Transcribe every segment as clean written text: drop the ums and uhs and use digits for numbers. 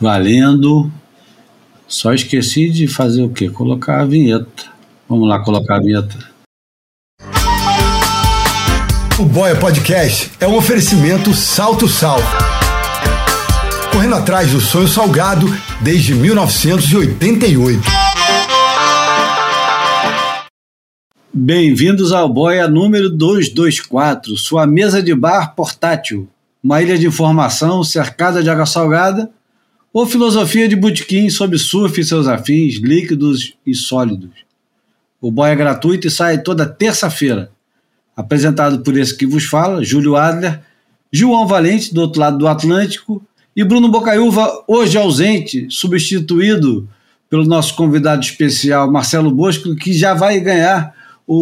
Valendo. Só esqueci de fazer o quê? Colocar a vinheta. Vamos lá colocar a vinheta. O Boia Podcast é um oferecimento Salto Sal. Correndo atrás do sonho salgado desde 1988. Bem-vindos ao Boia número 224, sua mesa de bar portátil, uma ilha de informação cercada de água salgada ou filosofia de botequim sobre surf e seus afins líquidos e sólidos. O Boia é gratuito e sai toda terça-feira. Apresentado por esse que vos fala, Júlio Adler, João Valente, do outro lado do Atlântico, e Bruno Bocaiúva, hoje ausente, substituído pelo nosso convidado especial, Marcelo Bosco, que já vai ganhar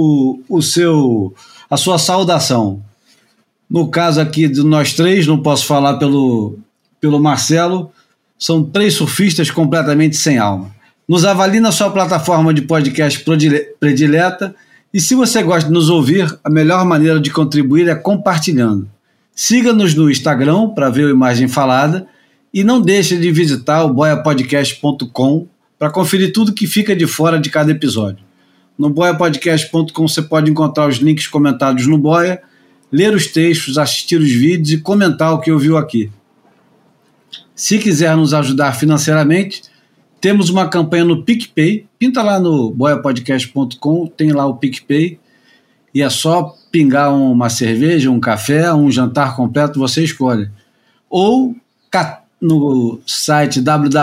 a sua saudação. No caso aqui de nós três, não posso falar pelo Marcelo, são três surfistas completamente sem alma. Nos avalie na sua plataforma de podcast predileta e se você gosta de nos ouvir, a melhor maneira de contribuir é compartilhando. Siga-nos no Instagram para ver a imagem falada e não deixe de visitar o boiapodcast.com para conferir tudo que fica de fora de cada episódio. No boiapodcast.com você pode encontrar os links comentados no Boia, ler os textos, assistir os vídeos e comentar o que ouviu aqui. Se quiser nos ajudar financeiramente, temos uma campanha no PicPay. Pinta lá no boiapodcast.com, tem lá o PicPay e é só pingar uma cerveja, um café, um jantar completo, você escolhe. Ou no site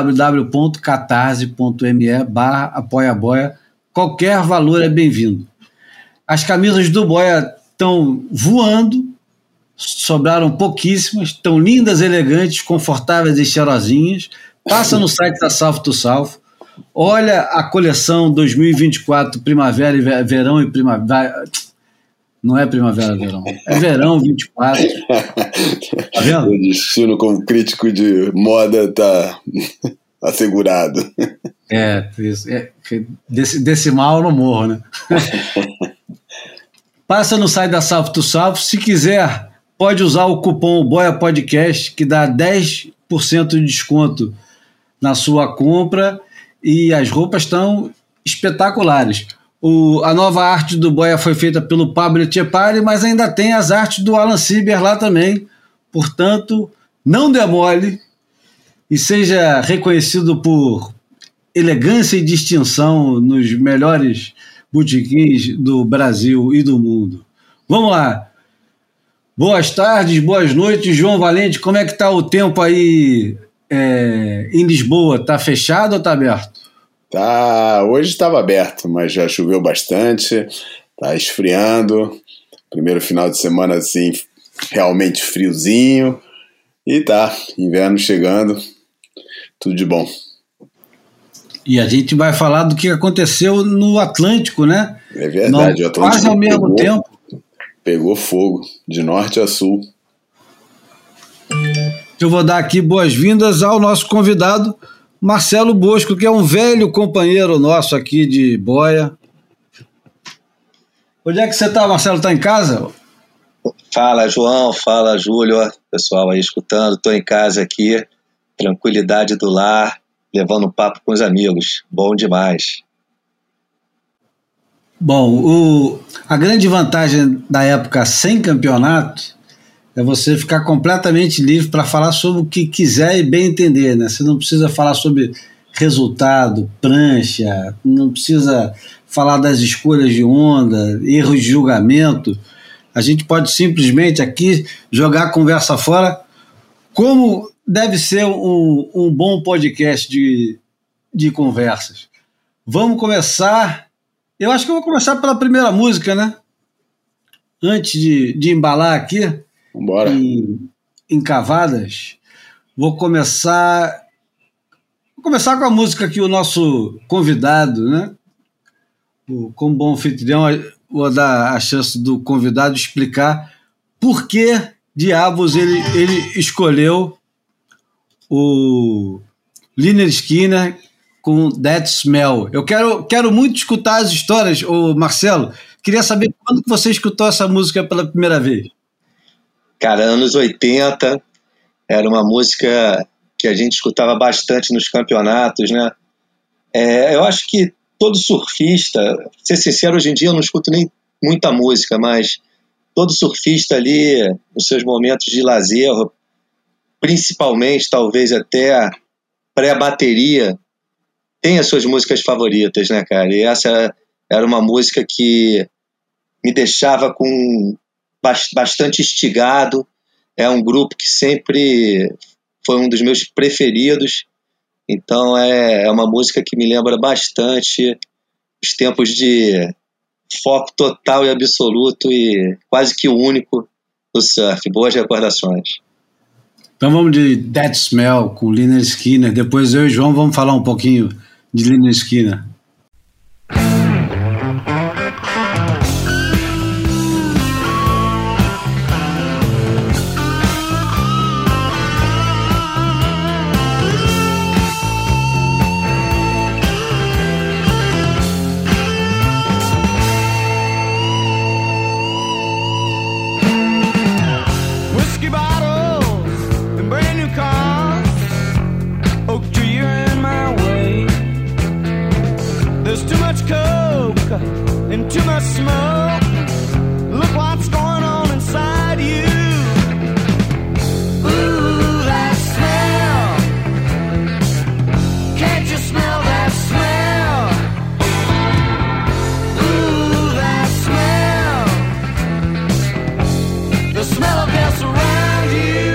www.catarse.me/apoiaboia, qualquer valor é bem-vindo. As camisas do Boia estão voando, sobraram pouquíssimas, estão lindas, elegantes, confortáveis e cheirosinhas. Passa no site da South to South, olha a coleção 2024, primavera e verão e primavera. Não é primavera e verão, é verão 24. Tá vendo? O destino como crítico de moda está assegurado. Isso. Desse mal eu não morro, né? Passa no site da South to South. Se quiser, pode usar o cupom Boia Podcast, que dá 10% de desconto na sua compra e as roupas estão espetaculares. A nova arte do Boia foi feita pelo Pablo Etchepare, mas ainda tem as artes do Alan Sieber lá também. Portanto, não demole e seja reconhecido por elegância e distinção nos melhores botequins do Brasil e do mundo. Vamos lá. Boas tardes, boas noites, João Valente. Como é que está o tempo aí em Lisboa? Está fechado ou está aberto? Hoje estava aberto, mas já choveu bastante, está esfriando. Primeiro final de semana assim, realmente friozinho. E inverno chegando, tudo de bom. E a gente vai falar do que aconteceu no Atlântico, né? É verdade, o Atlântico quase ao mesmo tempo. Pegou fogo, de norte a sul. Eu vou dar aqui boas-vindas ao nosso convidado, Marcelo Bosco, que é um velho companheiro nosso aqui de Boia. Onde é que você está, Marcelo? Está em casa? Fala, João. Fala, Júlio. Pessoal aí escutando. Estou em casa aqui. Tranquilidade do lar, levando um papo com os amigos. Bom demais. Bom, a grande vantagem da época sem campeonato é você ficar completamente livre para falar sobre o que quiser e bem entender, né? Você não precisa falar sobre resultado, prancha, não precisa falar das escolhas de onda, erros de julgamento. A gente pode simplesmente aqui jogar a conversa fora, como deve ser um bom podcast de conversas. Vamos começar. Eu acho que eu vou começar pela primeira música, né? Antes de embalar aqui. Vambora. Em cavadas, vou começar com a música que o nosso convidado, né? Como bom anfitrião, vou dar a chance do convidado explicar por que diabos ele escolheu o Lynyrd Skynyrd com That Smell. Eu quero muito escutar as histórias, Marcelo. Queria saber quando que você escutou essa música pela primeira vez. Cara, anos 80, era uma música que a gente escutava bastante nos campeonatos, né? Eu acho que todo surfista, pra ser sincero, hoje em dia eu não escuto nem muita música, mas todo surfista ali, nos seus momentos de lazer, principalmente, talvez até pré-bateria, tem as suas músicas favoritas, né, cara? E essa era uma música que me deixava com bastante instigado. É um grupo que sempre foi um dos meus preferidos. Então é uma música que me lembra bastante os tempos de foco total e absoluto e quase que único do surf. Boas recordações. Então vamos de That Smell com Lynyrd Skynyrd. Depois eu e o João vamos falar um pouquinho de Lynyrd Skynyrd. And too much smoke. Look what's going on inside you. Ooh, that smell. Can't you smell that smell? Ooh, that smell. The smell of death around you.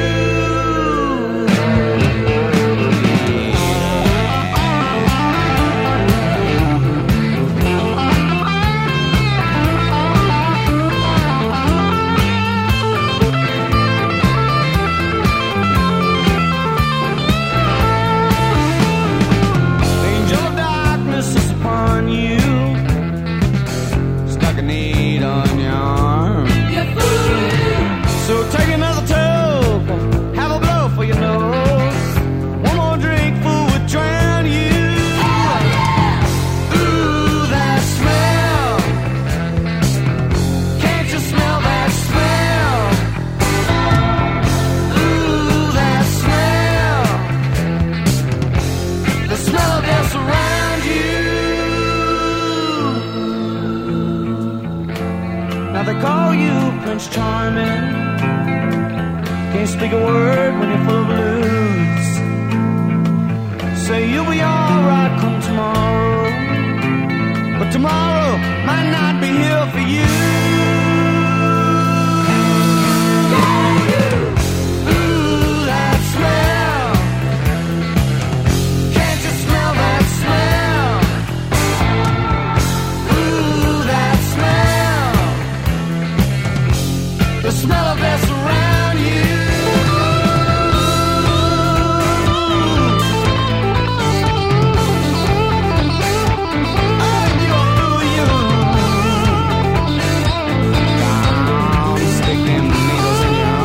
Charming, can't speak a word when you're full of blues. Say you'll be alright come tomorrow, but tomorrow might not be here for you. Ooh, that smell. Can't you smell that smell? Ooh, that smell. The smell of death around you. Stick them needles in your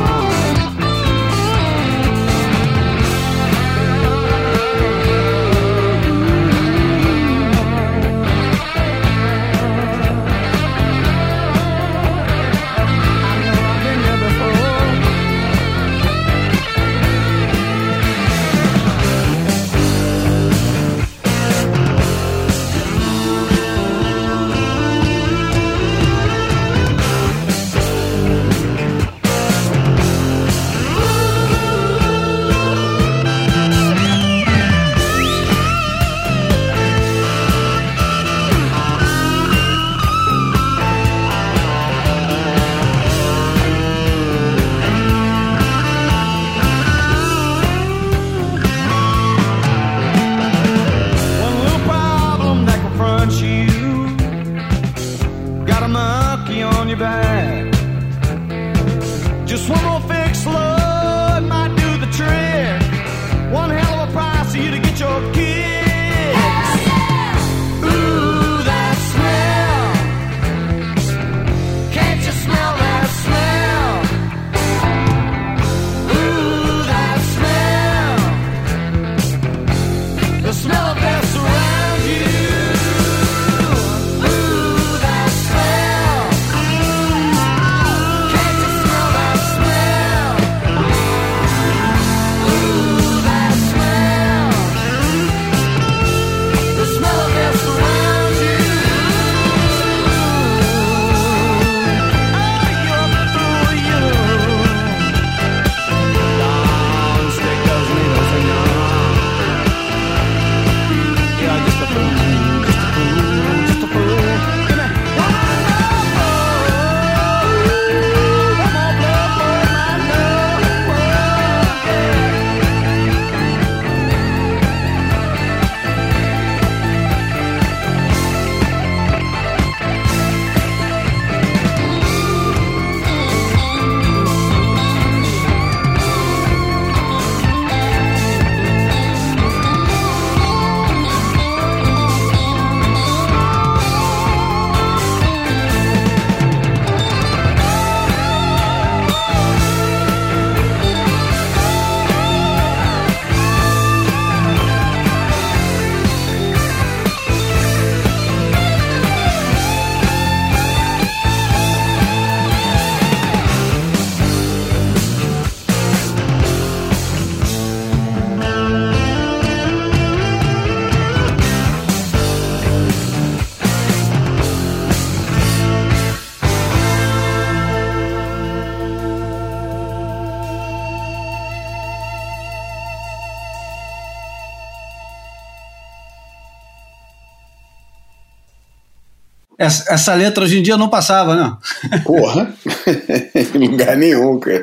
Essa letra hoje em dia não passava, né? Porra! Em lugar nenhum, cara.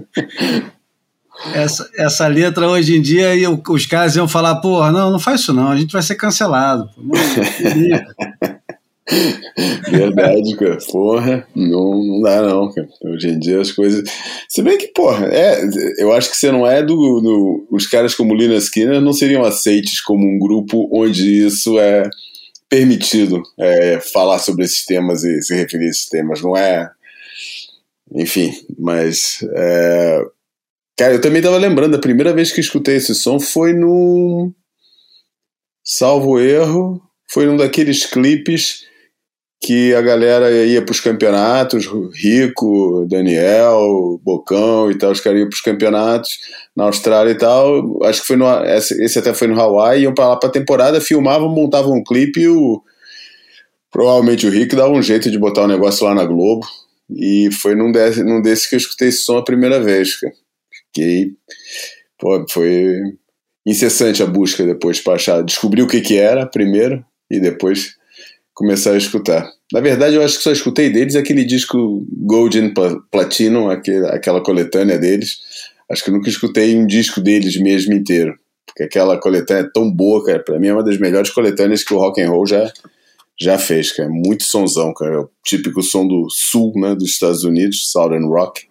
Essa letra hoje em dia, os caras iam falar, porra, não faz isso não, a gente vai ser cancelado. Verdade, cara. Porra, não dá não, cara. Hoje em dia as coisas... Se bem que, porra, eu acho que você não é os caras como Lynyrd Skynyrd não seriam aceites como um grupo onde isso é permitido, falar sobre esses temas e se referir a esses temas, não é? Enfim, mas... Cara, eu também tava lembrando, a primeira vez que escutei esse som foi no... Salvo erro, foi num daqueles clipes que a galera ia pros campeonatos, Rico, Daniel, Bocão e tal, os caras iam pros campeonatos na Austrália e tal, acho que esse até foi no Hawaii, iam pra lá pra temporada, filmavam, montavam um clipe e provavelmente o Rico dava um jeito de botar o negócio lá na Globo, e foi num desses que eu escutei esse som a primeira vez, cara. Fiquei, pô, foi incessante a busca depois pra achar, descobrir o que era primeiro e depois começar a escutar. Na verdade, eu acho que só escutei deles aquele disco Gold and Platinum, aquela coletânea deles. Acho que nunca escutei um disco deles mesmo inteiro, porque aquela coletânea é tão boa, cara. Pra mim é uma das melhores coletâneas que o rock and roll já fez, cara. Muito sonzão, cara. É o típico som do sul, né, dos Estados Unidos, Southern Rock.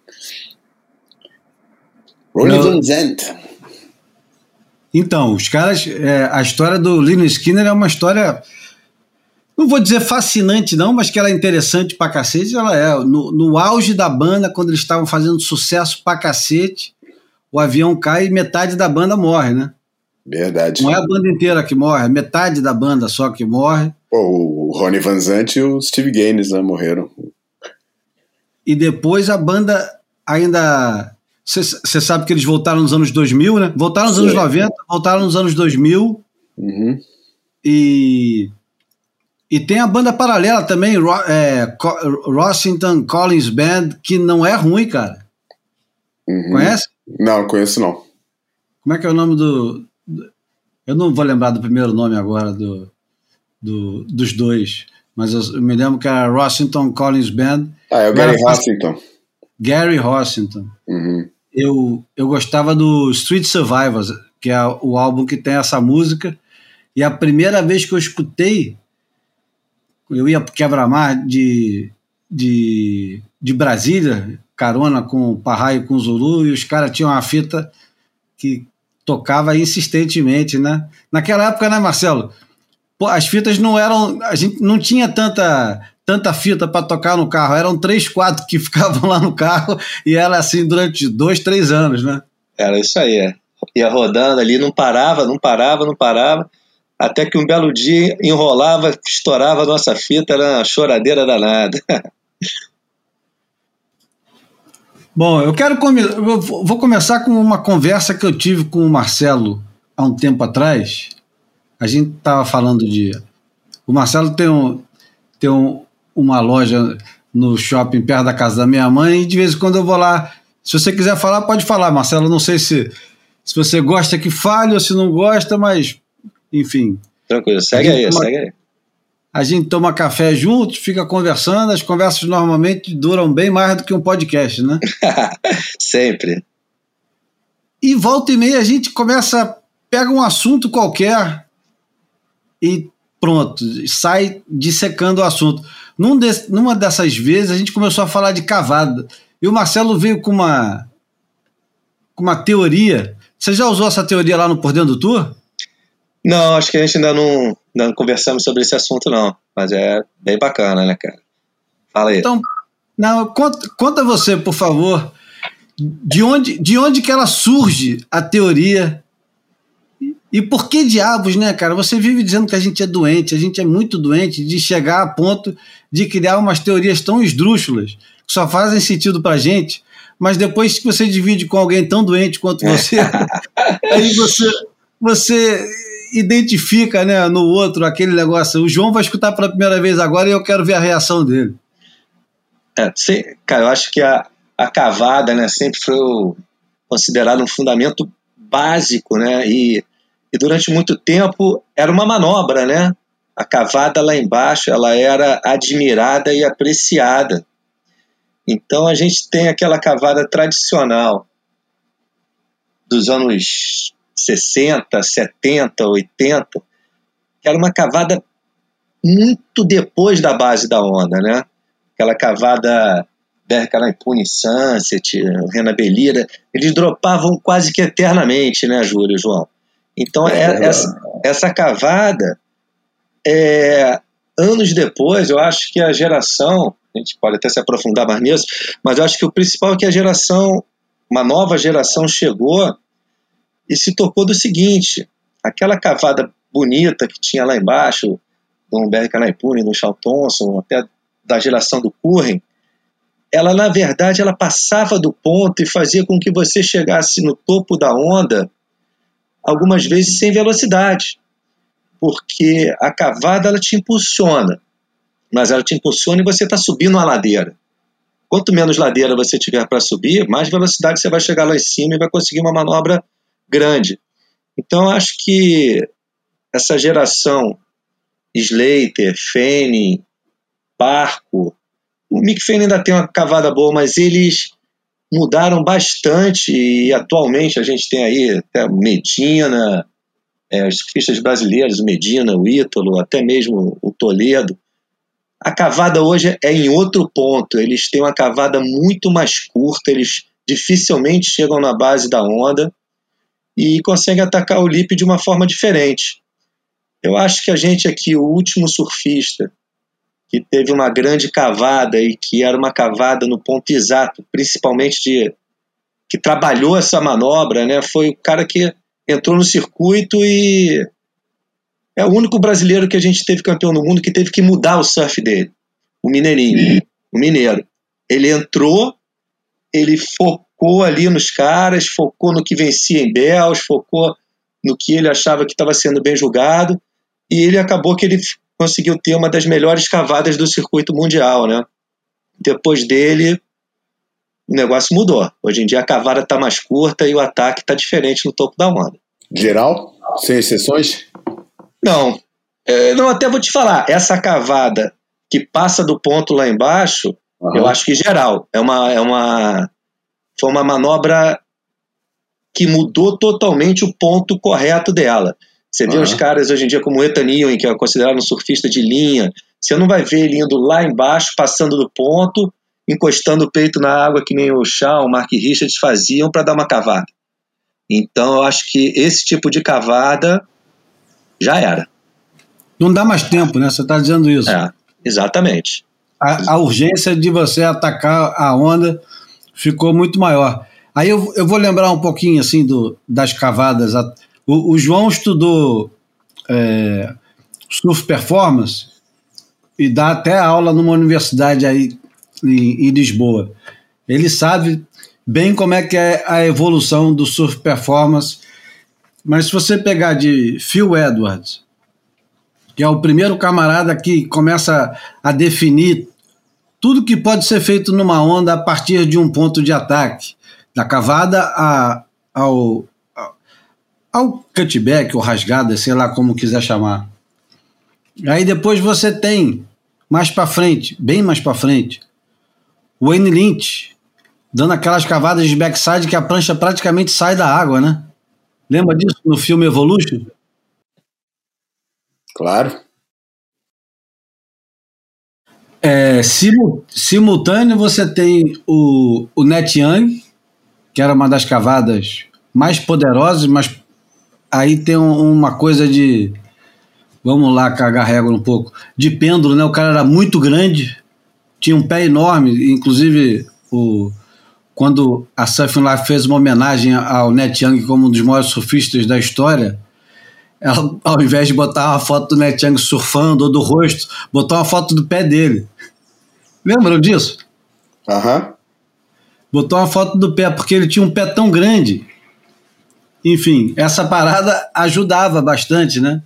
Ronnie Van Zant. Então, os caras, a história do Lynyrd Skynyrd é uma história, não vou dizer fascinante não, mas que ela é interessante pra cacete. Ela é no auge da banda, quando eles estavam fazendo sucesso pra cacete, o avião cai e metade da banda morre, né? Verdade. Não é a banda inteira que morre, é metade da banda só que morre. Pô, o Ronnie Van Zant e o Steve Gaines, né, morreram. E depois a banda ainda... Você sabe que eles voltaram nos anos 2000, né? Voltaram nos anos 90, voltaram nos anos 2000. Uhum. E tem a banda paralela também, Rossington Collins Band, que não é ruim, cara. Uhum. Conhece? Não, conheço não. Como é que é o nome do... Eu não vou lembrar do primeiro nome agora dos dois, mas eu me lembro que era Rossington Collins Band. É o Gary Rossington. Gary Rossington. Uhum. Eu gostava do Street Survivors, que é o álbum que tem essa música, e a primeira vez que eu escutei, eu ia pro Quebra-Mar de Brasília, carona com o Parraio e com o Zulu, e os caras tinham uma fita que tocava insistentemente, né? Naquela época, né, Marcelo? Pô, as fitas não eram... A gente não tinha tanta fita para tocar no carro, eram 3, 4 que ficavam lá no carro, e era assim durante 2, 3 anos, né? Era isso aí, ia rodando ali, não parava, até que um belo dia enrolava, estourava a nossa fita, era uma choradeira danada. Bom, eu vou começar com uma conversa que eu tive com o Marcelo há um tempo atrás. A gente estava falando o Marcelo tem uma loja no shopping perto da casa da minha mãe, e de vez em quando eu vou lá. Se você quiser falar, pode falar, Marcelo. Não sei se você gosta que fale ou se não gosta, mas enfim. Tranquilo, segue aí. A gente toma café juntos, fica conversando. As conversas normalmente duram bem mais do que um podcast, né? Sempre. E volta e meia a gente pega um assunto qualquer e pronto, sai dissecando o assunto. Numa dessas vezes a gente começou a falar de cavada. E o Marcelo veio com uma teoria. Você já usou essa teoria lá no Por Dentro do Tour? Não, acho que a gente ainda não conversamos sobre esse assunto, não. Mas é bem bacana, né, cara? Fala aí. Então, conta você, por favor, de onde que ela surge, a teoria, e por que diabos, né, cara? Você vive dizendo que a gente é muito doente de chegar a ponto de criar umas teorias tão esdrúxulas, que só fazem sentido pra gente, mas depois que você divide com alguém tão doente quanto você, aí você identifica, né, no outro aquele negócio. O João vai escutar pela primeira vez agora e eu quero ver a reação dele. Cara, eu acho que a cavada, né, sempre foi considerado um fundamento básico, né, e durante muito tempo era uma manobra, né, a cavada lá embaixo ela era admirada e apreciada. Então a gente tem aquela cavada tradicional dos anos 60, 70, 80, que era uma cavada muito depois da base da onda, né? Aquela cavada Berkanaipuni, Sunset, Rena Belira, eles dropavam quase que eternamente, né, Júlio, João? Então essa cavada, anos depois, eu acho que a geração, a gente pode até se aprofundar mais nisso, mas eu acho que o principal é que uma nova geração chegou e se tocou do seguinte: aquela cavada bonita que tinha lá embaixo, do Berkanaipuni, do Charles Thompson, até da geração do Curren, ela na verdade ela passava do ponto e fazia com que você chegasse no topo da onda algumas vezes sem velocidade, porque a cavada ela te impulsiona, mas ela te impulsiona e você está subindo uma ladeira. Quanto menos ladeira você tiver para subir, mais velocidade você vai chegar lá em cima e vai conseguir uma manobra grande. Então eu acho que essa geração Slater, Fanning, Parco, o Mick Fanning ainda tem uma cavada boa, mas eles mudaram bastante e atualmente a gente tem aí até o Medina, os surfistas brasileiros, o Medina, o Ítalo, até mesmo o Toledo. A cavada hoje é em outro ponto, eles têm uma cavada muito mais curta, eles dificilmente chegam na base da onda e conseguem atacar o lip de uma forma diferente. Eu acho que a gente aqui, o último surfista que teve uma grande cavada e que era uma cavada no ponto exato, principalmente que trabalhou essa manobra, né, foi o cara que entrou no circuito e é o único brasileiro que a gente teve campeão do mundo que teve que mudar o surf dele, o Mineirinho, o Mineiro. Ele entrou, ele focou ali nos caras, focou no que vencia em Bells, focou no que ele achava que estava sendo bem julgado, e ele acabou que ele conseguiu ter uma das melhores cavadas do circuito mundial, né? Depois dele, o negócio mudou. Hoje em dia a cavada está mais curta e o ataque está diferente no topo da onda. Geral? Sem exceções? Não. Não, até vou te falar, essa cavada que passa do ponto lá embaixo, eu acho que geral. Foi uma manobra que mudou totalmente o ponto correto dela. Você vê os caras hoje em dia como o Ethan Ewing, que é considerado um surfista de linha, você não vai ver ele indo lá embaixo, passando do ponto, encostando o peito na água que nem o Shaw, o Mark Richards faziam para dar uma cavada. Então eu acho que esse tipo de cavada já era. Não dá mais tempo, né? Você está dizendo isso. Exatamente. A urgência de você atacar a onda ficou muito maior. Aí eu vou lembrar um pouquinho assim das cavadas. O João estudou surf performance e dá até aula numa universidade aí em Lisboa. Ele sabe bem como é que é a evolução do surf performance, mas se você pegar de Phil Edwards, que é o primeiro camarada que começa a definir tudo que pode ser feito numa onda a partir de um ponto de ataque, da cavada ao cutback, ou rasgada, sei lá como quiser chamar. Aí depois você tem, mais para frente, bem mais para frente, o Wayne Lynch, dando aquelas cavadas de backside que a prancha praticamente sai da água, né? Lembra disso no filme Evolution? Claro. Simultâneo você tem o Net Young, que era uma das cavadas mais poderosas, mas aí tem uma coisa de, vamos lá cagar regra um pouco, de pêndulo, né? O cara era muito grande, tinha um pé enorme, inclusive quando a Surfing Life fez uma homenagem ao Net Young como um dos maiores surfistas da história, ela, ao invés de botar uma foto do Net Young surfando ou do rosto, botou uma foto do pé dele. Lembram disso? Botou uma foto do pé, porque ele tinha um pé tão grande. Enfim, essa parada ajudava bastante, né?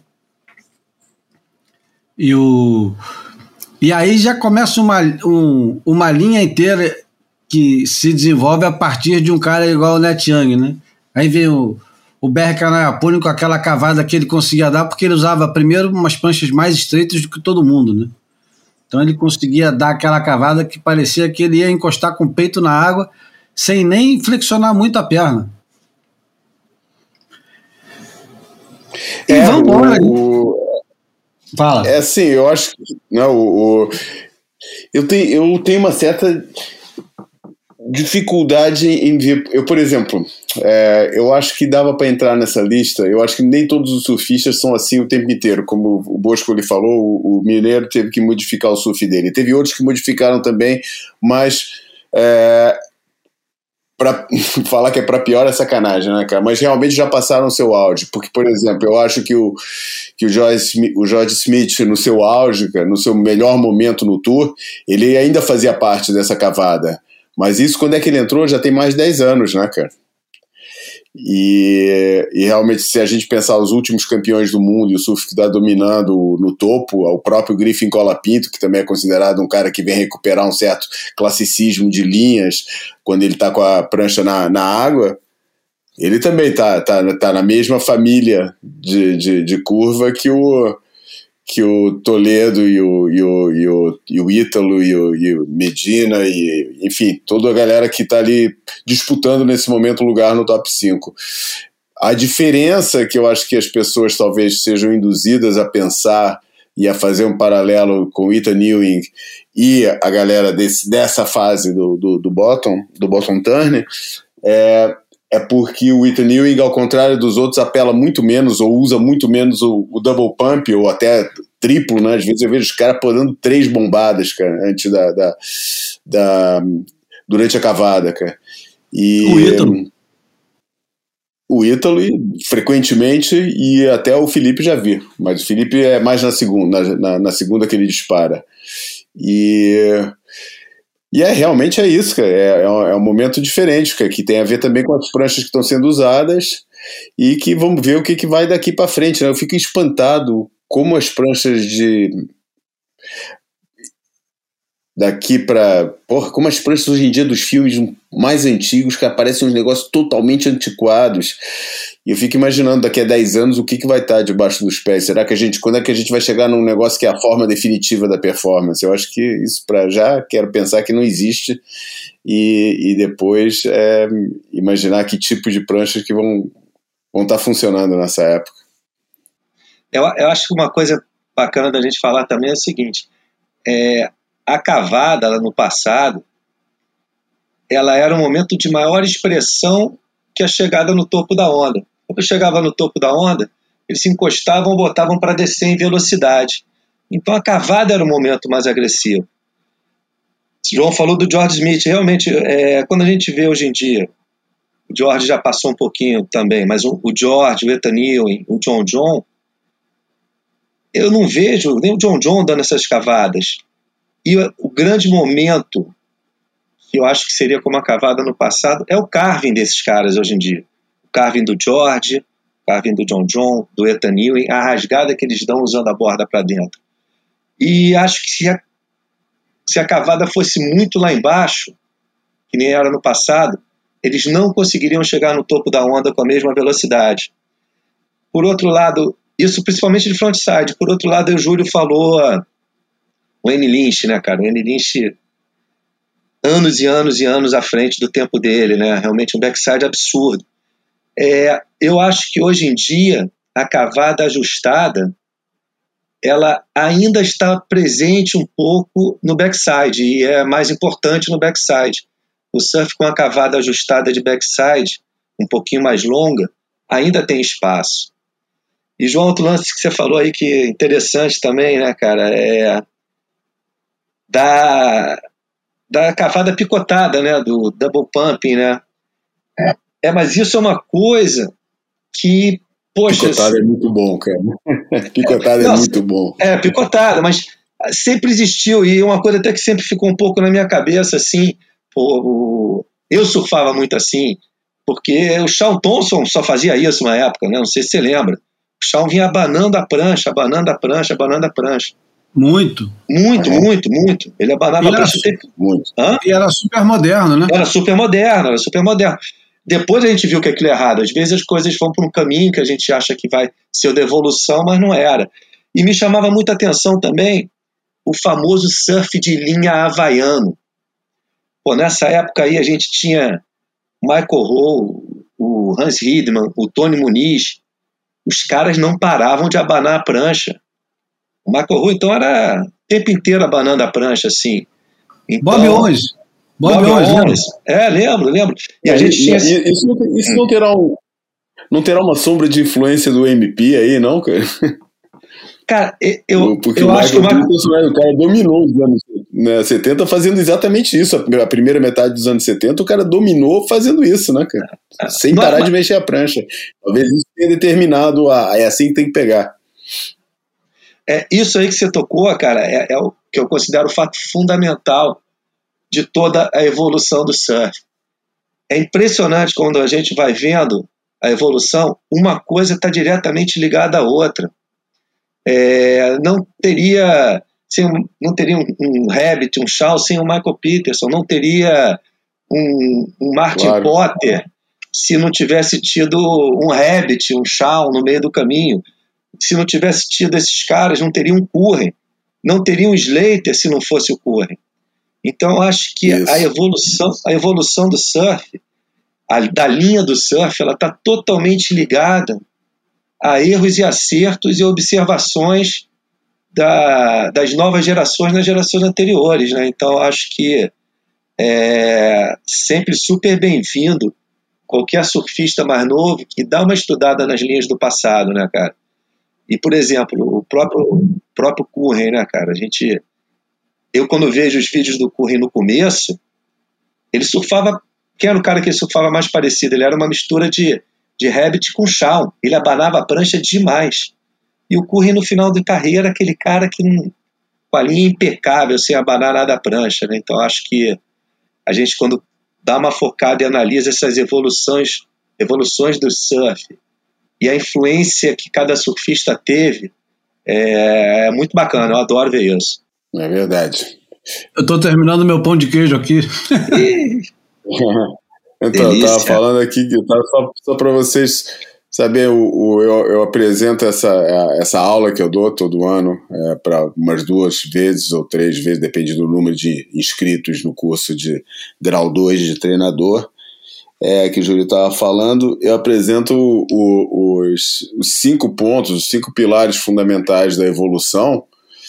E aí já começa uma linha inteira que se desenvolve a partir de um cara igual o Net Young, né? Aí vem o o BR Canaiapônio com aquela cavada que ele conseguia dar, porque ele usava primeiro umas pranchas mais estreitas do que todo mundo, né? Então ele conseguia dar aquela cavada que parecia que ele ia encostar com o peito na água sem nem flexionar muito a perna. E vamos embora. Fala. É assim, eu acho que não, eu tenho uma certa dificuldade em ver. Eu, por exemplo, eu acho que dava para entrar nessa lista. Eu acho que nem todos os surfistas são assim o tempo inteiro. Como o Bosco ele falou, o Mineiro teve que modificar o surf dele. Teve outros que modificaram também, mas para falar que é para pior é sacanagem, né, cara? Mas realmente já passaram o seu auge. Porque, por exemplo, eu acho que o George Smith, no seu auge, cara, no seu melhor momento no Tour, ele ainda fazia parte dessa cavada. Mas isso, quando é que ele entrou, já tem mais de 10 anos, né, cara? E realmente, se a gente pensar os últimos campeões do mundo e o surf que está dominando no topo, o próprio Griffin Colapinto, que também é considerado um cara que vem recuperar um certo classicismo de linhas quando ele está com a prancha na água, ele também tá na mesma família de curva que o Toledo e o Ítalo e o Medina e, enfim, toda a galera que está ali disputando nesse momento o lugar no top 5. A diferença que eu acho que as pessoas talvez sejam induzidas a pensar e a fazer um paralelo com o Ethan Ewing e a galera dessa fase do bottom turn é porque o Ethan Ewing, ao contrário dos outros, apela muito menos ou usa muito menos o double pump ou até triplo, né? Às vezes eu vejo os caras podando 3 bombadas, cara, antes durante a cavada, cara. E o Ítalo frequentemente, e até o Felipe já vi, mas o Felipe é mais na segunda que ele dispara. E realmente é isso, cara. É um momento diferente, cara, que tem a ver também com as pranchas que estão sendo usadas e que vamos ver o que vai daqui para frente, né? Eu fico espantado como as pranchas como as pranchas hoje em dia dos filmes mais antigos, que aparecem uns negócios totalmente antiquados. E eu fico imaginando daqui a 10 anos o que vai estar debaixo dos pés. Será que quando é que a gente vai chegar num negócio que é a forma definitiva da performance? Eu acho que isso para já quero pensar que não existe e depois imaginar que tipo de pranchas que vão estar funcionando nessa época. Eu acho que uma coisa bacana da gente falar também é o seguinte, a cavada lá no passado, ela era um momento de maior expressão que a chegada no topo da onda. Quando chegava no topo da onda, eles se encostavam, botavam para descer em velocidade. Então a cavada era o momento mais agressivo. O João falou do George Smith. Realmente, quando a gente vê hoje em dia, o George já passou um pouquinho também, mas o George, o Ethan Ewing, o John, eu não vejo nem o John dando essas cavadas. E o grande momento, que eu acho que seria como a cavada no passado, é o carving desses caras hoje em dia. O carving do George, o carving do John, do Ethan Ewing, a rasgada que eles dão usando a borda para dentro. E acho que se a cavada fosse muito lá embaixo, que nem era no passado, eles não conseguiriam chegar no topo da onda com a mesma velocidade. Por outro lado, isso principalmente de frontside. Por outro lado, o Júlio falou o Annie Lynch, né, cara? O Annie Lynch, anos e anos e anos à frente do tempo dele, né? Realmente um backside absurdo. Eu acho que hoje em dia a cavada ajustada ela ainda está presente um pouco no backside e é mais importante no backside. O surf com a cavada ajustada de backside, um pouquinho mais longa, ainda tem espaço. E, João, outro lance que você falou aí que é interessante também, né, cara, da cavada picotada, né, do double pumping, né. Mas isso é uma coisa que, poxa... Picotada é muito bom, cara. Picotada é muito bom. Picotada, mas sempre existiu, e uma coisa até que sempre ficou um pouco na minha cabeça, assim, eu surfava muito assim, porque o Shawn Thompson só fazia isso na época, né, não sei se você lembra. O Shawn vinha abanando a prancha, abanando a prancha, abanando a prancha. Muito. Muito. Ele abanava a prancha. Muito. E era super moderno, né? Era super moderno. Depois a gente viu que aquilo é errado. Às vezes as coisas vão por um caminho que a gente acha que vai ser o da evolução, mas não era. E me chamava muita atenção também o famoso surf de linha havaiano. Pô, nessa época aí a gente tinha Michael Rowe, o Hans Hiedman, o Tony Muniz. Os caras não paravam de abanar a prancha. O Michael Rowe, então, era o tempo inteiro abanando a prancha, assim. Então, Bob Owens. Bob Owens. Lembro. E a gente tinha... Isso não terá uma sombra de influência do MP aí, não, cara? Cara, Porque eu acho que o cara dominou os anos 70 fazendo exatamente isso. A primeira metade dos anos 70, o cara dominou fazendo isso, né, cara? Sem parar de mexer a prancha. Talvez isso tenha determinado é assim que tem que pegar. Isso aí que você tocou, cara, é o que eu considero o fato fundamental de toda a evolução do surf. É impressionante quando a gente vai vendo a evolução, uma coisa está diretamente ligada à outra. Não teria um Rabbit, um Shaw sem o Michael Peterson, não teria um Martin Potter se não tivesse tido um Rabbit, um Shaw no meio do caminho. Se não tivesse tido esses caras, não teria um Curren, não teria um Slater se não fosse o Curren. Então, acho que a evolução do surf, da linha do surf, ela está totalmente ligada a erros e acertos e observações das novas gerações nas gerações anteriores, né? Então, acho que é sempre super bem-vindo qualquer surfista mais novo que dá uma estudada nas linhas do passado, né, cara? E, por exemplo, o próprio Curren, né, cara? Eu, quando vejo os vídeos do Curren no começo, ele surfava... Quem era o cara que ele surfava mais parecido? Ele era uma mistura de Rabbit com Shaw. Ele abanava a prancha demais. E o Curren, no final de carreira, aquele cara que com a linha impecável, sem abanar nada a prancha, né? Então, acho que a gente, quando dá uma focada e analisa essas evoluções do surf e a influência que cada surfista teve, é muito bacana. Eu adoro ver isso. É verdade. Eu estou terminando meu pão de queijo aqui. Então, eu estava falando aqui, só para vocês saberem, eu apresento essa aula que eu dou todo ano para umas 2 vezes ou 3 vezes, depende do número de inscritos no curso de grau 2 de treinador, que o Júlio estava falando. Eu apresento os 5 pontos, os 5 pilares fundamentais da evolução,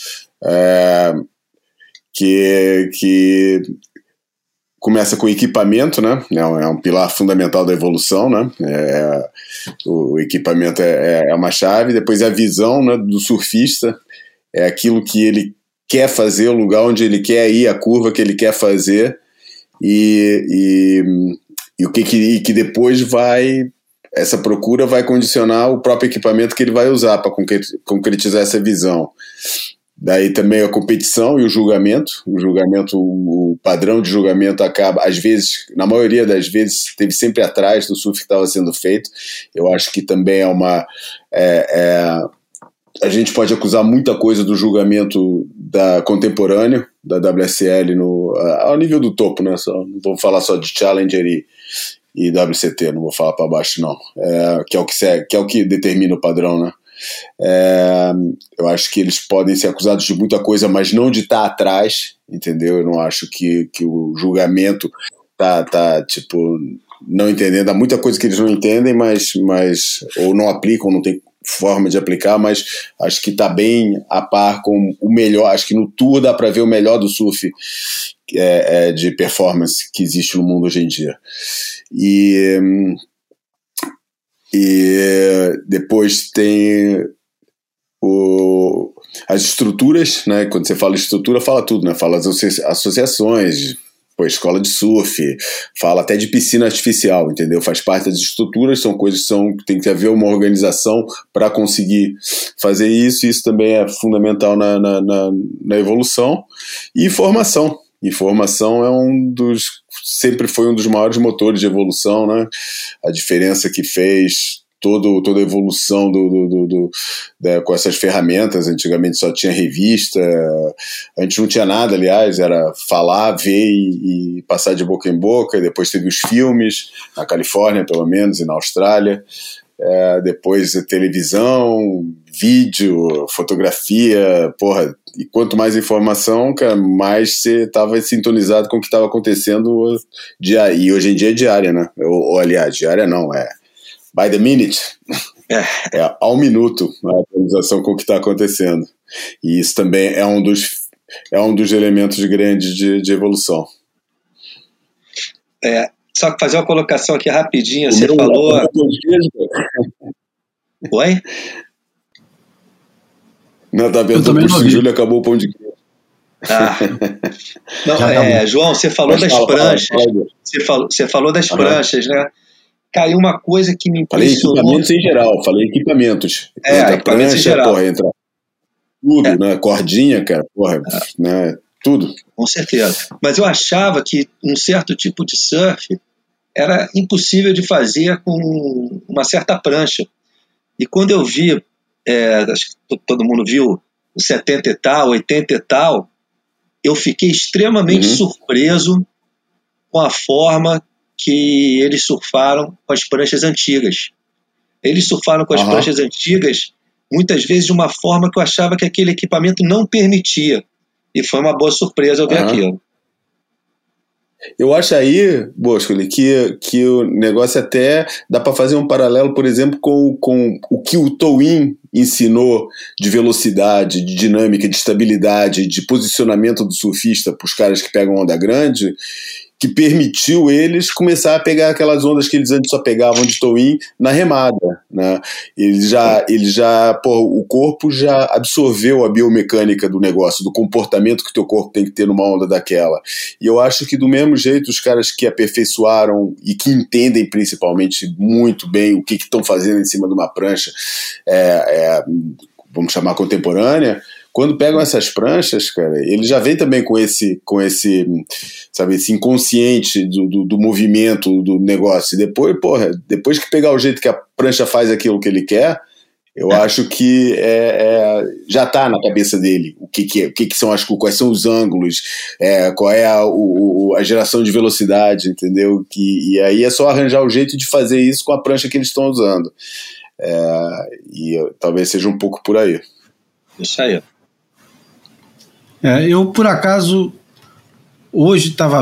que começa com o equipamento, né? É um pilar fundamental da evolução, né? O equipamento é uma chave. Depois a visão, né, do surfista, é aquilo que ele quer fazer, o lugar onde ele quer ir, a curva que ele quer fazer, e o que depois essa procura vai condicionar o próprio equipamento que ele vai usar para concretizar essa visão. Daí também a competição e o julgamento. O padrão de julgamento acaba, às vezes, na maioria das vezes, esteve sempre atrás do surf que estava sendo feito. Eu acho que também a gente pode acusar muita coisa do julgamento contemporâneo, da WSL ao nível do topo, né? Não vou falar só de Challenger e WCT, não vou falar para baixo, não. Que é o que determina o padrão, né? Eu acho que eles podem ser acusados de muita coisa, mas não de estar atrás, entendeu? Eu não acho que o julgamento tá tipo, não entendendo. Há muita coisa que eles não entendem, mas ou não aplicam, não tem forma de aplicar, mas acho que está bem a par com o melhor. Acho que no Tour dá para ver o melhor do surf de performance que existe no mundo hoje em dia. E depois tem as estruturas, né? Quando você fala estrutura, fala tudo, né? Fala as associações, escola de surf, fala até de piscina artificial, entendeu? Faz parte das estruturas, são coisas que tem que haver uma organização para conseguir fazer isso, e isso também é fundamental na evolução. E formação. Informação sempre foi um dos maiores motores de evolução, né? A diferença que fez toda a evolução com essas ferramentas. Antigamente só tinha revista, a gente não tinha nada, aliás, era falar, ver e passar de boca em boca. Depois teve os filmes, na Califórnia pelo menos, e na Austrália. Depois a televisão, vídeo, fotografia, porra, e quanto mais informação, cara, mais você estava sintonizado com o que estava acontecendo e hoje em dia é diária, né? Ou aliás, diária não, é by the minute, é ao minuto a atualização com o que está acontecendo, e isso também é um dos elementos grandes de evolução. Só que fazer uma colocação aqui rapidinho, você falou... Oi? Não, tá perguntando se o Júlio acabou o pão de queijo. Não, João, você falou das pranchas. Você falou das pranchas, né? Caiu uma coisa que me impressionou. Falei equipamentos em geral, falei equipamentos. Entra equipamentos prancha, em geral. Porra, entra tudo, né? Cordinha, cara, porra, né? Tudo. Com certeza. Mas eu achava que um certo tipo de surf era impossível de fazer com uma certa prancha. E quando eu vi, acho que todo mundo viu, 70 e tal, 80 e tal, eu fiquei extremamente surpreso com a forma que eles surfaram com as pranchas antigas. Eles surfaram com as pranchas antigas, muitas vezes de uma forma que eu achava que aquele equipamento não permitia. E foi uma boa surpresa eu ver aquilo. Eu acho aí, Boscoli, que o negócio até dá para fazer um paralelo, por exemplo, com o que o Tow-in ensinou de velocidade, de dinâmica, de estabilidade, de posicionamento do surfista para os caras que pegam onda grande, que permitiu eles começar a pegar aquelas ondas que eles antes só pegavam de Tow-in na remada, né? O corpo já absorveu a biomecânica do negócio, do comportamento que o teu corpo tem que ter numa onda daquela. E eu acho que do mesmo jeito os caras que aperfeiçoaram e que entendem principalmente muito bem o que estão fazendo em cima de uma prancha, vamos chamar contemporânea, quando pegam essas pranchas, cara, ele já vem também com esse sabe, esse inconsciente do movimento do negócio. E depois que pegar o jeito que a prancha faz aquilo que ele quer, eu acho que já está na cabeça dele o que são quais são os ângulos, qual é a geração de velocidade, entendeu? E aí é só arranjar o jeito de fazer isso com a prancha que eles estão usando. E talvez seja um pouco por aí. Isso aí. Eu, por acaso, hoje estava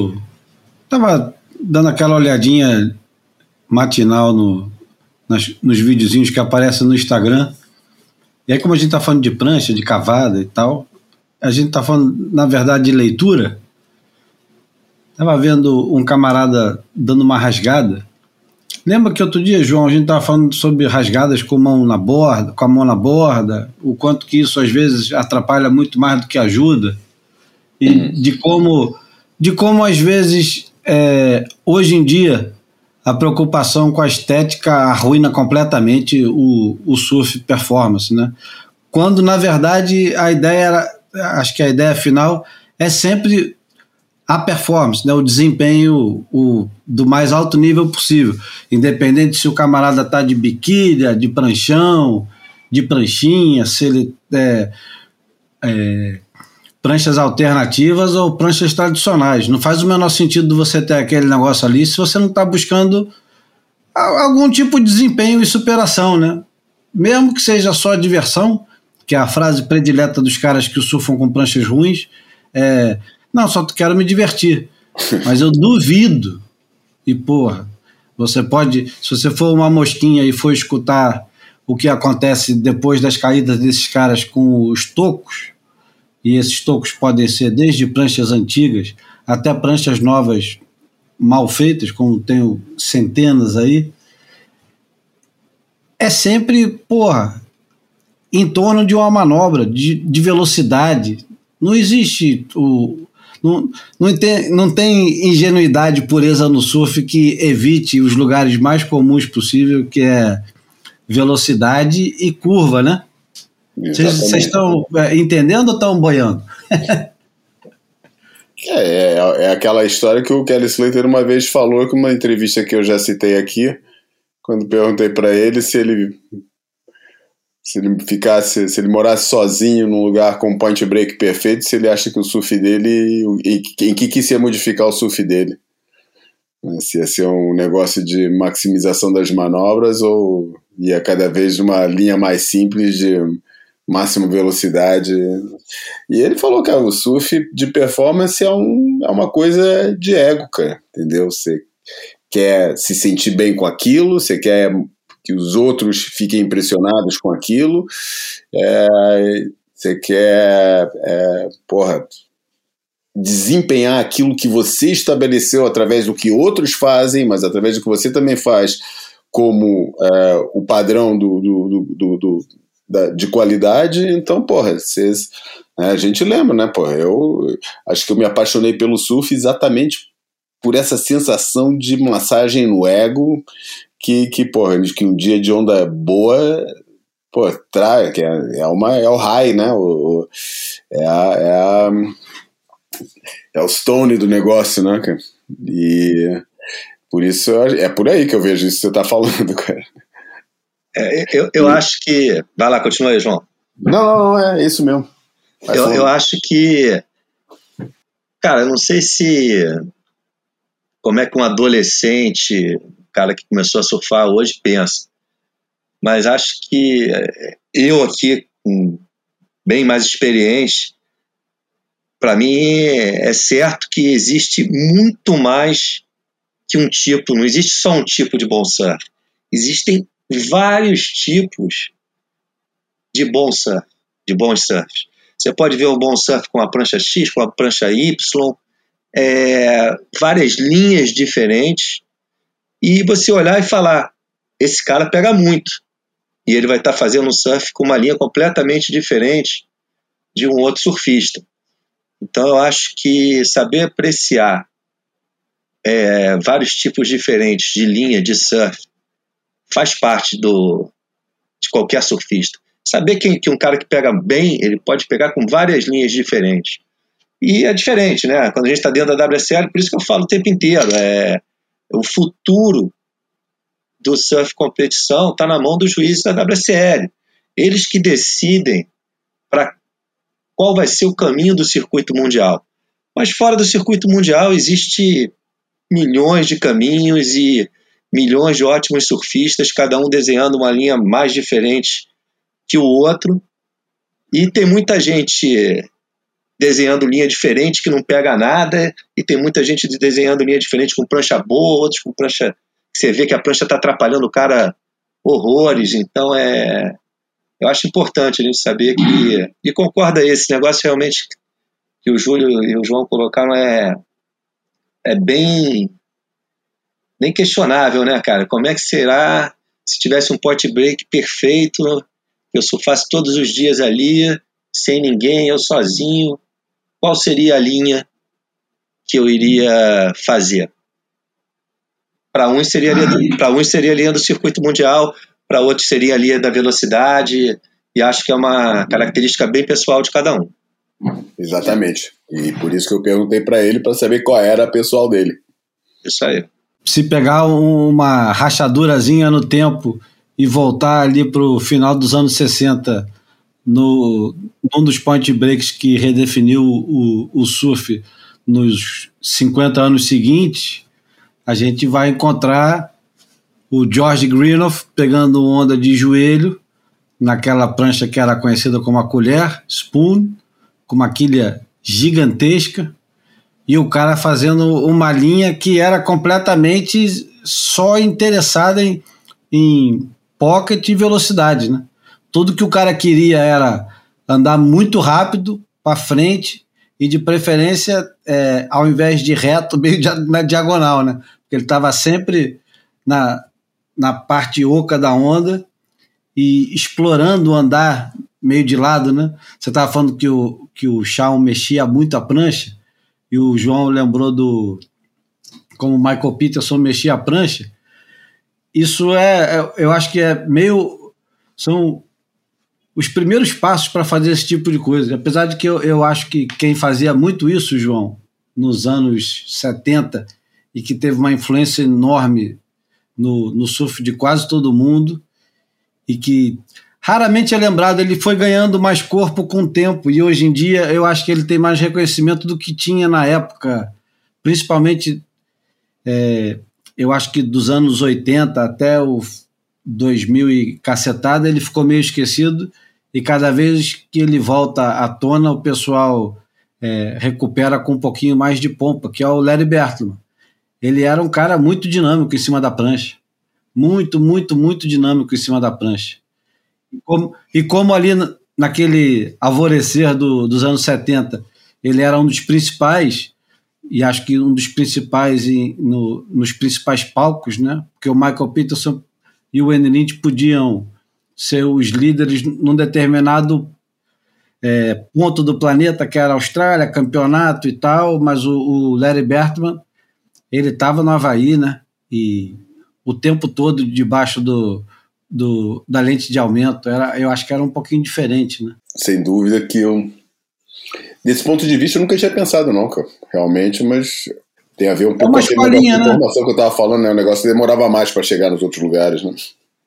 dando aquela olhadinha matinal nos videozinhos que aparecem no Instagram, e aí como a gente está falando de prancha, de cavada e tal, a gente está falando, na verdade, de leitura. Estava vendo um camarada dando uma rasgada. Lembra que outro dia, João, a gente estava falando sobre rasgadas com a mão na borda, o quanto que isso às vezes atrapalha muito mais do que ajuda, e de como às vezes, hoje em dia, a preocupação com a estética arruína completamente o surf performance, né? Quando, na verdade, acho que a ideia final é sempre a performance, né, o desempenho do mais alto nível possível, independente se o camarada está de biquília, de pranchão, de pranchinha, se ele pranchas alternativas ou pranchas tradicionais. Não faz o menor sentido você ter aquele negócio ali se você não está buscando algum tipo de desempenho e superação, né? Mesmo que seja só diversão, que é a frase predileta dos caras que surfam com pranchas ruins, não, só quero me divertir. Mas eu duvido. E, porra, você pode, se você for uma mosquinha e for escutar o que acontece depois das caídas desses caras com os tocos, e esses tocos podem ser desde pranchas antigas até pranchas novas mal feitas, como tenho centenas aí, é sempre, porra, em torno de uma manobra de velocidade. Não existe não tem ingenuidade, pureza no surf que evite os lugares mais comuns possível, que é velocidade e curva, né? Vocês estão entendendo ou estão boiando? É aquela história que o Kelly Slater uma vez falou, que uma entrevista que eu já citei aqui, quando perguntei para ele se ele morasse sozinho num lugar com point break perfeito, se ele acha que o surf dele, em que se ia modificar o surf dele. Se ia ser um negócio de maximização das manobras ou ia cada vez uma linha mais simples de máxima velocidade. E ele falou que o surf de performance é uma coisa de ego, cara, entendeu? Você quer se sentir bem com aquilo, você quer que os outros fiquem impressionados com aquilo, você quer desempenhar aquilo que você estabeleceu através do que outros fazem, mas através do que você também faz como o padrão de qualidade. Então, a gente lembra, né, eu acho que eu me apaixonei pelo surf exatamente por essa sensação de massagem no ego que um dia de onda boa traz, que é o high, né, é o stone do negócio, né, cara? E por isso é por aí que eu vejo isso que você tá falando, cara. Eu acho que... Vai lá, continua aí, João. Não, é isso mesmo. Eu acho que... Cara, eu não sei como é que um adolescente, cara que começou a surfar hoje, pensa. Mas acho que eu aqui, bem mais experiente, para mim é certo que existe muito mais que um tipo, não existe só um tipo de bom surf. Existem vários tipos de bom surf, de bons surfs. Você pode ver o bom surf com a prancha X, com a prancha Y, várias linhas diferentes, e você olhar e falar, esse cara pega muito, e ele vai estar fazendo um surf com uma linha completamente diferente de um outro surfista. Então eu acho que saber apreciar vários tipos diferentes de linha de surf faz parte de qualquer surfista. Saber que um cara que pega bem, ele pode pegar com várias linhas diferentes. E é diferente, né? Quando a gente está dentro da WSL, por isso que eu falo o tempo inteiro, o futuro do surf competição está na mão dos juízes da WSL. Eles que decidem qual vai ser o caminho do circuito mundial. Mas fora do circuito mundial existe milhões de caminhos e milhões de ótimos surfistas, cada um desenhando uma linha mais diferente que o outro. E tem muita gente desenhando linha diferente que não pega nada, e tem muita gente desenhando linha diferente com prancha boa, outros com prancha que você vê que a prancha está atrapalhando o cara horrores. Então eu acho importante a gente saber que, e concorda esse negócio realmente que o Júlio e o João colocaram é bem questionável, né, cara? Como é que será se tivesse um point break perfeito, que eu surfasse todos os dias ali, sem ninguém, eu sozinho, qual seria a linha que eu iria fazer? Para uns seria a linha do circuito mundial, para outros seria a linha da velocidade, e acho que é uma característica bem pessoal de cada um. Exatamente. E por isso que eu perguntei para ele, para saber qual era a pessoal dele. Isso aí. Se pegar uma rachadurazinha no tempo e voltar ali para o final dos anos 60, num dos point breaks que redefiniu o surf nos 50 anos seguintes, a gente vai encontrar o George Greenough pegando onda de joelho naquela prancha que era conhecida como a colher, spoon, com uma quilha gigantesca, e o cara fazendo uma linha que era completamente só interessada em pocket e velocidade, né? Tudo que o cara queria era andar muito rápido para frente e de preferência ao invés de reto, meio na diagonal, né? Porque ele estava sempre na parte oca da onda e explorando o andar meio de lado, né? Você estava falando que o Shawn mexia muito a prancha, e o João lembrou como o Michael Peterson mexia a prancha. Isso eu acho que são os primeiros passos para fazer esse tipo de coisa. Apesar de que eu acho que quem fazia muito isso, João, nos anos 70, e que teve uma influência enorme no surf de quase todo mundo e que raramente é lembrado. Ele foi ganhando mais corpo com o tempo e hoje em dia eu acho que ele tem mais reconhecimento do que tinha na época, principalmente eu acho que dos anos 80 até o 2000 e cacetada ele ficou meio esquecido e cada vez que ele volta à tona o pessoal recupera com um pouquinho mais de pompa, que é o Larry Bertlemann. Ele era um cara muito dinâmico em cima da prancha, muito, muito, muito dinâmico em cima da prancha. E como ali naquele alvorecer dos anos 70 ele era um dos principais, e acho que um dos principais nos principais palcos, né? Porque o Michael Peterson e o Wayne Lynch podiam ser os líderes num determinado ponto do planeta, que era a Austrália, campeonato e tal, mas o Larry Bertlemann, ele estava no Havaí, né? E o tempo todo debaixo da lente de aumento, eu acho que era um pouquinho diferente, né? Sem dúvida que desse ponto de vista eu nunca tinha pensado não, cara, realmente, mas tem a ver um pouco com aquele negócio de informação que eu estava falando, né? O negócio demorava mais para chegar nos outros lugares, né?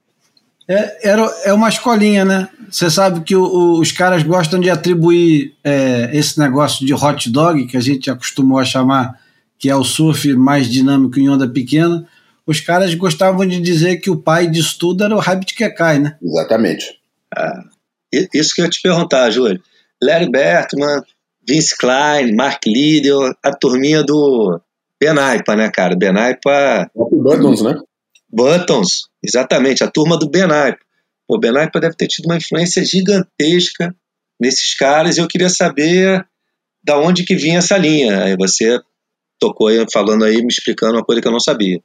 É uma escolinha, né? Você sabe que os caras gostam de atribuir esse negócio de hot dog, que a gente acostumou a chamar, que é o surf mais dinâmico em onda pequena. Os caras gostavam de dizer que o pai disso tudo era o Rabbit Kekai, né? Exatamente. Isso que eu ia te perguntar, Júlio. Larry Bertlemann, Vince Klein, Mark Liddell, a turminha do Ben Aipa, né, cara? Ben Aipa... Buttons, né? Buttons, exatamente, a turma do Ben Aipa. O Ben Aipa deve ter tido uma influência gigantesca nesses caras e eu queria saber da onde que vinha essa linha. Aí você tocou aí, falando aí, me explicando uma coisa que eu não sabia.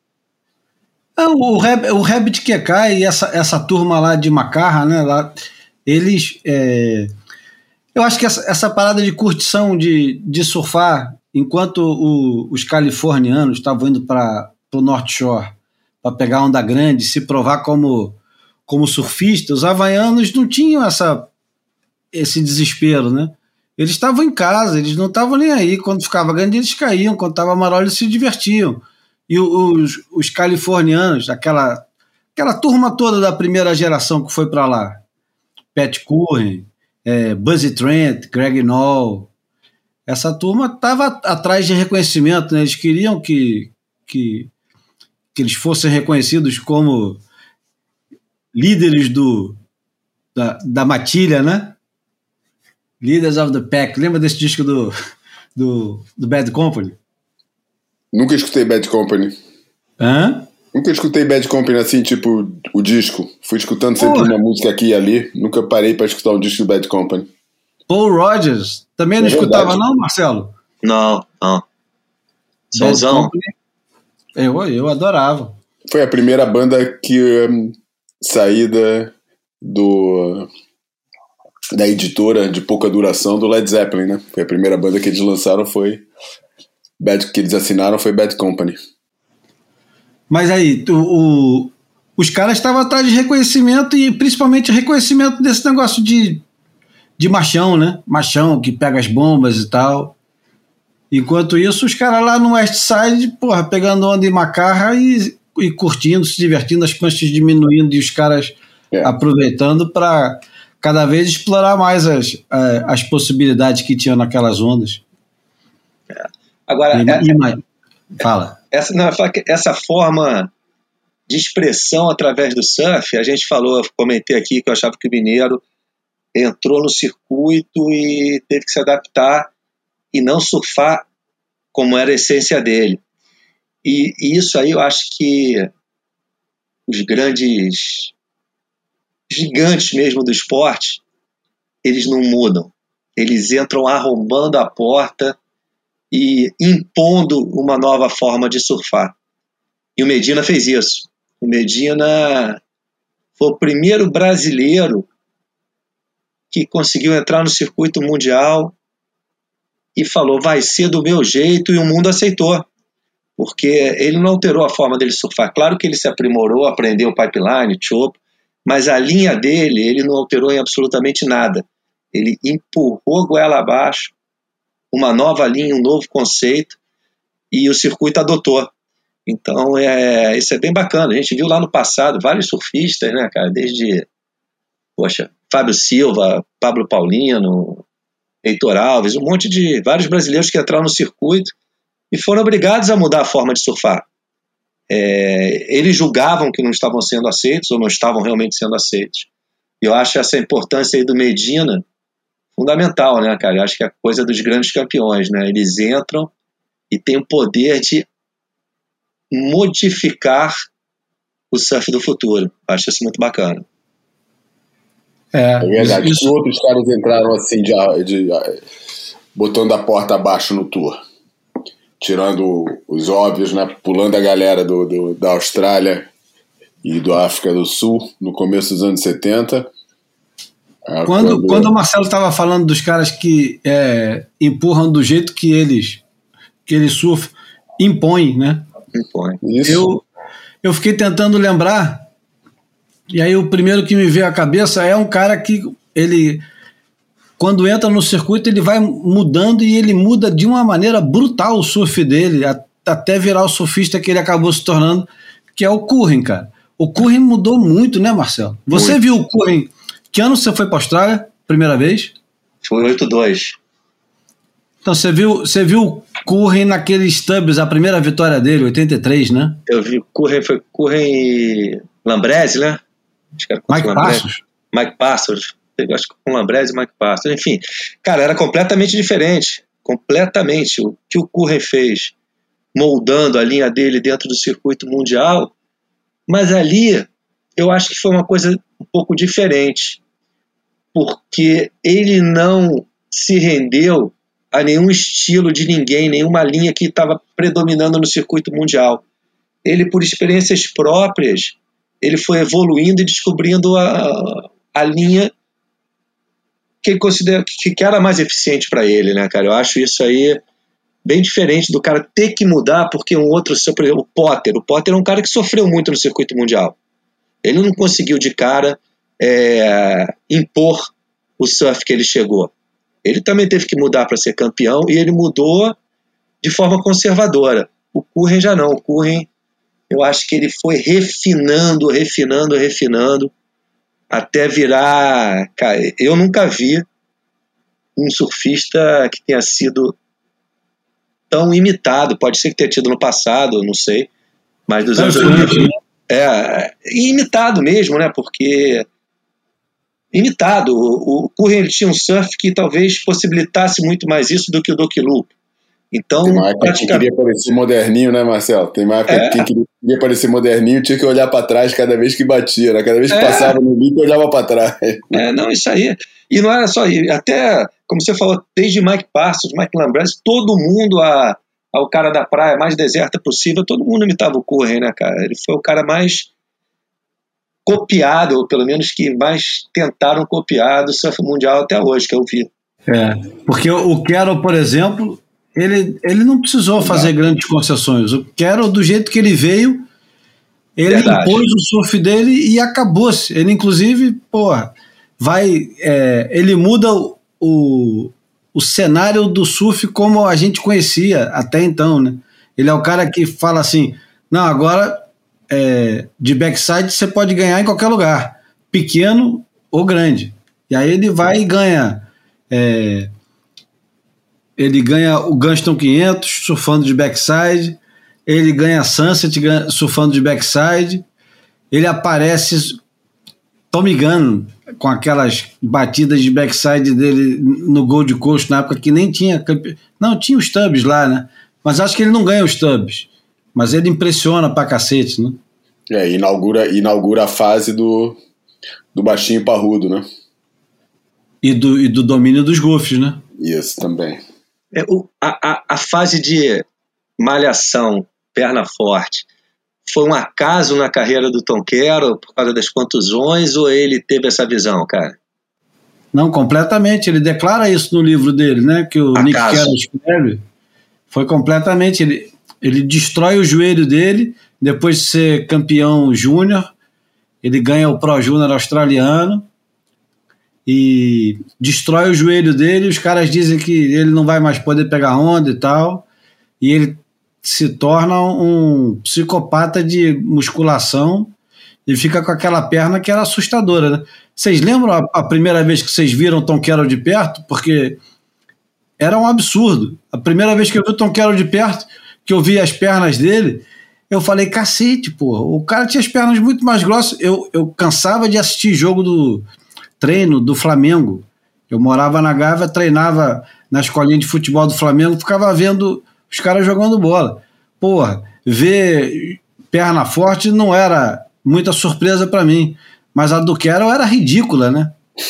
O Rabbit Kekai e essa turma lá de Macarra, né, lá, eles... eu acho que essa parada de curtição de surfar, enquanto os californianos estavam indo para o North Shore para pegar onda grande, se provar como surfistas, os havaianos não tinham esse desespero, né? Eles estavam em casa, eles não estavam nem aí. Quando ficava grande, eles caíam. Quando estava amarelo, eles se divertiam. E os californianos, aquela turma toda da primeira geração que foi para lá, Pat Curren, Buzzy Trent, Greg Knoll, essa turma estava atrás de reconhecimento, né? Eles queriam que eles fossem reconhecidos como líderes da matilha, né? Leaders of the Pack. Lembra desse disco do Bad Company? Nunca escutei Bad Company. Hã? Nunca escutei Bad Company assim, tipo o disco. Fui escutando sempre uma música aqui e ali. Nunca parei para escutar um disco do Bad Company. Paul Rodgers. Também não escutava não, Marcelo? Não. Sonzão. Eu adorava. Foi a primeira banda que saída da editora de pouca duração do Led Zeppelin, né? Foi a primeira banda que eles lançaram, que eles assinaram foi Bad Company. Mas aí, os caras estavam atrás de reconhecimento e principalmente reconhecimento desse negócio de machão, né? Machão que pega as bombas e tal. Enquanto isso, os caras lá no West Side, pegando onda em Macarra e curtindo, se divertindo, as pranchas diminuindo e os caras aproveitando para cada vez explorar mais as possibilidades que tinham naquelas ondas. Agora, fala. Essa forma de expressão através do surf, a gente comentei aqui que eu achava que o mineiro entrou no circuito e teve que se adaptar e não surfar como era a essência dele. E isso aí eu acho que os grandes gigantes mesmo do esporte, eles não mudam. Eles entram arrombando a porta e impondo uma nova forma de surfar. E o Medina fez isso. O Medina foi o primeiro brasileiro que conseguiu entrar no circuito mundial e falou, vai ser do meu jeito, e o mundo aceitou. Porque ele não alterou a forma dele surfar. Claro que ele se aprimorou, aprendeu pipeline, chopo, mas a linha dele, ele não alterou em absolutamente nada. Ele empurrou goela abaixo uma nova linha, um novo conceito, e o circuito adotou. Então, isso é bem bacana. A gente viu lá no passado vários surfistas, né, cara? Desde, Fábio Silva, Pablo Paulino, Heitor Alves, vários brasileiros que entraram no circuito e foram obrigados a mudar a forma de surfar. Eles julgavam que não estavam sendo aceitos ou não estavam realmente sendo aceitos. E eu acho essa importância aí do Medina fundamental, né, cara? Eu acho que é a coisa dos grandes campeões, né? Eles entram e têm o poder de modificar o surf do futuro. Eu acho isso muito bacana. É verdade. Isso. Outros caras entraram assim, botando a porta abaixo no tour. Tirando os óbvios, né? Pulando a galera da Austrália e do África do Sul no começo dos anos 70. Quando o Marcelo estava falando dos caras que empurram do jeito que eles surfam, impõem, né? Impõe. Eu fiquei tentando lembrar, e aí o primeiro que me veio à cabeça é um cara que ele, quando entra no circuito, ele vai mudando e ele muda de uma maneira brutal o surf dele, até virar o surfista que ele acabou se tornando, que é o Curren, cara. O Curren mudou muito, né, Marcelo? Você viu o Curren? Que ano você foi para a Austrália? Primeira vez? Foi 8-2. Então você viu o Curren naqueles Stubbs, a primeira vitória dele, 83, né? Eu vi o Curren, foi Curren e Lambrese, né? Acho que era Mike Passos. Mike Passos. Eu acho que com Lambrese e Mike Passos. Enfim, cara, era completamente diferente. Completamente. O que o Curren fez, moldando a linha dele dentro do circuito mundial, mas ali eu acho que foi uma coisa um pouco diferente, porque ele não se rendeu a nenhum estilo de ninguém, nenhuma linha que estava predominando no circuito mundial. Ele, por experiências próprias, ele foi evoluindo e descobrindo a linha que ele considera que era mais eficiente para ele, né, cara? Eu acho isso aí bem diferente do cara ter que mudar porque um outro, por exemplo, o Potter é um cara que sofreu muito no circuito mundial. Ele não conseguiu de cara impor o surf que ele chegou. Ele também teve que mudar para ser campeão e ele mudou de forma conservadora. O Curren já não. O Curren, eu acho que ele foi refinando até virar... Cara, eu nunca vi um surfista que tenha sido tão imitado. Pode ser que tenha tido no passado, não sei. Mas dos anos 80... imitado mesmo, né? Porque... imitado. O Curren, ele tinha um surf que talvez possibilitasse muito mais isso do que o Doki Loop. Então, tem uma época que queria parecer moderninho, né, Marcelo? Tem uma época que queria parecer moderninho, tinha que olhar para trás cada vez que batia, né? Cada vez que passava no loop, olhava para trás. Não, isso aí. E não era só isso. Até, como você falou, desde Mike Parsons, Mike Lambrese, todo mundo, ao cara da praia mais deserta possível, todo mundo imitava o Curren, né, cara? Ele foi o cara mais copiado, ou pelo menos que mais tentaram copiar do surf mundial até hoje, que eu vi. Porque o Carroll, por exemplo, ele não precisou fazer grandes concessões. O Carroll, do jeito que ele veio, ele impôs o surf dele e acabou-se. Ele, inclusive, ele muda o cenário do surf como a gente conhecia até então, né? Ele é o cara que fala assim, não, agora... de backside você pode ganhar em qualquer lugar, pequeno ou grande. E aí ele vai e ganha o Gunston 500 surfando de backside, ele ganha Sunset surfando de backside, ele aparece Tommy Gunn com aquelas batidas de backside dele no Gold Coast na época que nem tinha, não, tinha os Stubbs lá, né? Mas acho que ele não ganha os Stubbs. Mas ele impressiona pra cacete, né? Inaugura a fase do baixinho parrudo, né? E do domínio dos golfes, né? Isso, também. A fase de malhação, perna forte, foi um acaso na carreira do Tom Carroll por causa das contusões ou ele teve essa visão, cara? Não, completamente. Ele declara isso no livro dele, né? Que o Nick Carroll escreve. Foi completamente... Ele destrói o joelho dele, depois de ser campeão júnior, ele ganha o Pro Júnior australiano e destrói o joelho dele, os caras dizem que ele não vai mais poder pegar onda e tal, e ele se torna um psicopata de musculação e fica com aquela perna que era assustadora, né? Vocês lembram a primeira vez que vocês viram Tom Carroll de perto? Porque era um absurdo. A primeira vez que eu vi o Tom Carroll de perto, que eu vi as pernas dele, eu falei, cacete, porra, o cara tinha as pernas muito mais grossas. Eu cansava de assistir jogo do treino do Flamengo. Eu morava na Gávea, treinava na escolinha de futebol do Flamengo, ficava vendo os caras jogando bola. Porra, ver perna forte não era muita surpresa para mim, mas a do Carroll era ridícula, né?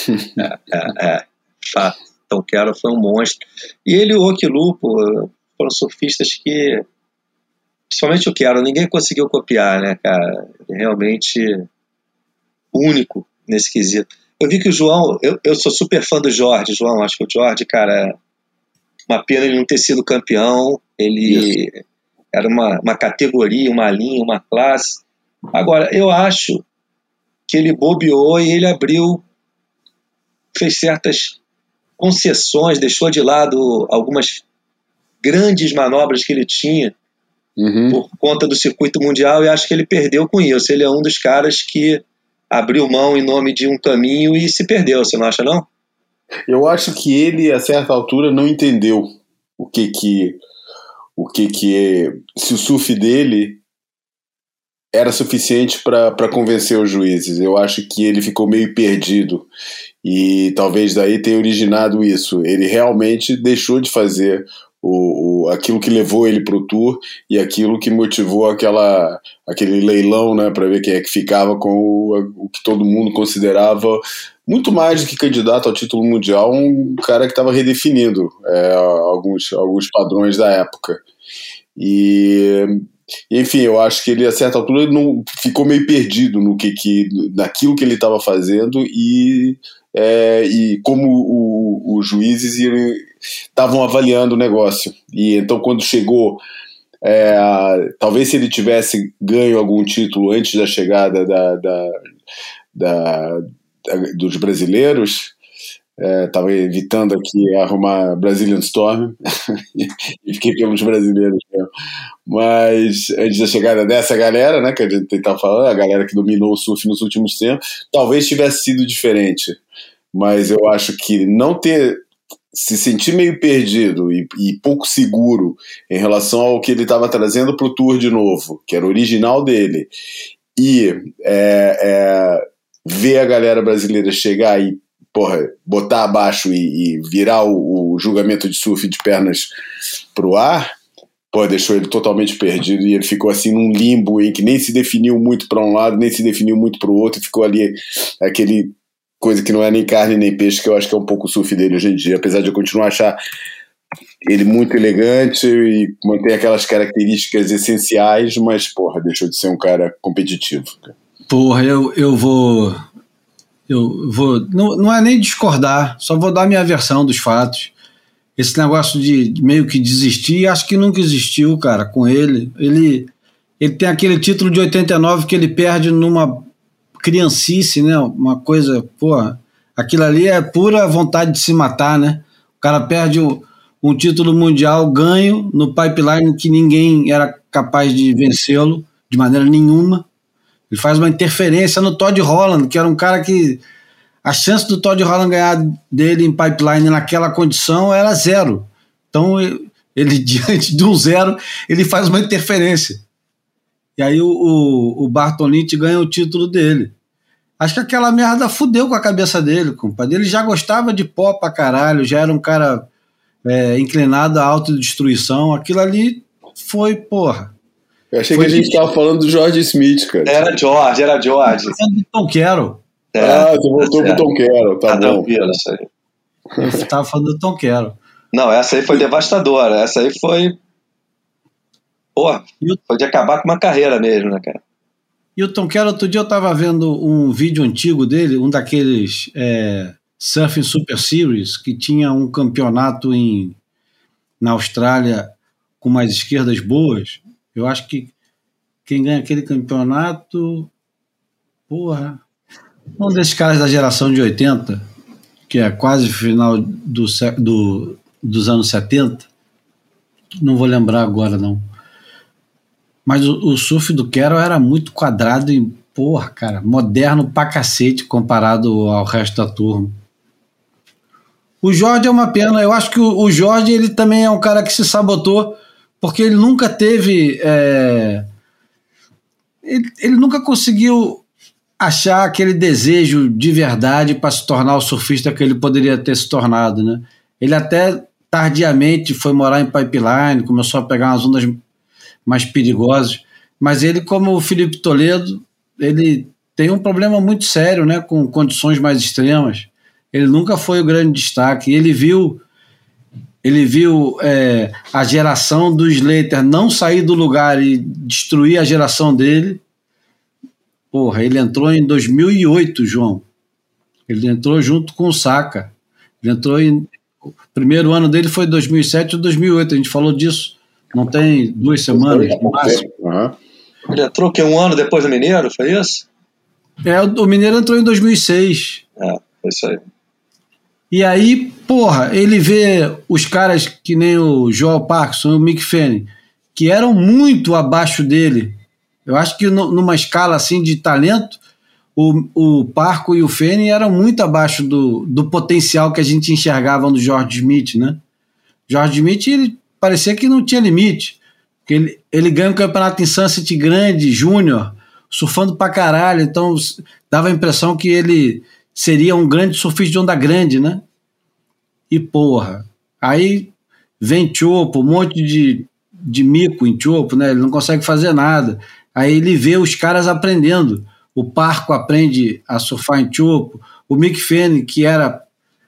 Tom Carroll foi um monstro. E ele e o Rocky Lupo foram surfistas que, principalmente o Carroll, ninguém conseguiu copiar, né, cara? Realmente único nesse quesito. Eu vi que o João, eu sou super fã do Jorge, João, acho que o Jorge, cara, uma pena ele não ter sido campeão, ele era uma categoria, uma linha, uma classe. Agora, eu acho que ele bobeou e ele fez certas concessões, deixou de lado algumas grandes manobras que ele tinha por conta do circuito mundial, e acho que ele perdeu com isso. Ele é um dos caras que abriu mão em nome de um caminho e se perdeu, você não acha, não? Eu acho que ele, a certa altura, não entendeu se o surf dele era suficiente para convencer os juízes. Eu acho que ele ficou meio perdido e talvez daí tenha originado isso. Ele realmente deixou de fazer aquilo que levou ele para o Tour e aquilo que motivou aquele leilão, né, para ver quem é que ficava com o que todo mundo considerava muito mais do que candidato ao título mundial, um cara que estava redefinindo alguns padrões da época. Enfim, eu acho que ele, a certa altura, não ficou meio perdido naquilo que ele estava fazendo e como os juízes estavam avaliando o negócio. E então, quando chegou, talvez se ele tivesse ganho algum título antes da chegada dos brasileiros, estava evitando aqui arrumar Brazilian Storm e fiquei pelos brasileiros mesmo. Mas antes da chegada dessa galera, né, que a gente estava falando, a galera que dominou o surf nos últimos tempos, talvez tivesse sido diferente. Mas eu acho que não se sentir meio perdido e pouco seguro em relação ao que ele estava trazendo para o Tour de novo, que era o original dele, e ver a galera brasileira chegar e botar abaixo e virar o julgamento de surf de pernas pro ar, deixou ele totalmente perdido e ele ficou assim num limbo em que nem se definiu muito para um lado, nem se definiu muito para o outro, e ficou ali aquele coisa que não é nem carne nem peixe, que eu acho que é um pouco o surf dele hoje em dia, apesar de eu continuar a achar ele muito elegante e mantém aquelas características essenciais, mas deixou de ser um cara competitivo. Eu vou não é nem discordar, só vou dar minha versão dos fatos. Esse negócio de meio que desistir, acho que nunca existiu, cara, com ele. Ele tem aquele título de 89 que ele perde numa criancice, né? Uma coisa, aquilo ali é pura vontade de se matar, né? O cara perde um título mundial ganho no pipeline que ninguém era capaz de vencê-lo de maneira nenhuma. Ele faz uma interferência no Todd Holland, que era um cara que a chance do Todd Holland ganhar dele em pipeline naquela condição era zero. Então, ele diante de um zero, ele faz uma interferência. E aí o Bartolini ganha o título dele. Acho que aquela merda fudeu com a cabeça dele, compadre. Ele já gostava de pó pra caralho, já era um cara inclinado à autodestruição. Aquilo ali foi, Eu achei que a gente estava falando do George Smith, cara. Era George. Do Tom Carroll. Você voltou pro Tom Carroll, tá bom. Isso aí. Eu estava falando do Tom Carroll. Não, essa aí foi devastadora. Essa aí foi... foi de acabar com uma carreira mesmo, né, cara? E o Tom Carroll, outro dia eu estava vendo um vídeo antigo dele, um daqueles Surfing Super Series, que tinha um campeonato na Austrália com umas esquerdas boas. Eu acho que quem ganha aquele campeonato, um desses caras da geração de 80, que é quase final dos anos 70, não vou lembrar agora não. Mas o surf do Carroll era muito quadrado e, porra, cara, moderno pra cacete comparado ao resto da turma. O Jorge é uma pena. Eu acho que o Jorge, ele também é um cara que se sabotou, porque ele nunca teve... Ele nunca conseguiu achar aquele desejo de verdade para se tornar o surfista que ele poderia ter se tornado, né? Ele até tardiamente foi morar em Pipeline, começou a pegar umas ondas mais perigosas, mas ele, como o Felipe Toledo, ele tem um problema muito sério, né, com condições mais extremas. Ele nunca foi o grande destaque. Ele viu a geração do Slater não sair do lugar e destruir a geração dele. Porra, ele entrou em 2008, João. Ele entrou junto com o Saka. O primeiro ano dele foi 2007 ou 2008, a gente falou disso. Não tem 2 semanas, no máximo. Ele entrou que um ano depois do Mineiro, foi isso? O Mineiro entrou em 2006. Foi isso aí. E aí, porra, ele vê os caras que nem o Joel Parkinson e o Mick Fanning, que eram muito abaixo dele. Eu acho que numa escala assim de talento, o Parco e o Fanning eram muito abaixo do potencial que a gente enxergava no George Smith, né? George Smith, ele parecia que não tinha limite. Porque ele ganha um campeonato em Sunset grande, júnior, surfando pra caralho, então dava a impressão que ele seria um grande surfista de onda grande, né? E porra, aí vem Chopo, um monte de mico em Chopo, né? Ele não consegue fazer nada. Aí ele vê os caras aprendendo. O Parco aprende a surfar em Chopo. O Mick Fanning, que era...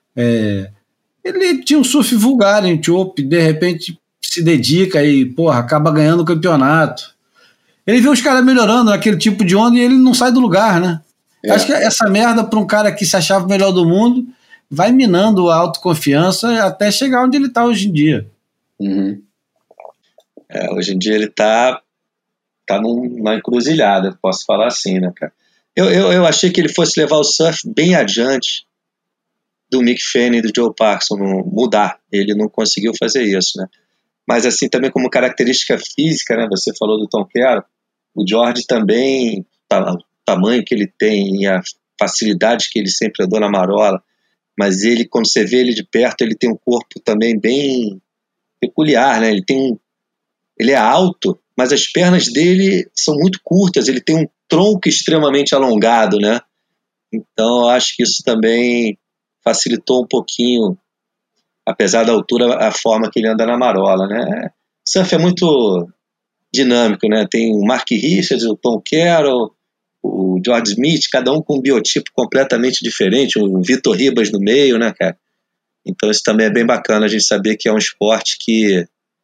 ele tinha um surf vulgar em Chopo, e de repente se dedica e, porra, acaba ganhando o campeonato. Ele vê os caras melhorando naquele tipo de onda e ele não sai do lugar, né? Acho que essa merda para um cara que se achava o melhor do mundo vai minando a autoconfiança até chegar onde ele está hoje em dia. Uhum. Hoje em dia ele tá numa encruzilhada, posso falar assim, né, cara? Eu achei que ele fosse levar o surf bem adiante do Mick Fanning e do Joe Parkinson, mudar. Ele não conseguiu fazer isso, né? Mas assim, também como característica física, né? Você falou do Tom Carroll, o George também, o tamanho que ele tem e a facilidade que ele sempre andou na marola, mas ele, quando você vê ele de perto, ele tem um corpo também bem peculiar, né? Ele é alto, mas as pernas dele são muito curtas, ele tem um tronco extremamente alongado, né? Então eu acho que isso também facilitou um pouquinho, apesar da altura, a forma que ele anda na marola, né? Surf é muito dinâmico, né? Tem o Mark Richards, o Tom Carroll, o George Smith, cada um com um biotipo completamente diferente, o Vitor Ribas no meio, né, cara? Então isso também é bem bacana, a gente saber que é um esporte que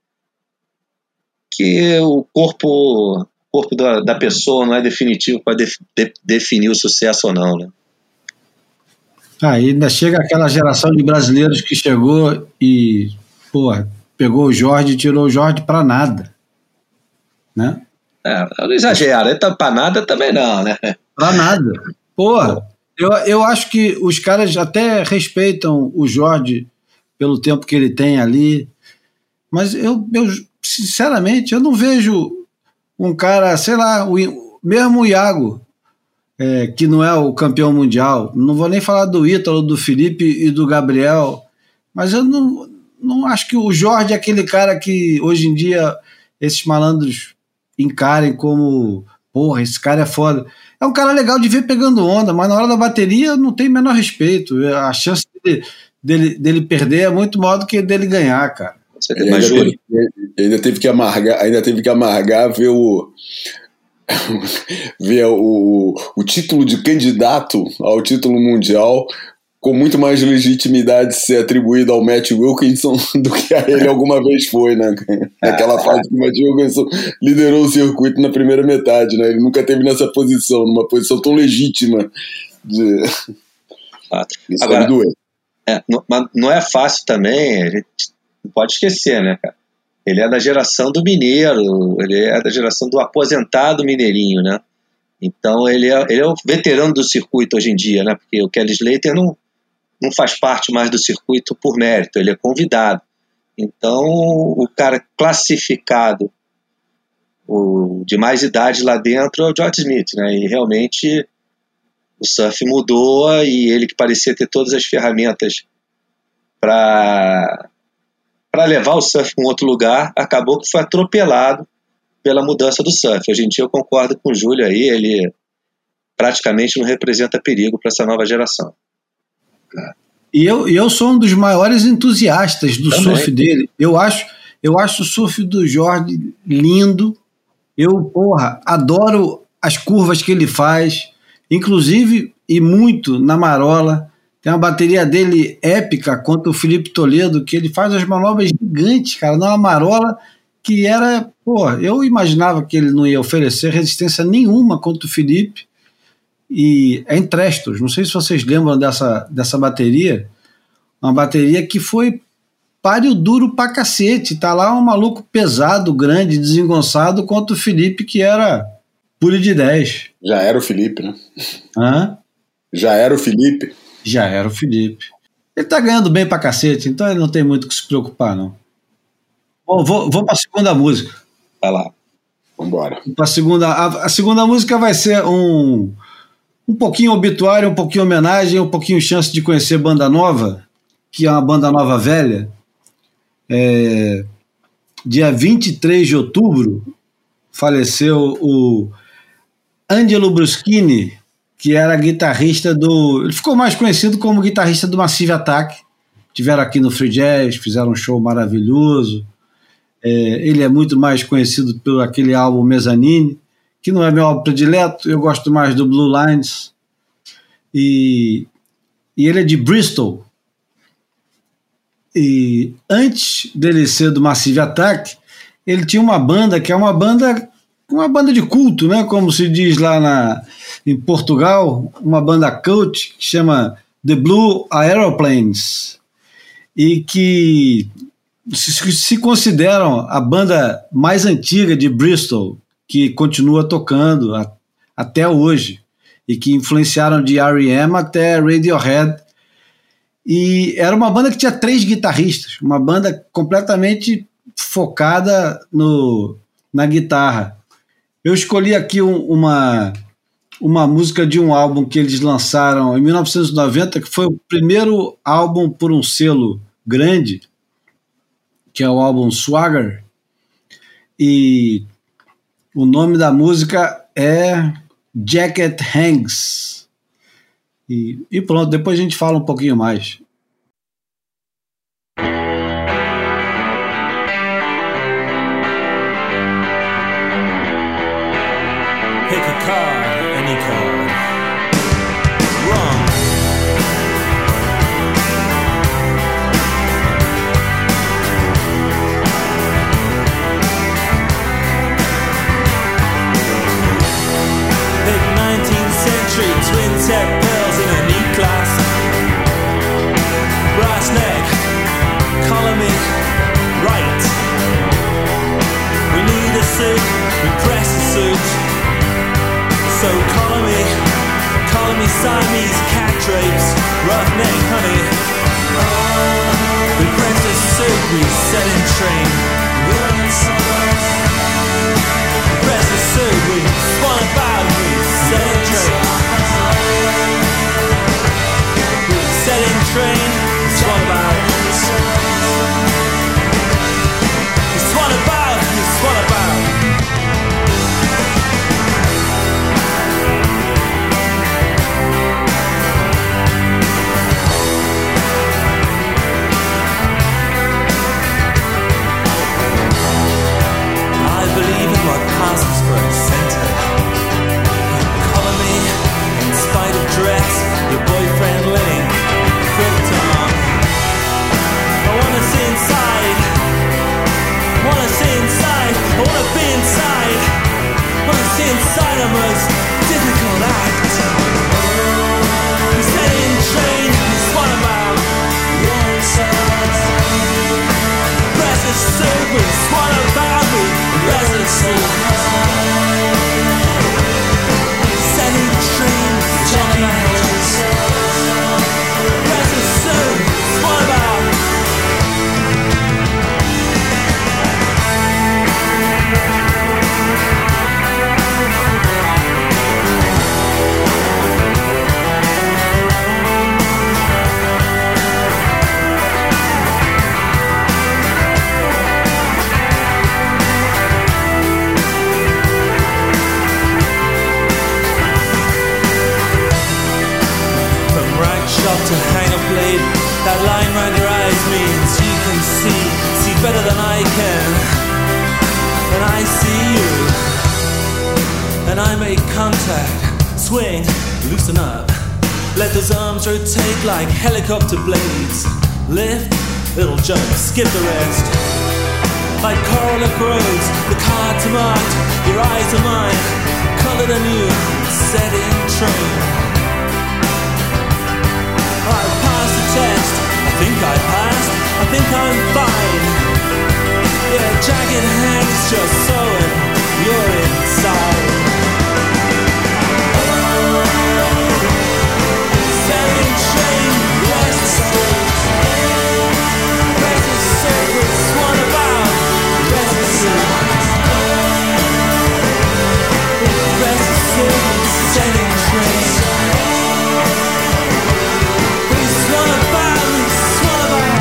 o corpo da pessoa não é definitivo para definir o sucesso ou não, né? Ainda chega aquela geração de brasileiros que chegou e, porra, pegou o Jorge e tirou o Jorge para nada, né? Não exagera, então para nada também não, né? Para nada. Porra, eu acho que os caras até respeitam o Jorge pelo tempo que ele tem ali, mas eu sinceramente, eu não vejo um cara, sei lá, mesmo o Iago, que não é o campeão mundial, não vou nem falar do Ítalo, do Felipe e do Gabriel, mas eu não acho que o Jorge é aquele cara que hoje em dia esses malandros encarem como, porra, esse cara é foda. É um cara legal de ver pegando onda, mas na hora da bateria não tem o menor respeito. A chance dele perder é muito maior do que dele ganhar, cara. Ele ainda teve que amargar ver o título de candidato ao título mundial com muito mais legitimidade ser atribuído ao Matt Wilkinson do que a ele alguma vez foi, né? Naquela fase que o Matt Wilkinson liderou o circuito na primeira metade, né? Ele nunca teve nessa posição, numa posição tão legítima de... Isso agora, doer. não é fácil também, a gente não pode esquecer, né, cara? Ele é da geração do mineiro, ele é da geração do aposentado mineirinho, né? Então ele é o veterano do circuito hoje em dia, né? Porque o Kelly Slater não faz parte mais do circuito por mérito, ele é convidado. Então o cara classificado o de mais idade lá dentro é o George Smith, né? E realmente o surf mudou, e ele, que parecia ter todas as ferramentas para levar o surf para um outro lugar, acabou que foi atropelado pela mudança do surf. Hoje em dia eu concordo com o Júlio aí, ele praticamente não representa perigo para essa nova geração. E eu sou um dos maiores entusiastas do Também. surf dele. Eu acho o surf do Jorge lindo. Eu, adoro as curvas que ele faz, inclusive, e muito na marola. Tem uma bateria dele épica contra o Felipe Toledo, que ele faz as manobras gigantes, cara, numa marola que era... eu imaginava que ele não ia oferecer resistência nenhuma contra o Felipe. E é em Trestos, não sei se vocês lembram dessa bateria, uma bateria que foi páreo duro pra cacete, tá lá um maluco pesado, grande, desengonçado, contra o Felipe, que era pule de 10. Já era o Felipe, né? Hã? Já era o Felipe. Já era o Felipe. Ele tá ganhando bem pra cacete, então ele não tem muito o que se preocupar, não. Bom, vou pra segunda música. Vai lá. Vambora. A segunda música vai ser um pouquinho obituário, um pouquinho homenagem, um pouquinho chance de conhecer banda nova, que é uma banda nova velha. Dia 23 de outubro faleceu o Angelo Bruschini, que era guitarrista ele ficou mais conhecido como guitarrista do Massive Attack. Tiveram aqui no Free Jazz, fizeram um show maravilhoso. Ele é muito mais conhecido por aquele álbum Mezzanine, que não é meu álbum predileto, eu gosto mais do Blue Lines. E ele é de Bristol. E antes dele ser do Massive Attack, ele tinha uma banda que é uma banda de culto, né? Como se diz lá em Portugal, uma banda cult que chama The Blue Aeroplanes, e que se consideram a banda mais antiga de Bristol, que continua tocando até hoje, e que influenciaram de R.E.M. até Radiohead. E era uma banda que tinha 3 guitarristas, uma banda completamente focada na guitarra. Eu escolhi aqui uma música de um álbum que eles lançaram em 1990, que foi o primeiro álbum por um selo grande, que é o álbum Swagger, e o nome da música é Jacket Hangs. E pronto, depois a gente fala um pouquinho mais. Pick a card, any card. Wrong. Pick 19th century twin tech pills in a neat glass. Brass neck, color me right. We need a suit, we press a suit. So color me Siamese cat drapes, roughneck honey. We press a suit, we set in train. We press a suit, we spun about, we set in train. We set in train, we spun about. We spun about, we spun about. your eyes means you can see better than I can. And I see you, and I make contact. Swing, loosen up. Let those arms rotate like helicopter blades. Lift, little jump, skip the rest. Like coral that grows, the cards are marked, your eyes are mine, colored anew, set in train. I passed the test, I think I passed, I think I'm fine. Yeah, jagged hands just sewing, you're inside. Setting train, rest asleep. Rest is sacred, swan about. Rest is sacred, setting train. We swan about, we swan about.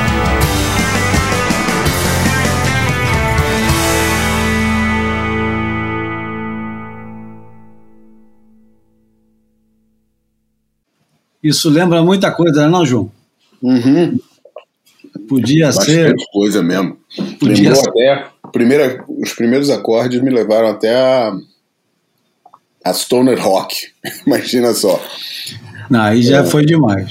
Isso lembra muita coisa, não, João? Uhum. Podia ser. Bastante coisa mesmo. Podia Lembrou ser. até. Os primeiros acordes me levaram até a Stoner Rock. Imagina só. Não, aí já foi demais.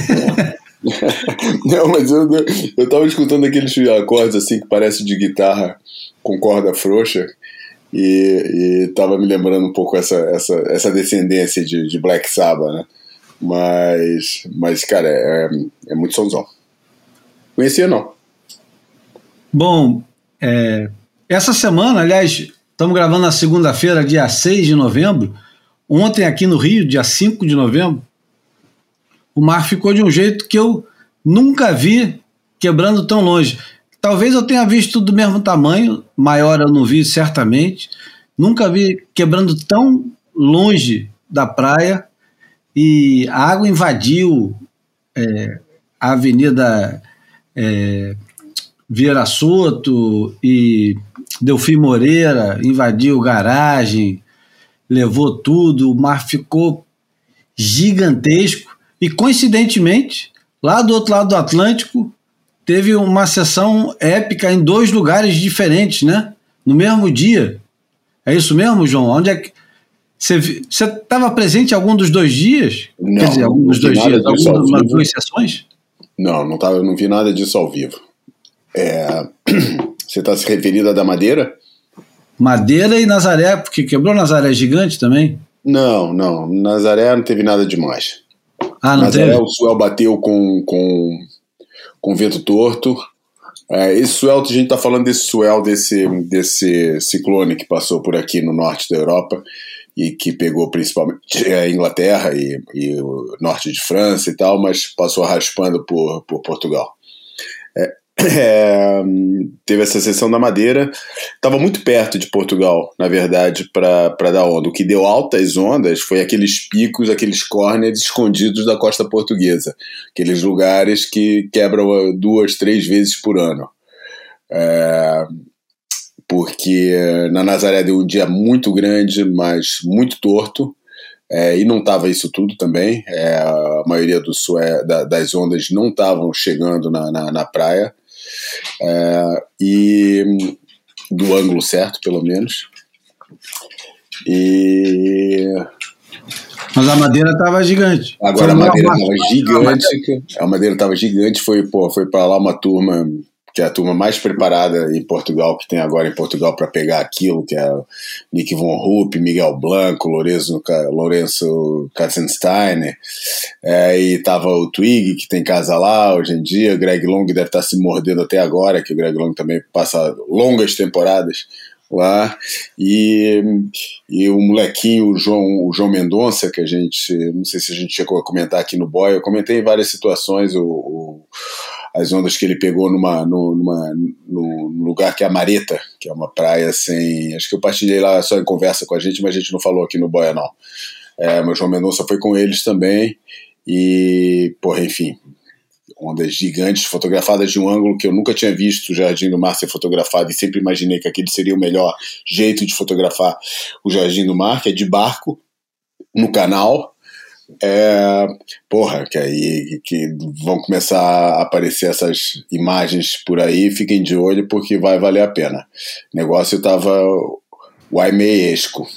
Não, mas eu tava escutando aqueles acordes assim que parece de guitarra com corda frouxa e tava me lembrando um pouco essa descendência de Black Sabbath, né? Mas cara, é muito sonzão. Conhecia não. Bom, essa semana, aliás, estamos gravando na segunda-feira, dia 6 de novembro. Ontem aqui no Rio, dia 5 de novembro, o mar ficou de um jeito que eu nunca vi quebrando tão longe. Talvez eu tenha visto do mesmo tamanho, maior eu não vi certamente. Nunca vi quebrando tão longe da praia. E a água invadiu a Avenida Vieira Soto e Delfim Moreira, invadiu garagem, levou tudo, o mar ficou gigantesco e, coincidentemente, lá do outro lado do Atlântico, teve uma sessão épica em 2 lugares diferentes, né? No mesmo dia. É isso mesmo, João? Onde é que você estava presente em algum dos 2 dias? Não, quer dizer, algum dos 2 dias, algumas 2 sessões? Não vi nada disso ao vivo. Você está se referindo a da Madeira? Madeira e Nazaré, porque quebrou Nazaré gigante também? Não, Nazaré não teve nada demais. Ah, não Nazaré, teve? o swell bateu com vento torto. Esse swell, a gente está falando desse swell, desse ciclone que passou por aqui no norte da Europa e que pegou principalmente a Inglaterra e o norte de França e tal, mas passou raspando por Portugal. Teve essa sessão da Madeira, estava muito perto de Portugal, na verdade, para dar onda. O que deu altas ondas foi aqueles picos, aqueles corners escondidos da costa portuguesa, aqueles lugares que quebram 2, 3 vezes por ano. Porque na Nazaré deu um dia muito grande, mas muito torto, e não estava isso tudo também. A maioria das ondas não estavam chegando na praia, e do ângulo certo, pelo menos. Mas a Madeira estava gigante. Agora a Madeira estava gigante, foi para lá uma turma, que é a turma mais preparada em Portugal, que tem agora em Portugal para pegar aquilo, que é Nick Von Rupp, Miguel Blanco, Lourenço Katzensteiner, e tava o Twig, que tem casa lá hoje em dia, Greg Long deve estar se mordendo até agora, que o Greg Long também passa longas temporadas lá, e o molequinho, o João Mendonça, que a gente, não sei se a gente chegou a comentar aqui no Boy, eu comentei em várias situações as ondas que ele pegou num lugar que é a Mareta, que é uma praia sem... Acho que eu partilhei lá só em conversa com a gente, mas a gente não falou aqui no Boia, não. Mas João Mendonça foi com eles também, e, enfim, ondas gigantes, fotografadas de um ângulo que eu nunca tinha visto o Jardim do Mar ser fotografado, e sempre imaginei que aquele seria o melhor jeito de fotografar o Jardim do Mar, que é de barco, no canal, Porra, que aí que vão começar a aparecer essas imagens por aí, fiquem de olho porque vai valer a pena. O negócio tava uaimeiesco.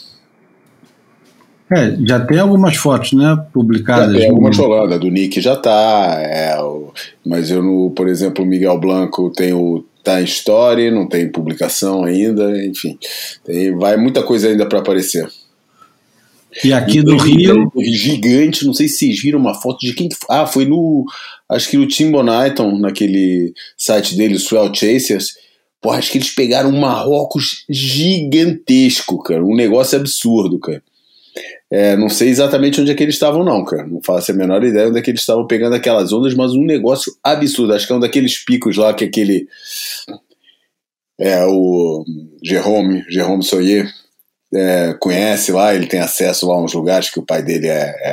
Já tem algumas fotos, né, publicadas. Já tem algumas rolando, a do Nick já tá, mas eu, por exemplo, o Miguel Blanco tá em story, não tem publicação ainda, enfim, vai muita coisa ainda para aparecer. E aqui do Rio... Gigante, não sei se vocês viram uma foto de quem... foi acho que no Tim Bonaiton, naquele site dele, Swell Chasers. Porra, acho que eles pegaram um Marrocos gigantesco, cara. Um negócio absurdo, cara. Não sei exatamente onde é que eles estavam, não, cara. Não faço a menor ideia onde é que eles estavam pegando aquelas ondas, mas um negócio absurdo. Acho que é um daqueles picos lá que aquele... o Jérôme Soyer conhece lá, ele tem acesso lá a uns lugares que o pai dele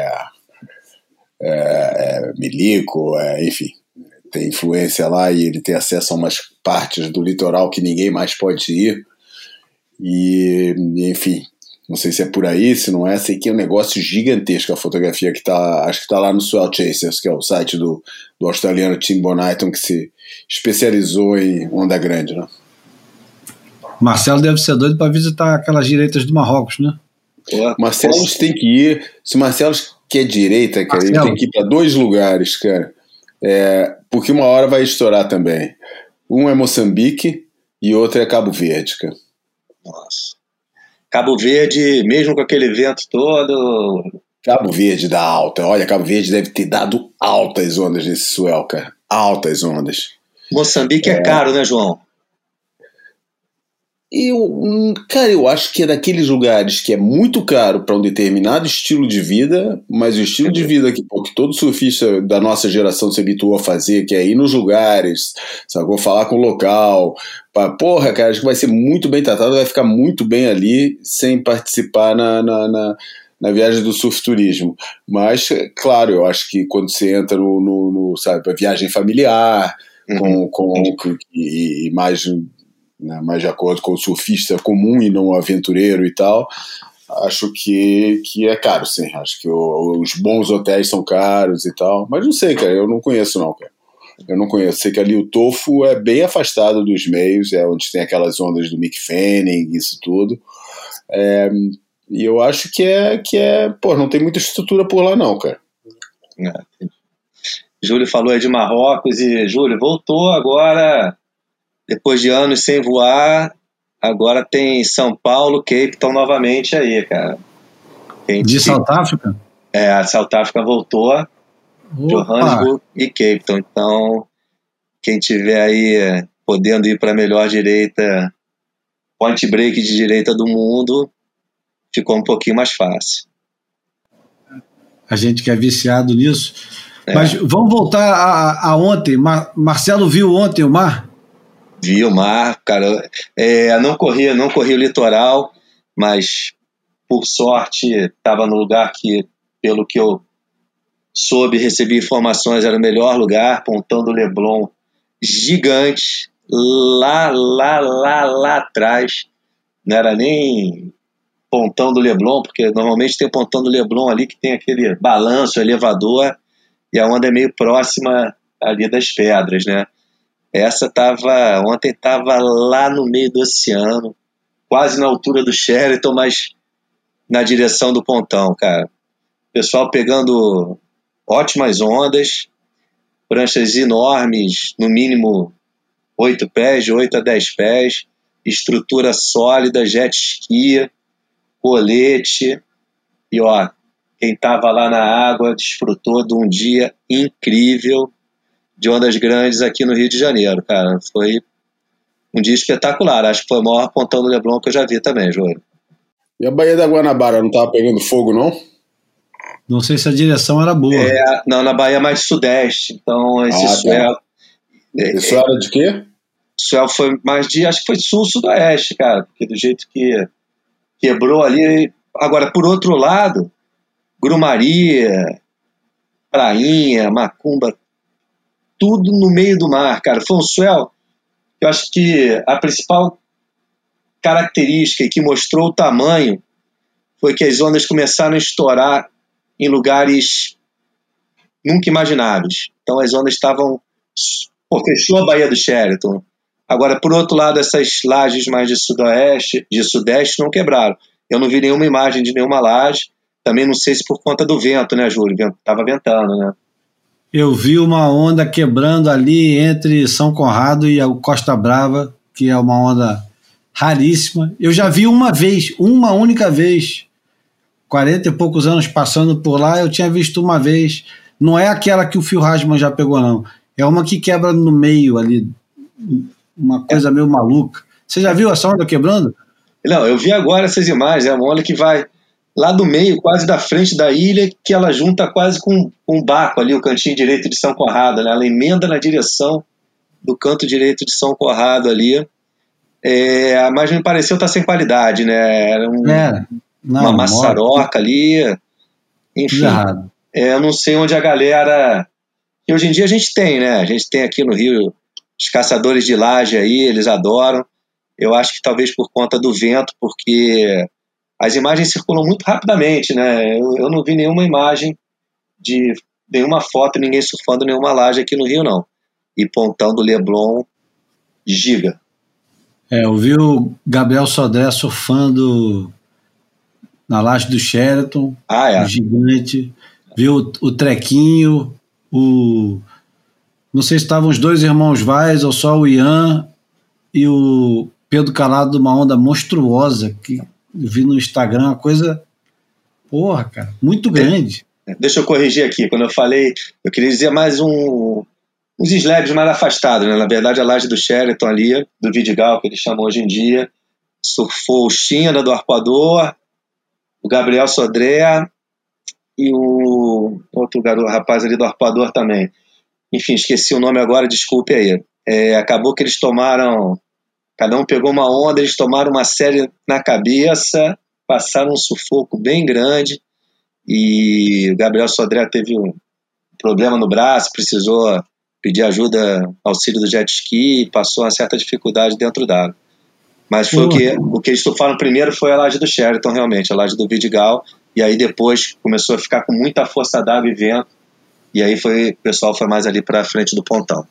é milico, enfim, tem influência lá e ele tem acesso a umas partes do litoral que ninguém mais pode ir e enfim, não sei se é por aí, se não é, sei que é um negócio gigantesco a fotografia que acho que tá lá no Swell Chasers, que é o site do australiano Tim Bonaiton, que se especializou em onda grande, né? Marcelo deve ser doido para visitar aquelas direitas do Marrocos, né? Marcelo tem que ir. Se o Marcelo quer direita, cara, ele tem que ir para 2 lugares, cara. Porque uma hora vai estourar também. Um é Moçambique e outro é Cabo Verde, cara. Nossa. Cabo Verde, mesmo com aquele vento todo... Cabo Verde dá alta. Olha, Cabo Verde deve ter dado altas ondas nesse swell, cara. Altas ondas. Moçambique é caro, né, João? Eu acho que é daqueles lugares que é muito caro para um determinado estilo de vida, mas o estilo de vida que todo surfista da nossa geração se habituou a fazer, que é ir nos lugares, sacou? Falar com o local. Porra, cara, acho que vai ser muito bem tratado, vai ficar muito bem ali sem participar na viagem do surf turismo. Mas, claro, eu acho que quando você entra sabe, a viagem familiar, e mais de acordo com o surfista comum e não o aventureiro e tal, acho que é caro, sim. Acho que os bons hotéis são caros e tal, mas não sei, cara, eu não conheço não, cara. Eu não conheço, sei que ali o Tofu é bem afastado dos meios, onde tem aquelas ondas do Mick Fanning, isso tudo, e eu acho que não tem muita estrutura por lá não, cara. Júlio falou aí de Marrocos e, Júlio, voltou agora... Depois de anos sem voar, agora tem São Paulo, Cape Town novamente aí, cara. De South Africa? A South Africa voltou, Johannesburg e Cape Town. Então, quem tiver aí podendo ir para a melhor direita, point break de direita do mundo, ficou um pouquinho mais fácil. A gente que é viciado nisso. Mas vamos voltar a ontem. Marcelo viu ontem o mar? Vi o mar, cara. Não corri o litoral, mas por sorte estava no lugar que, pelo que eu soube, recebi informações, era o melhor lugar, Pontão do Leblon, gigante, lá atrás. Não era nem Pontão do Leblon, porque normalmente tem Pontão do Leblon ali que tem aquele balanço, elevador, e a onda é meio próxima ali das pedras, né? Essa ontem estava lá no meio do oceano, quase na altura do Sheraton, mas na direção do pontão, cara. Pessoal pegando ótimas ondas, pranchas enormes, no mínimo 8 pés, de 8 a 10 pés, estrutura sólida, jet ski, colete, e quem estava lá na água desfrutou de um dia incrível de ondas grandes aqui no Rio de Janeiro, cara. Foi um dia espetacular. Acho que foi o maior pontão do Leblon que eu já vi também, Júlio. E a Baía da Guanabara não estava pegando fogo, não? Não sei se a direção era boa. Não, na Baía mais de sudeste. Então, esse swell... Isso era de quê? Swell foi mais de... Acho que foi sul-sudoeste, cara. Porque do jeito que quebrou ali... Agora, por outro lado, Grumaria, Prainha, Macumba... tudo no meio do mar, cara. Foi um swell que eu acho que a principal característica que mostrou o tamanho foi que as ondas começaram a estourar em lugares nunca imaginados. Então as ondas estavam... fechou a Baía do Sheraton. Agora, por outro lado, essas lajes mais de sudeste não quebraram. Eu não vi nenhuma imagem de nenhuma laje. Também não sei se por conta do vento, né, Júlio? Estava ventando, né? Eu vi uma onda quebrando ali entre São Conrado e a Costa Brava, que é uma onda raríssima. Eu já vi uma única vez, 40 e poucos anos passando por lá, eu tinha visto uma vez. Não é aquela que o Phil Hasman já pegou, não. É uma que quebra no meio ali, uma coisa meio maluca. Você já viu essa onda quebrando? Não, eu vi agora essas imagens. É uma onda que vai lá do meio, quase da frente da ilha, que ela junta quase com o Baco ali, o cantinho direito de São Conrado, né? Ela emenda na direção do canto direito de São Conrado ali. Mas me pareceu estar sem qualidade, né? Era uma maçaroca ali. Enfim, eu não sei onde a galera... E hoje em dia a gente tem, né? A gente tem aqui no Rio os caçadores de laje aí, eles adoram. Eu acho que talvez por conta do vento, porque as imagens circulam muito rapidamente, né? Eu não vi nenhuma imagem de nenhuma foto, ninguém surfando nenhuma laje aqui no Rio, não. E Pontão do Leblon, giga. Eu vi o Gabriel Sodré surfando na laje do Sheraton, gigante. Vi o Trequinho, não sei se estavam os dois irmãos Vaz ou só o Ian e o Pedro Calado, uma onda monstruosa que eu vi no Instagram, uma coisa, porra, cara, muito grande. Deixa eu corrigir aqui, quando eu falei, eu queria dizer mais uns slabs mais afastados, né? Na verdade a laje do Sheraton ali, do Vidigal, que eles chamam hoje em dia, surfou o China do Arpoador, o Gabriel Sodré e o outro rapaz ali do Arpoador também. Enfim, esqueci o nome agora, desculpe aí. Acabou que eles tomaram, cada um pegou uma onda, eles tomaram uma série na cabeça, passaram um sufoco bem grande, e o Gabriel Sodré teve um problema no braço, precisou pedir ajuda, auxílio do jet ski, passou uma certa dificuldade dentro d'água. Mas foi o que eles surfaram primeiro foi a laje do Sheraton, realmente, a laje do Vidigal, e aí depois começou a ficar com muita força d'água e vento, e aí o pessoal foi mais ali para frente do Pontão.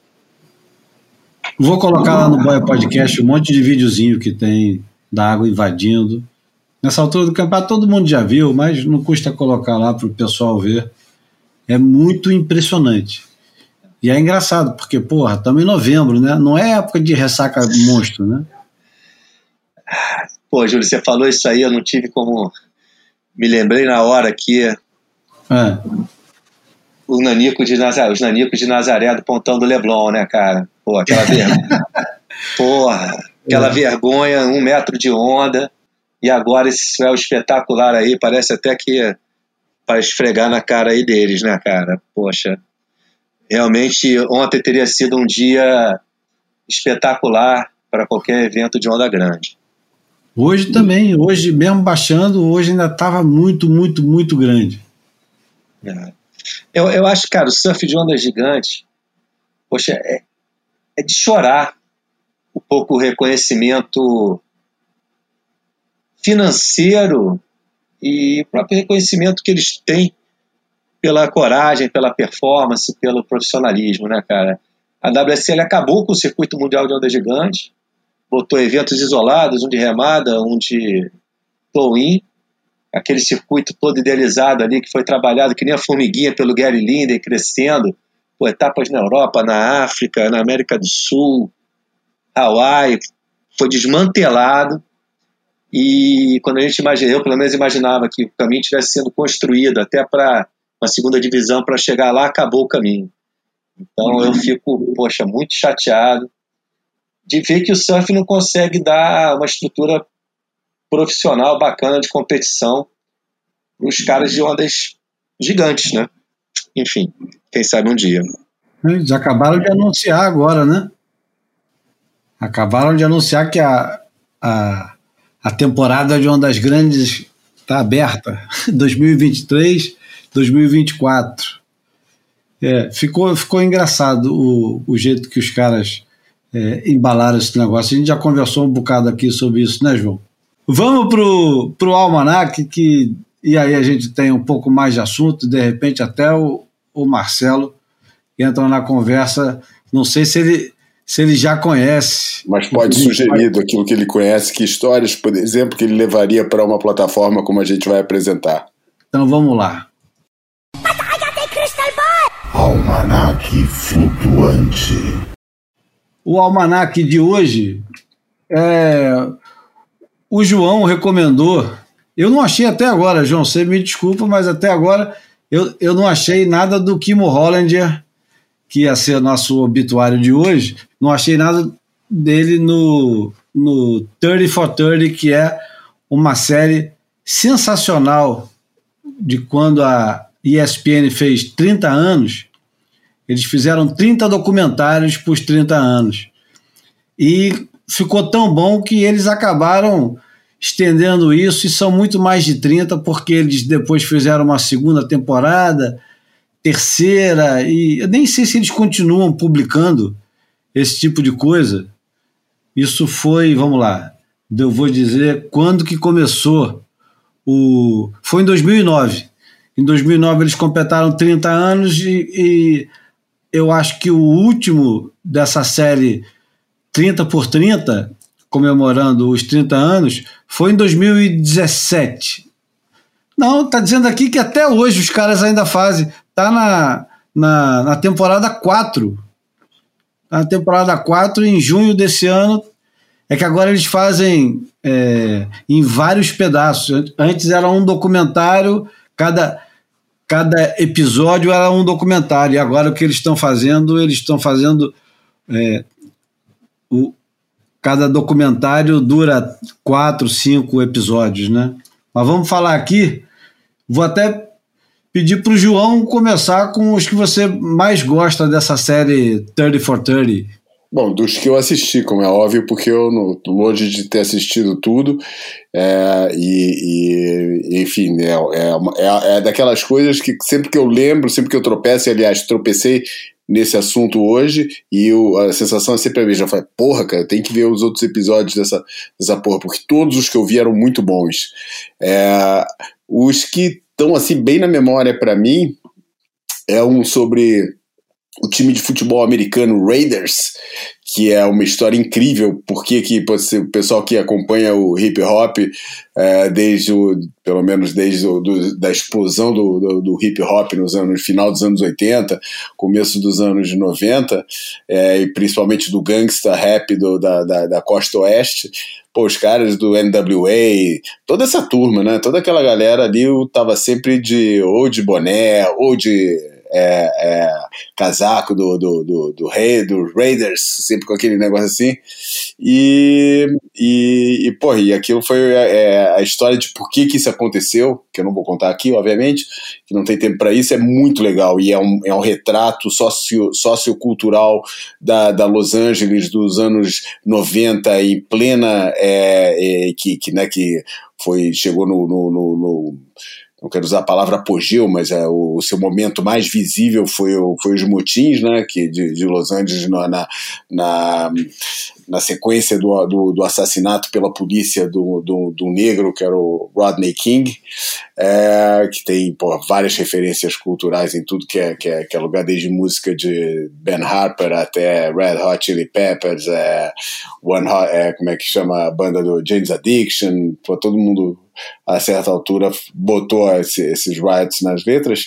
Vou colocar lá no Boia Podcast um monte de videozinho que tem da água invadindo. Nessa altura do campeonato todo mundo já viu, mas não custa colocar lá para o pessoal ver. É muito impressionante. E é engraçado, porque, porra, estamos em novembro, né? Não é época de ressaca monstro, né? Pô, Júlio, você falou isso aí, eu não tive como... Me lembrei na hora que... Os nanicos de Nazaré do Pontão do Leblon, né, cara? Pô, aquela vergonha. Aquela vergonha, 1 metro de onda, e agora esse céu espetacular aí, parece até que para esfregar na cara aí deles, né, cara? Poxa, realmente ontem teria sido um dia espetacular para qualquer evento de onda grande. Hoje também, hoje mesmo baixando, hoje ainda estava muito, muito, muito grande. Eu acho, cara, o surf de onda gigante, poxa, é de chorar um pouco o reconhecimento financeiro e o próprio reconhecimento que eles têm pela coragem, pela performance, pelo profissionalismo, né, cara? A WSL acabou com o circuito mundial de onda gigante, botou eventos isolados, um de remada, um de tow-in, aquele circuito todo idealizado ali que foi trabalhado que nem a formiguinha pelo Gary Linden, crescendo, por etapas na Europa, na África, na América do Sul, Hawaii, foi desmantelado. E quando a gente eu pelo menos imaginava que o caminho estivesse sendo construído até para uma segunda divisão para chegar lá, acabou o caminho. Então eu fico, poxa, muito chateado de ver que o surf não consegue dar uma estrutura profissional bacana de competição para os caras de ondas gigantes, né? Enfim, quem sabe um dia. Eles acabaram de anunciar agora, né? Acabaram de anunciar que a temporada de ondas grandes está aberta, 2023, 2024. Ficou engraçado o jeito que os caras embalaram esse negócio. A gente já conversou um bocado aqui sobre isso, né, João? Vamos pro Almanac, que e aí a gente tem um pouco mais de assunto, de repente até o Marcelo entra na conversa, não sei se ele já conhece. Mas pode sugerir daquilo que ele conhece, que histórias, por exemplo, que ele levaria para uma plataforma como a gente vai apresentar. Então vamos lá. Almanaque flutuante. O almanaque de hoje, o João recomendou. Eu não achei até agora, João, você me desculpa, mas até agora eu não achei nada do Kimmo Hollander, que ia ser nosso obituário de hoje, não achei nada dele no 30 for 30, que é uma série sensacional de quando a ESPN fez 30 anos. Eles fizeram 30 documentários por 30 anos. E ficou tão bom que eles acabaram estendendo isso, e são muito mais de 30, porque eles depois fizeram uma segunda temporada, terceira, e eu nem sei se eles continuam publicando esse tipo de coisa. Isso foi, vamos lá, eu vou dizer quando que começou. Foi em 2009. Em 2009 eles completaram 30 anos e eu acho que o último dessa série 30 por 30, comemorando os 30 anos, foi em 2017. Não, tá dizendo aqui que até hoje os caras ainda fazem. Tá na temporada 4. Tá na temporada 4, em junho desse ano. É que agora eles fazem em vários pedaços. Antes era um documentário, cada episódio era um documentário. E agora o que eles estão fazendo cada documentário dura 4, 5 episódios, né? Mas vamos falar aqui, vou até pedir para o João começar com os que você mais gosta dessa série 30 for 30. Bom, dos que eu assisti, como é óbvio, porque eu não longe de ter assistido tudo, enfim, é daquelas coisas que sempre que eu lembro, sempre que eu tropeço, e aliás, tropecei nesse assunto hoje, e a sensação é sempre a mesma. Eu falei, porra, cara, tem que ver os outros episódios dessa porra, porque todos os que eu vi eram muito bons. Os que estão assim bem na memória para mim é um sobre o time de futebol americano Raiders, que é uma história incrível, porque o pessoal que acompanha o hip hop, pelo menos desde da explosão do hip hop no final dos anos 80, começo dos anos 90, e principalmente do gangsta rap da costa oeste, os caras do NWA, toda essa turma, né, toda aquela galera ali tava sempre ou de boné, ou de casaco do Raiders, sempre com aquele negócio assim, e aquilo foi a história de por que isso aconteceu, que eu não vou contar aqui, obviamente, que não tem tempo para isso. É muito legal, e é um retrato sociocultural da Los Angeles dos anos 90, em plena, que chegou no não quero usar a palavra apogeu, mas o seu momento mais visível foi os motins, né, de Los Angeles na sequência do assassinato pela polícia do negro, que era o Rodney King, que tem várias referências culturais em tudo que é lugar, desde música de Ben Harper até Red Hot Chili Peppers, como é que chama a banda do Jane's Addiction, todo mundo a certa altura botou esses riots nas letras,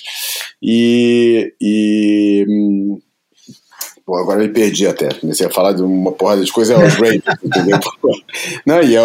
agora me perdi até, comecei a falar de uma porrada de coisa, os Raiders, entendeu? Não, e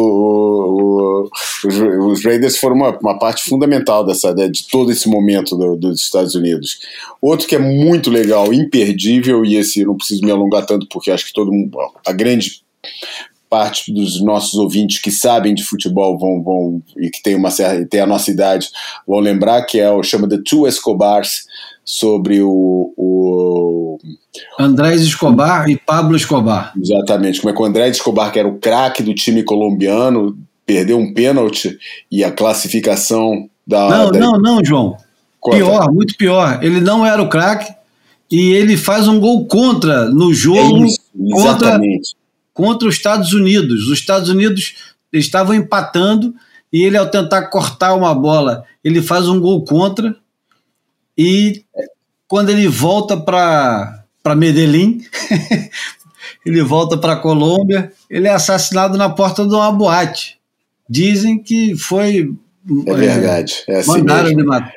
os Raiders foram uma parte fundamental de todo esse momento dos Estados Unidos. Outro que é muito legal, imperdível, e esse eu não preciso me alongar tanto, porque acho que todo mundo, a grande parte dos nossos ouvintes que sabem de futebol vão e que tem a nossa idade vão lembrar, que chama The Two Escobars, sobre o Andrés Escobar e Pablo Escobar. Exatamente, como é que o Andrés Escobar, que era o craque do time colombiano, perdeu um pênalti e a classificação Não, João. Pior, muito pior. Ele não era o craque e ele faz um gol contra no jogo contra os Estados Unidos. Os Estados Unidos estavam empatando e ele, ao tentar cortar uma bola, ele faz um gol contra, e quando ele volta para Medellín, ele volta para a Colômbia, ele é assassinado na porta de uma boate. Dizem que foi... É verdade, é assim mandaram mesmo. ele matar.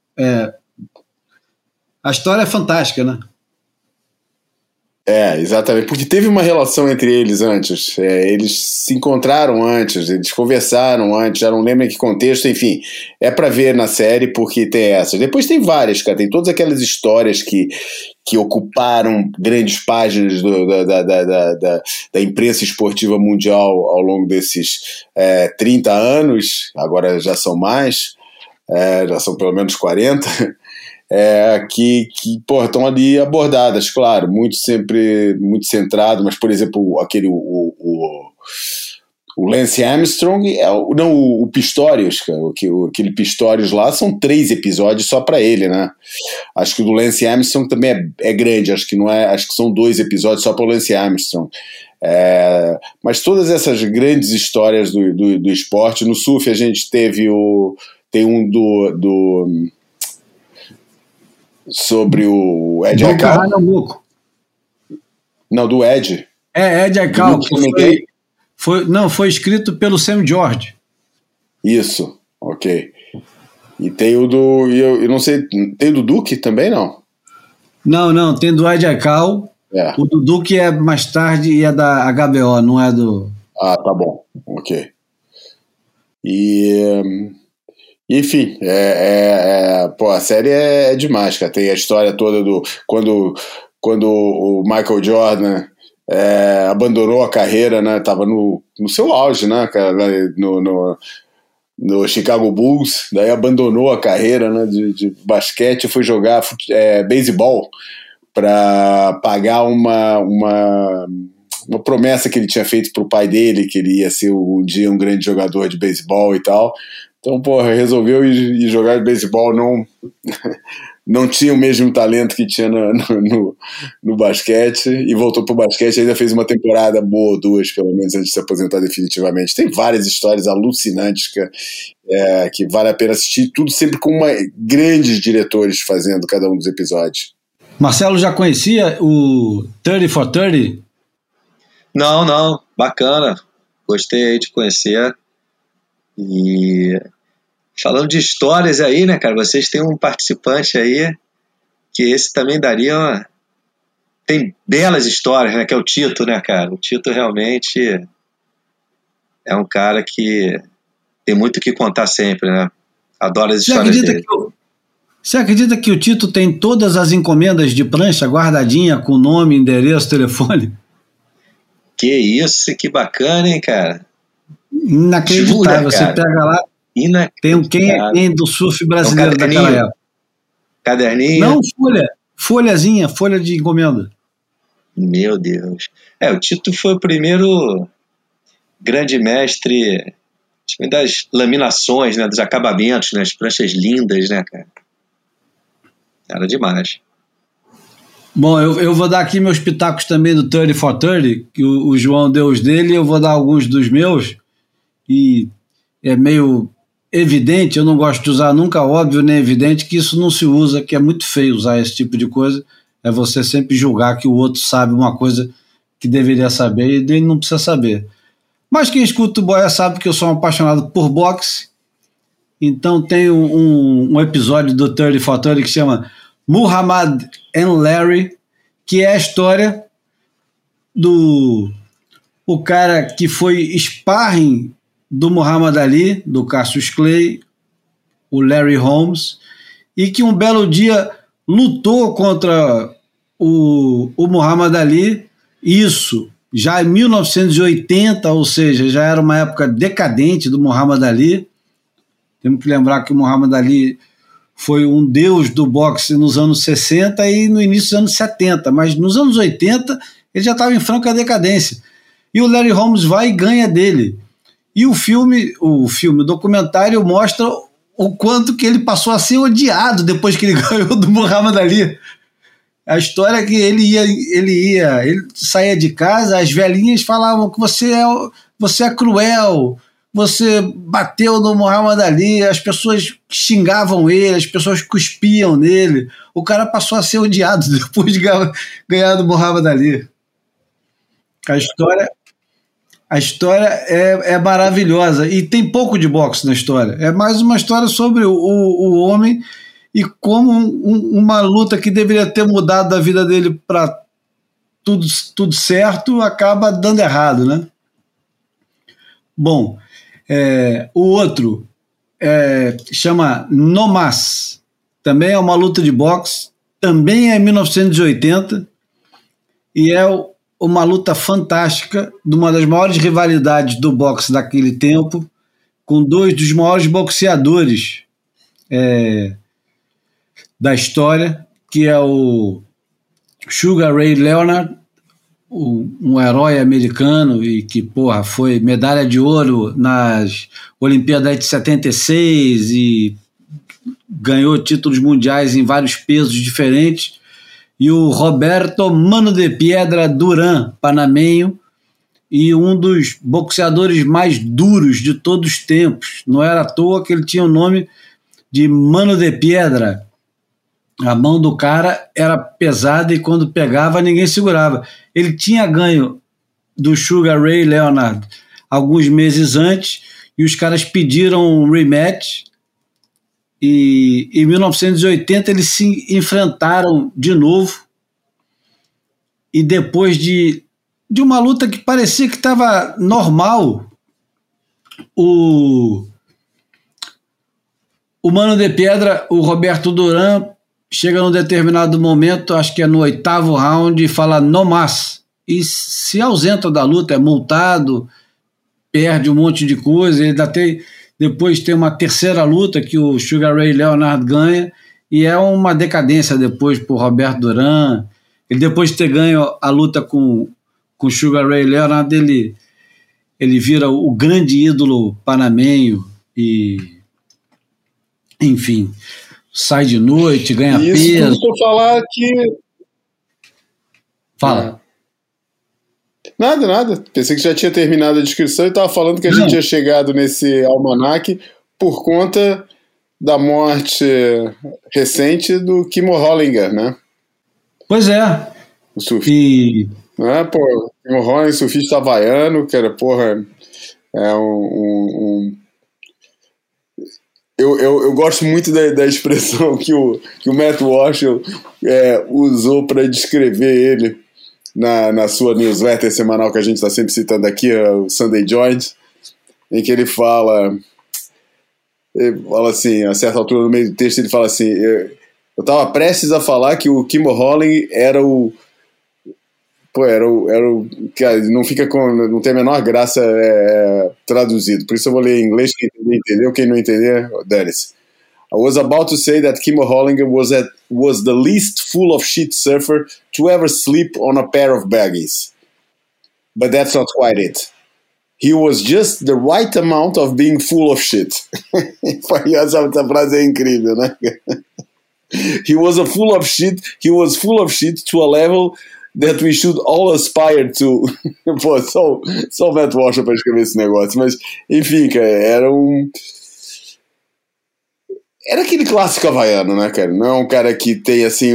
A história é fantástica, né? Exatamente, porque teve uma relação entre eles antes, eles se encontraram antes, eles conversaram antes, já não lembro em que contexto, enfim, é pra ver na série porque tem essas. Depois tem várias, cara, tem todas aquelas histórias que ocuparam grandes páginas da imprensa esportiva mundial ao longo desses 30 anos, agora já são mais, já são pelo menos 40, que estão ali abordadas, claro, muito centrado, mas, por exemplo, o Lance Armstrong, o Pistorius, aquele Pistorius lá, são 3 episódios só para ele, né? Acho que o do Lance Armstrong também é grande, acho que são 2 episódios só para o Lance Armstrong. Mas todas essas grandes histórias do esporte, no surf a gente tem um sobre o Ed Aikau. Não, do Ed. Ed Aikau. Foi escrito pelo Sam George. Isso, ok. E tem o do... Eu não sei, tem o do Duke também, não? Não, tem do Ed Aikau. O do Duke é mais tarde e é da HBO, não é do... Ah, tá bom, ok. Enfim, a série é demais, cara. Tem a história toda do quando o Michael Jordan abandonou a carreira, né? Tava no seu auge, né, cara? No Chicago Bulls, daí abandonou a carreira, né, de basquete e foi jogar beisebol para pagar uma promessa que ele tinha feito pro pai dele, que ele ia ser um dia um grande jogador de beisebol e tal. Então, resolveu ir jogar beisebol, não tinha o mesmo talento que tinha no basquete, e voltou pro basquete e ainda fez uma temporada boa, 2, pelo menos, antes de se aposentar definitivamente. Tem várias histórias alucinantes que vale a pena assistir, tudo sempre com grandes diretores fazendo cada um dos episódios. Marcelo já conhecia o 30 for 30? Não, bacana, gostei de conhecer. E falando de histórias aí, né, cara, vocês têm um participante aí que esse também daria tem belas histórias, né, que é o Tito, né, cara? O Tito realmente é um cara que tem muito o que contar sempre, né? Adoro as histórias dele. Você acredita que o Tito tem todas as encomendas de prancha guardadinha com nome, endereço, telefone? Que isso, que bacana, hein, cara? Inacreditável, você pega lá, tem quem do surf brasileiro daquela época. Caderninho? Não, folha de encomenda. Meu Deus. O Tito foi o primeiro grande mestre das laminações, né, dos acabamentos, né, as pranchas lindas, né, cara? Era demais. Bom, eu vou dar aqui meus pitacos também do 30 for 30, que o João deu os dele, eu vou dar alguns dos meus, e é meio evidente, eu não gosto de usar nunca óbvio nem evidente, que isso não se usa, que é muito feio usar esse tipo de coisa, é você sempre julgar que o outro sabe uma coisa que deveria saber e ele não precisa saber. Mas quem escuta o Boia sabe que eu sou um apaixonado por boxe, então tem um episódio do 30 for 30 que chama Muhammad and Larry, que é a história do cara que foi sparring do Muhammad Ali, do Cassius Clay, o Larry Holmes, e que um belo dia lutou contra o Muhammad Ali, isso já em 1980, ou seja, já era uma época decadente do Muhammad Ali. Temos que lembrar que o Muhammad Ali foi um deus do boxe nos anos 60 e no início dos anos 70, mas nos anos 80 ele já estava em franca decadência. E o Larry Holmes vai e ganha dele. E o documentário mostra o quanto que ele passou a ser odiado depois que ele ganhou do Muhammad Ali. A história é que ele saía de casa, as velhinhas falavam que você é cruel, você bateu no Muhammad Ali, as pessoas xingavam ele, as pessoas cuspiam nele. O cara passou a ser odiado depois de ganhar do Muhammad Ali. A história é maravilhosa e tem pouco de boxe na história. É mais uma história sobre o homem e como uma luta que deveria ter mudado a vida dele para tudo certo acaba dando errado, né? Bom, o outro chama No Mas. Também é uma luta de boxe, também é 1980 e é uma luta fantástica de uma das maiores rivalidades do boxe daquele tempo, com dois dos maiores boxeadores da história, que é o Sugar Ray Leonard, um herói americano e que, foi medalha de ouro nas Olimpíadas de 76 e ganhou títulos mundiais em vários pesos diferentes, e o Roberto Mano de Piedra Duran, panamenho, e um dos boxeadores mais duros de todos os tempos. Não era à toa que ele tinha o nome de Mano de Piedra. A mão do cara era pesada e quando pegava ninguém segurava. Ele tinha ganho do Sugar Ray Leonard alguns meses antes e os caras pediram um rematch e em 1980 eles se enfrentaram de novo e depois de uma luta que parecia que estava normal, o Mano de Piedra, o Roberto Duran, chega num determinado momento, acho que é no 8º round, e fala no mas, e se ausenta da luta, é multado, perde um monte de coisa. Ele depois tem uma terceira luta que o Sugar Ray Leonard ganha, e é uma decadência depois para o Roberto Duran. Ele, depois de ter ganho a luta com o Sugar Ray Leonard, ele vira o grande ídolo panamenho e, enfim, sai de noite, ganha isso peso. Isso tudo pra falar que... Fala. Nada. Pensei que já tinha terminado a descrição e estava falando que a gente tinha chegado nesse almanaque por conta da morte recente do Kimmo Hollinger, né? Pois é. O surfista. Kimmo Hollinger, surfista havaiano, que era, Eu gosto muito da expressão que o Matt Walsh usou para descrever ele na sua newsletter semanal que a gente está sempre citando aqui, o Sunday Joint, em que ele fala assim, a certa altura no meio do texto ele fala assim, eu estava prestes a falar que o Kimmo Hollinger era o cara, não tem a menor graça traduzido, por isso eu vou ler em inglês, quem entendeu, quem não entender, dane-se. I was about to say that Kimmo Hollinger was the least full of shit surfer to ever sleep on a pair of baggies. But that's not quite it. He was just the right amount of being full of shit. Essa frase é incrível, né? He was full of shit to a level that we should all aspire to. Só o Matt Walsh para escrever esse negócio. Mas, enfim, cara, era aquele clássico havaiano, né, cara? Não é um cara que tem, assim,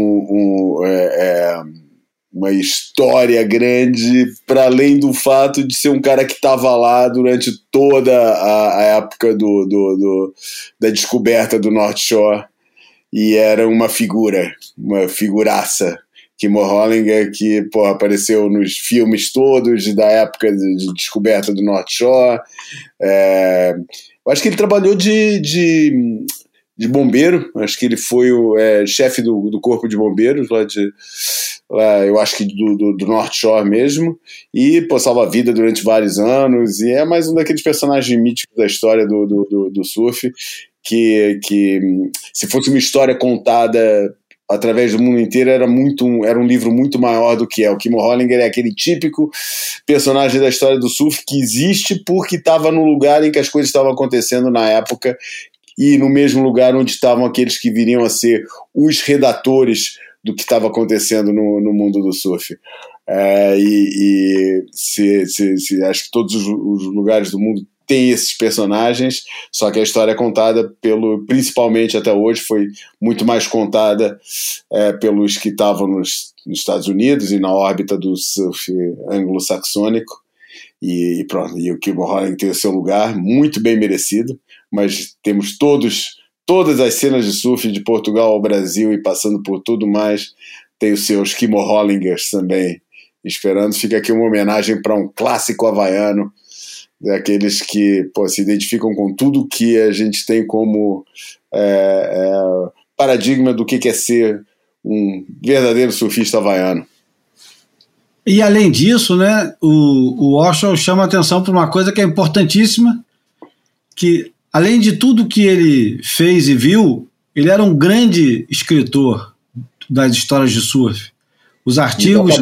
uma história grande, para além do fato de ser um cara que estava lá durante toda a época da descoberta do North Shore, e era uma figuraça. Kimmo Hollinger, que apareceu nos filmes todos da época de descoberta do North Shore. Eu acho que ele trabalhou de bombeiro, acho que ele foi o chefe do corpo de bombeiros lá, eu acho que do North Shore mesmo, e salva a vida durante vários anos, e é mais um daqueles personagens míticos da história do surf, que se fosse uma história contada através do mundo inteiro, era um livro muito maior do que é. O Kimmo Hollinger é aquele típico personagem da história do surf que existe porque estava no lugar em que as coisas estavam acontecendo na época e no mesmo lugar onde estavam aqueles que viriam a ser os redatores do que estava acontecendo no mundo do surf. Acho que todos os lugares do mundo tem esses personagens, só que a história é contada principalmente até hoje, foi muito mais contada pelos que estavam nos Estados Unidos e na órbita do surf anglo-saxônico, e pronto, e o Keemo Holland tem o seu lugar, muito bem merecido, mas temos todas as cenas de surf de Portugal ao Brasil e passando por tudo mais, tem os seus Keemo Hollingers também esperando. Fica aqui uma homenagem para um clássico havaiano, daqueles que se identificam com tudo que a gente tem como paradigma do que é ser um verdadeiro surfista havaiano. E além disso, né, o Osho chama atenção para uma coisa que é importantíssima, que além de tudo que ele fez e viu, ele era um grande escritor das histórias de surf. Os artigos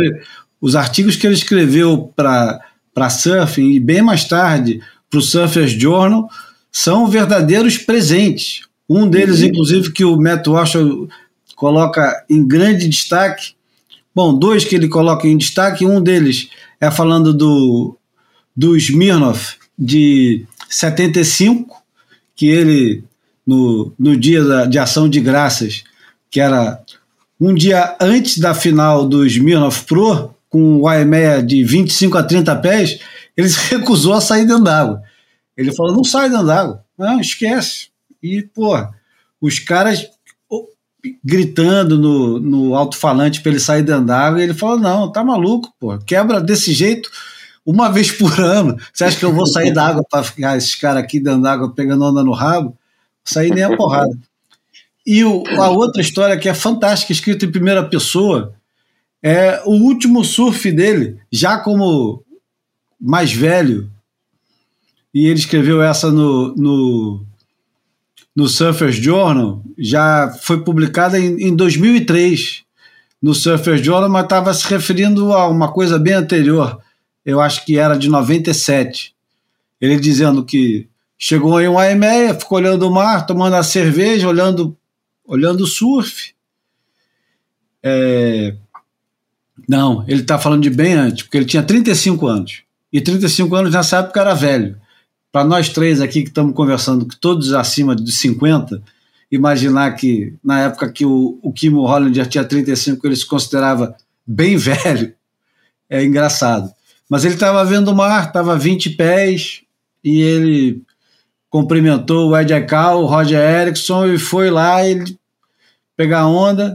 que ele escreveu para Surfing e bem mais tarde para o Surfer's Journal são verdadeiros presentes. Um deles, inclusive, que o Matt Osho coloca em grande destaque. Bom, dois que ele coloca em destaque, um deles é falando do Smirnoff de 75, que ele, no dia de ação de graças, que era um dia antes da final do Smirnoff Pro, com o Waimea de 25 a 30 pés, ele se recusou a sair dentro d'água. Ele falou, não sai dentro d'água. Não, esquece. E, os caras gritando no alto-falante para ele sair dentro d'água, e ele falou, não, tá maluco, quebra desse jeito uma vez por ano. Você acha que eu vou sair da água para ficar esses caras aqui dentro d'água pegando onda no rabo? Sair nem a porrada. E a outra história que é fantástica, escrita em primeira pessoa, é o último surf dele, já como mais velho, e ele escreveu essa no Surfer's Journal, já foi publicada em 2003 no Surfer's Journal, mas estava se referindo a uma coisa bem anterior, eu acho que era de 97, ele dizendo que chegou em Waimea, ficou olhando o mar, tomando a cerveja, olhando o surf. Não, ele está falando de bem antes, porque ele tinha 35 anos, e 35 anos nessa época era velho. Para nós três aqui que estamos conversando, que todos acima de 50, imaginar que na época que o Keemo Holland já tinha 35, ele se considerava bem velho, é engraçado. Mas ele estava vendo o mar, estava a 20 pés, e ele cumprimentou o Ed Aikau, o Roger Erickson, e foi lá ele pegar onda,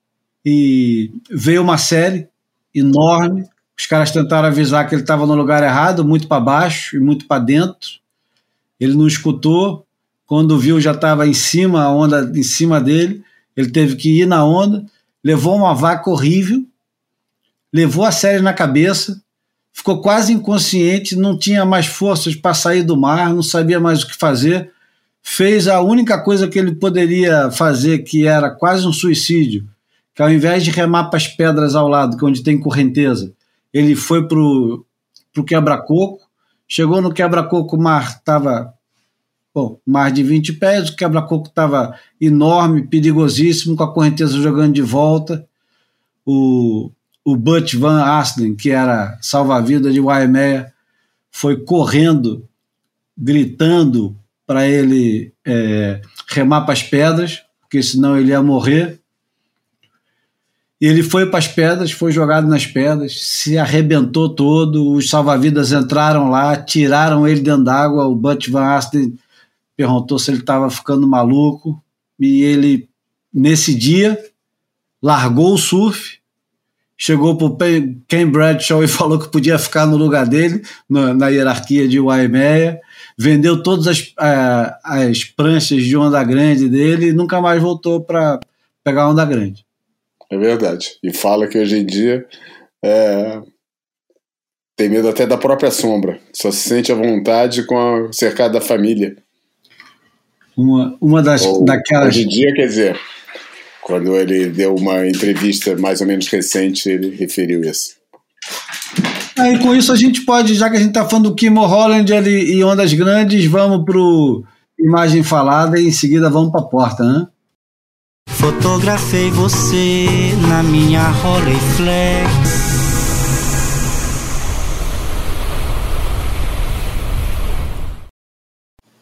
e veio uma série enorme. Os caras tentaram avisar que ele estava no lugar errado, muito para baixo e muito para dentro. Ele não escutou. Quando viu, já estava em cima, a onda em cima dele. Ele teve que ir na onda, levou uma vaca horrível, levou a série na cabeça, ficou quase inconsciente, não tinha mais forças para sair do mar, não sabia mais o que fazer. Fez a única coisa que ele poderia fazer, que era quase um suicídio, que ao invés de remar para as pedras ao lado, que é onde tem correnteza, ele foi para o quebra-coco. Chegou no quebra-coco, o mar estava mar de 20 pés, o quebra-coco estava enorme, perigosíssimo, com a correnteza jogando de volta. O Butch Van Arsden, que era salva-vidas de Waimea, foi correndo, gritando para ele remar para as pedras, porque senão ele ia morrer. Ele foi para as pedras, foi jogado nas pedras, se arrebentou todo, os salva-vidas entraram lá, tiraram ele dentro d'água. O Butch Van Arsden perguntou se ele estava ficando maluco, e ele, nesse dia, largou o surf, chegou para o Ken Bradshaw e falou que podia ficar no lugar dele, na hierarquia de Waimea, vendeu todas as pranchas de onda grande dele e nunca mais voltou para pegar onda grande. É verdade. E fala que hoje em dia tem medo até da própria sombra. Só se sente à vontade cercado da família. Daquelas... Hoje em dia, quer dizer, quando ele deu uma entrevista mais ou menos recente, ele referiu isso. E com isso a gente pode, já que a gente está falando do Keemo Holland e ondas grandes, vamos para o Imagem Falada e em seguida vamos para a porta, né? Fotografei você na minha Rolleiflex.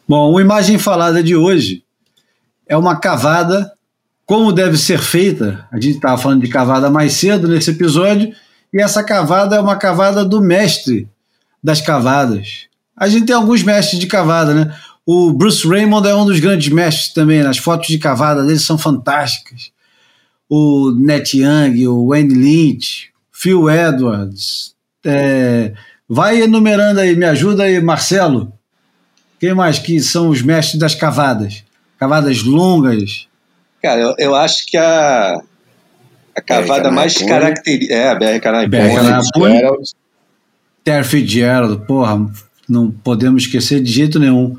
Bom, a imagem falada de hoje é uma cavada, como deve ser feita. A gente estava falando de cavada mais cedo nesse episódio, e essa cavada é uma cavada do mestre das cavadas. A gente tem alguns mestres de cavada, né? O Bruce Raymond é um dos grandes mestres também, as fotos de cavada dele são fantásticas. O Nat Young, o Wayne Lynch, Phil Edwards. Vai enumerando aí, me ajuda aí, Marcelo. Quem mais que são os mestres das cavadas? Cavadas longas. Cara, eu acho que a cavada mais característica... É, a BR Canapone. Terry Fitzgerald, porra, não podemos esquecer de jeito nenhum.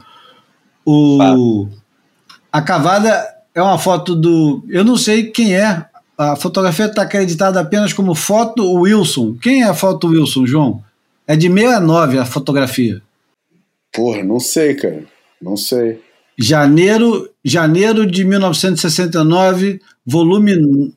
A cavada é uma foto do... Eu não sei quem é. A fotografia está acreditada apenas como foto Wilson. Quem é a foto Wilson, João? É de 69 a fotografia. Porra, não sei, cara. Não sei. Janeiro de 1969, volume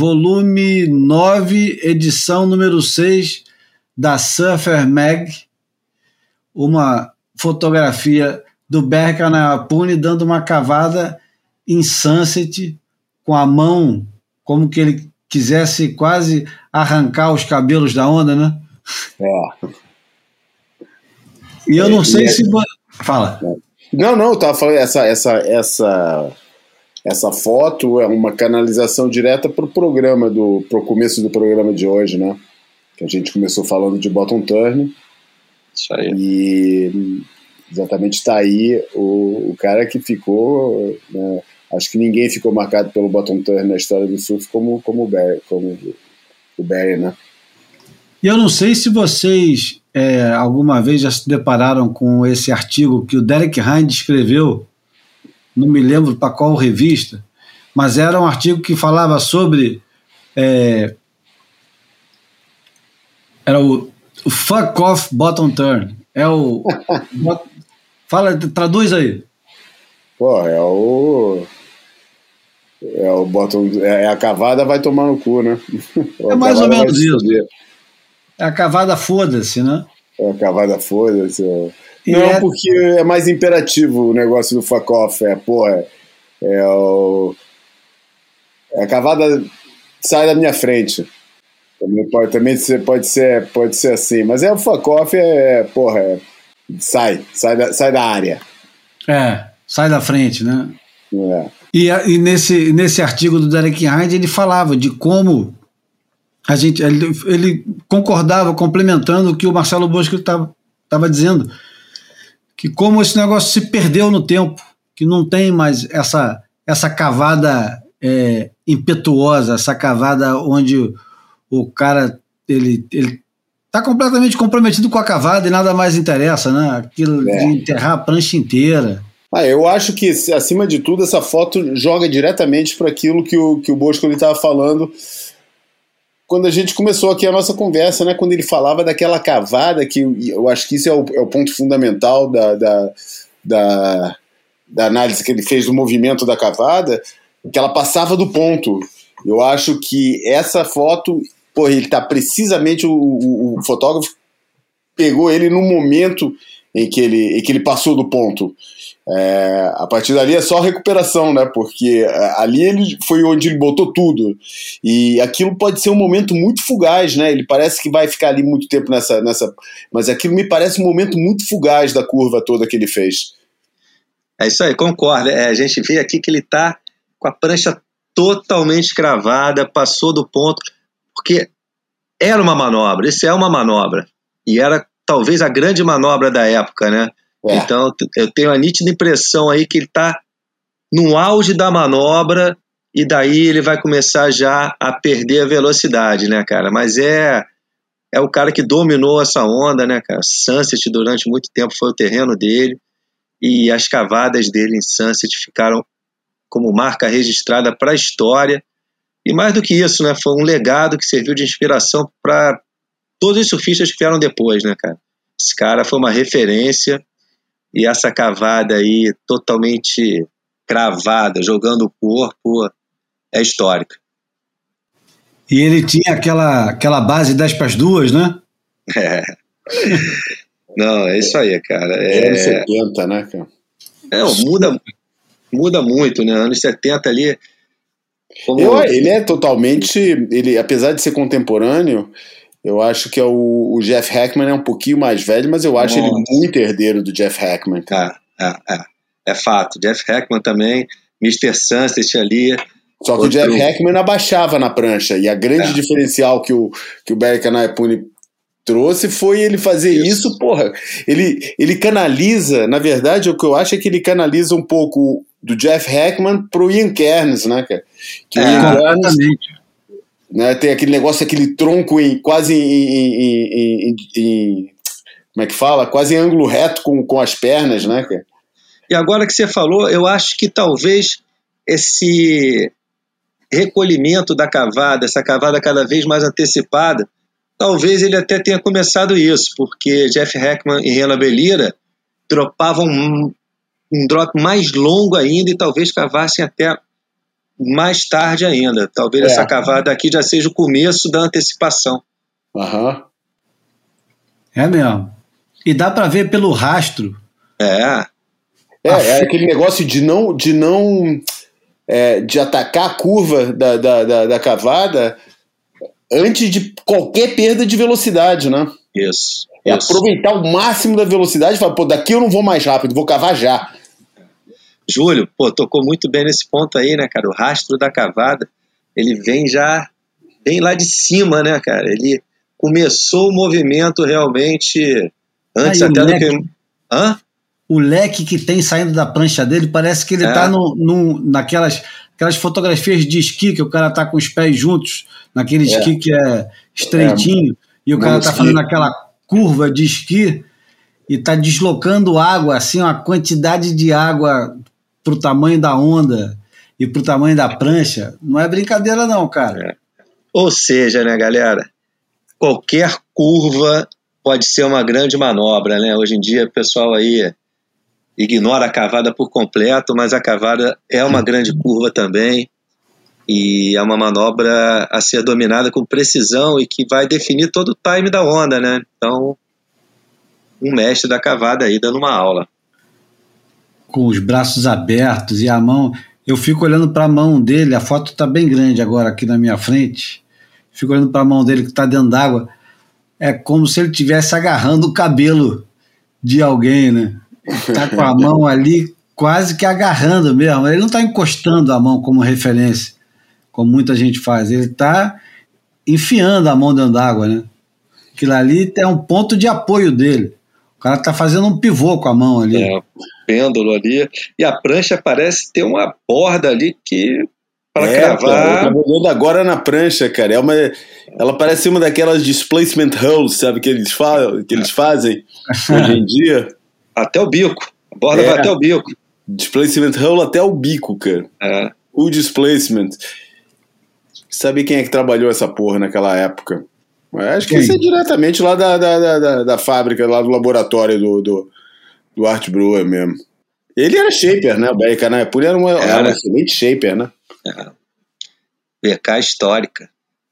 9, edição número 6 da Surfer Mag. Uma fotografia do Barry Canapone dando uma cavada em Sunset, com a mão como que ele quisesse quase arrancar os cabelos da onda, né? E eu não sei se... Fala. Não, eu tava falando, essa foto é uma canalização direta pro começo do programa de hoje, né? Que a gente começou falando de Bottom Turn. Isso aí. E exatamente está aí o cara que ficou, né? Acho que ninguém ficou marcado pelo Bottom Turn na história do surf como o Barry, né? E eu não sei se vocês alguma vez já se depararam com esse artigo que o Derek Hind escreveu, não me lembro para qual revista, mas era um artigo que falava sobre era o fuck off bottom turn. Traduz aí. Pô, é o bottom, a cavada vai tomar no cu, né? É mais ou menos isso. É a cavada foda-se, né? É a cavada foda-se. Não, porque é mais imperativo o negócio do fuck off. A cavada sai da minha frente. Também pode ser assim. Mas o fuck off sai da área. Sai da frente, né? E nesse artigo do Derek Hind ele falava de como ele concordava, complementando o que o Marcelo Bosco estava dizendo, que como esse negócio se perdeu no tempo, que não tem mais essa cavada impetuosa, essa cavada onde o cara ele está completamente comprometido com a cavada e nada mais interessa, né? Aquilo de enterrar a prancha inteira. Eu acho que, acima de tudo, essa foto joga diretamente para aquilo que o Bosco estava falando quando a gente começou aqui a nossa conversa, né? Quando ele falava daquela cavada, que eu acho que isso é o ponto fundamental da análise que ele fez do movimento da cavada, que ela passava do ponto. Eu acho que essa foto, ele tá precisamente, o fotógrafo pegou ele no momento em que ele passou do ponto. A partir dali é só recuperação, né? Porque ali ele foi onde ele botou tudo, e aquilo pode ser um momento muito fugaz, né? Ele parece que vai ficar ali muito tempo nessa mas aquilo me parece um momento muito fugaz da curva toda que ele fez. É isso aí, concordo. A gente vê aqui que ele tá com a prancha totalmente cravada, passou do ponto, porque era uma manobra, isso é uma manobra, e era talvez a grande manobra da época, né? Então eu tenho a nítida impressão aí que ele está no auge da manobra, e daí ele vai começar já a perder a velocidade, né, cara? Mas é o cara que dominou essa onda, né, cara? Sunset durante muito tempo foi o terreno dele, e as cavadas dele em Sunset ficaram como marca registrada para a história, e mais do que isso, né, foi um legado que serviu de inspiração para todos os surfistas que vieram depois, né, cara? Esse cara foi uma referência. E essa cavada aí, totalmente cravada, jogando o corpo, é histórica. E ele tinha aquela base 10 para as duas, né? Não, é isso aí, cara. Anos 70, né, cara? Muda muito, né? Anos 70 ali. Ele é totalmente. Ele, apesar de ser contemporâneo, eu acho que o Jeff Hackman é um pouquinho mais velho, mas eu acho ele muito herdeiro do Jeff Hackman. É fato. Jeff Hackman também, Mr. Sunset ali. Só que o Jeff Hackman abaixava na prancha, e a grande diferencial que o Barry Cannaepune trouxe foi ele fazer isso, porra. Ele canaliza, na verdade, o que eu acho é que ele canaliza um pouco do Jeff Hackman pro Ian Kernes, né, cara? Que o Ian Kernes, né, tem aquele negócio, aquele tronco quase como é que fala? Quase em ângulo reto com as pernas, né, cara? E agora que você falou, eu acho que talvez esse recolhimento da cavada, essa cavada cada vez mais antecipada, talvez ele até tenha começado isso, porque Jeff Hackman e Renan Belira dropavam um drop mais longo ainda e talvez cavassem até mais tarde ainda. Talvez essa cavada aqui já seja o começo da antecipação. É mesmo. E dá para ver pelo rastro. É aquele negócio de atacar a curva da cavada antes de qualquer perda de velocidade, né? Isso. Aproveitar o máximo da velocidade e falar, daqui eu não vou mais rápido, vou cavar já. Júlio, tocou muito bem nesse ponto aí, né, cara? O rastro da cavada, ele vem lá de cima, né, cara? Ele começou o movimento realmente antes até do que... O leque que tem saindo da prancha dele, parece que ele tá naquelas fotografias de esqui, que o cara tá com os pés juntos, naquele esqui que é estreitinho, e o cara tá fazendo aquela curva de esqui e tá deslocando água, assim, uma quantidade de água pro tamanho da onda e pro tamanho da prancha. Não é brincadeira não, cara. Ou seja, né, galera, qualquer curva pode ser uma grande manobra, né? Hoje em dia o pessoal aí ignora a cavada por completo, mas a cavada é uma grande curva também e é uma manobra a ser dominada com precisão e que vai definir todo o time da onda, né? Então, um mestre da cavada aí dando uma aula. Com os braços abertos e a mão... Eu fico olhando para a mão dele, a foto está bem grande agora aqui na minha frente, fico olhando para a mão dele que está dentro d'água, é como se ele estivesse agarrando o cabelo de alguém, né? Está com a mão ali quase que agarrando mesmo, ele não está encostando a mão como referência, como muita gente faz, ele está enfiando a mão dentro d'água, né? Aquilo ali é um ponto de apoio dele, o cara está fazendo um pivô com a mão ali. Pêndulo ali, e a prancha parece ter uma borda ali que para cravar. Eu tô olhando agora na prancha, cara. Ela parece uma daquelas displacement holes, sabe, que eles fazem hoje em dia. Até o bico. A borda vai até o bico. Displacement hole até o bico, cara. O displacement. Sabe quem é que trabalhou essa porra naquela época? Acho que isso é diretamente lá da fábrica, lá do laboratório do Art Brewer mesmo. Ele era shaper, né? O Barry Cannaepune era um excelente shaper, né? VK histórica.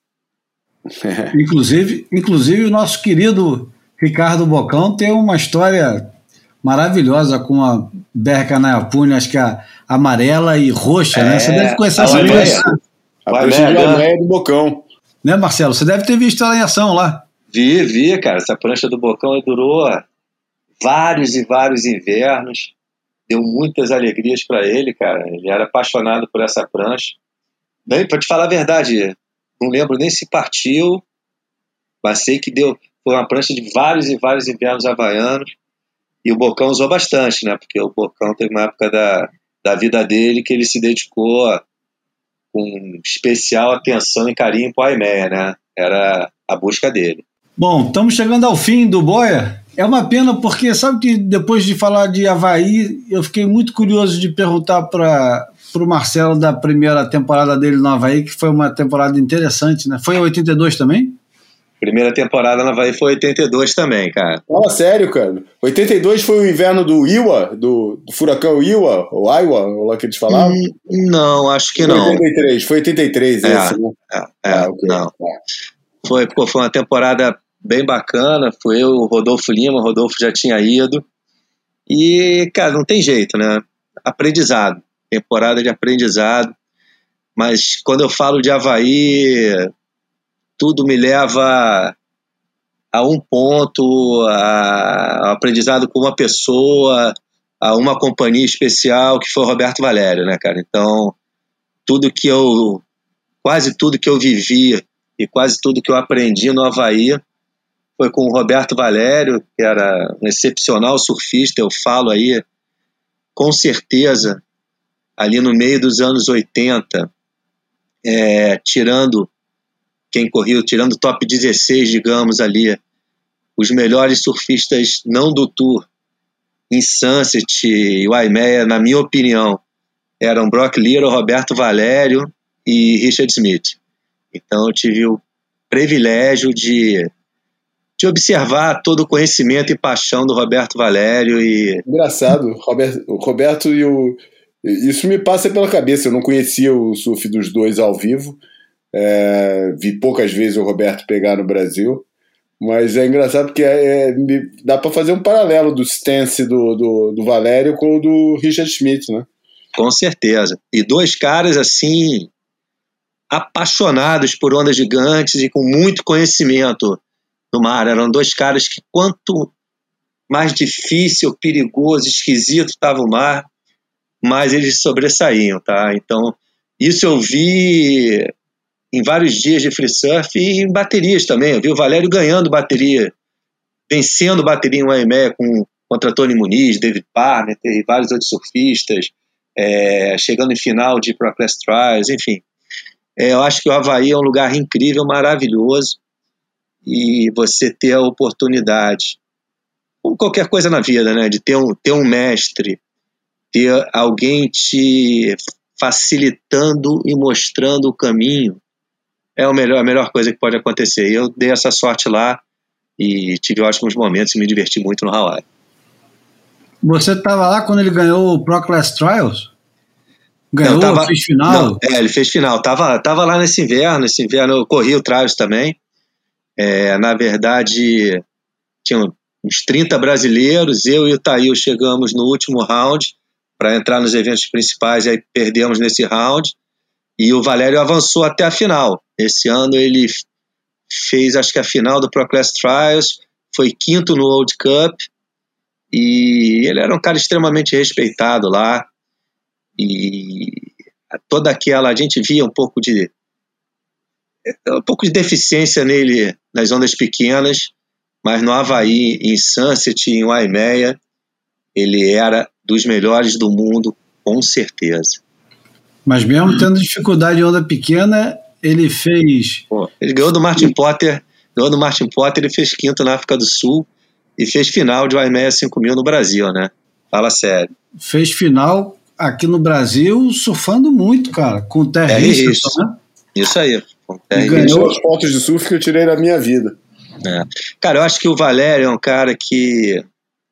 Inclusive o nosso querido Ricardo Bocão tem uma história maravilhosa com a Barry Cannaepune, acho que a amarela e roxa, né? Você deve conhecer essa prancha. A prancha de amarela do Bocão. Né, Marcelo? Você deve ter visto ela em ação lá. Vi, cara. Essa prancha do Bocão durou vários e vários invernos, deu muitas alegrias para ele, cara. Ele era apaixonado por essa prancha. Bem, para te falar a verdade, não lembro nem se partiu, mas sei que foi uma prancha de vários e vários invernos havaianos, e o Bocão usou bastante, né? Porque o Bocão teve uma época da vida dele que ele se dedicou com especial atenção e carinho para o Aimeia, né? Era a busca dele. Bom, estamos chegando ao fim do Boia. É uma pena porque, sabe que depois de falar de Havaí, eu fiquei muito curioso de perguntar para o Marcelo da primeira temporada dele no Havaí, que foi uma temporada interessante, né? Foi em 82 também? Primeira temporada no Havaí foi 82 também, cara. Fala sério, cara. 82 foi o inverno do Iwa, do furacão Iwa, ou Aiwa, ou lá que eles falavam? Não, acho que não. Foi 83 esse, né? Okay. Não. Foi uma temporada bem bacana, foi eu, o Rodolfo Lima, o Rodolfo já tinha ido, E, cara, não tem jeito, né? Aprendizado, temporada de aprendizado. Mas quando eu falo de Avaí, tudo me leva a um ponto, a aprendizado com uma pessoa, a uma companhia especial, que foi o Roberto Valério, né, cara? Então, quase tudo que eu vivi e quase tudo que eu aprendi no Avaí foi com o Roberto Valério, que era um excepcional surfista. Eu falo aí, com certeza, ali no meio dos anos 80, tirando quem correu, tirando o top 16, digamos ali, os melhores surfistas não do Tour, em Sunset e Waimea, na minha opinião, eram Brock Little, Roberto Valério e Richard Smith. Então eu tive o privilégio de observar todo o conhecimento e paixão do Roberto Valério. Engraçado, o Roberto isso me passa pela cabeça. Eu não conhecia o surf dos dois ao vivo, vi poucas vezes o Roberto pegar no Brasil, mas é engraçado porque dá para fazer um paralelo do stance do Valério com o do Richard Smith, né? Com certeza. E dois caras assim, apaixonados por ondas gigantes e com muito conhecimento no mar. Eram dois caras que, quanto mais difícil, perigoso, esquisito estava o mar, mais eles sobressaíam, tá? Então, isso eu vi em vários dias de free surf e em baterias também. Eu vi o Valério ganhando bateria, vencendo bateria em Waimea contra Tony Muniz, David Parner e vários outros surfistas, chegando em final de Pro Class Trials, enfim. Eu acho que o Avaí é um lugar incrível, maravilhoso, e você ter a oportunidade, como qualquer coisa na vida, né, de ter um mestre, ter alguém te facilitando e mostrando o caminho, é a melhor coisa que pode acontecer. E eu dei essa sorte lá e tive ótimos momentos e me diverti muito no Hawaii. Você estava lá quando ele ganhou o Pro Class Trials? Fez final? Não, ele fez final. Tava lá nesse inverno eu corri o Trials também. Na verdade, tinha uns 30 brasileiros, eu e o Thail chegamos no último round para entrar nos eventos principais, e aí perdemos nesse round, e o Valério avançou até a final. Esse ano ele fez, acho que a final do Pro Class Trials, foi quinto no World Cup, e ele era um cara extremamente respeitado lá, e toda aquela, a gente via um pouco de deficiência nele nas ondas pequenas, mas no Avaí, em Sunset, em Waimea, ele era dos melhores do mundo, com certeza. Mas mesmo tendo dificuldade em onda pequena, ele fez... Ele ganhou do Martin Potter, ele fez quinto na África do Sul e fez final de Waimea 5.000 no Brasil, né? Fala sério. Fez final aqui no Brasil surfando muito, cara, com o Terry Richardson, né? Isso aí. Ganhou as fotos de surf que eu tirei da minha vida. Cara, eu acho que o Valério é um cara que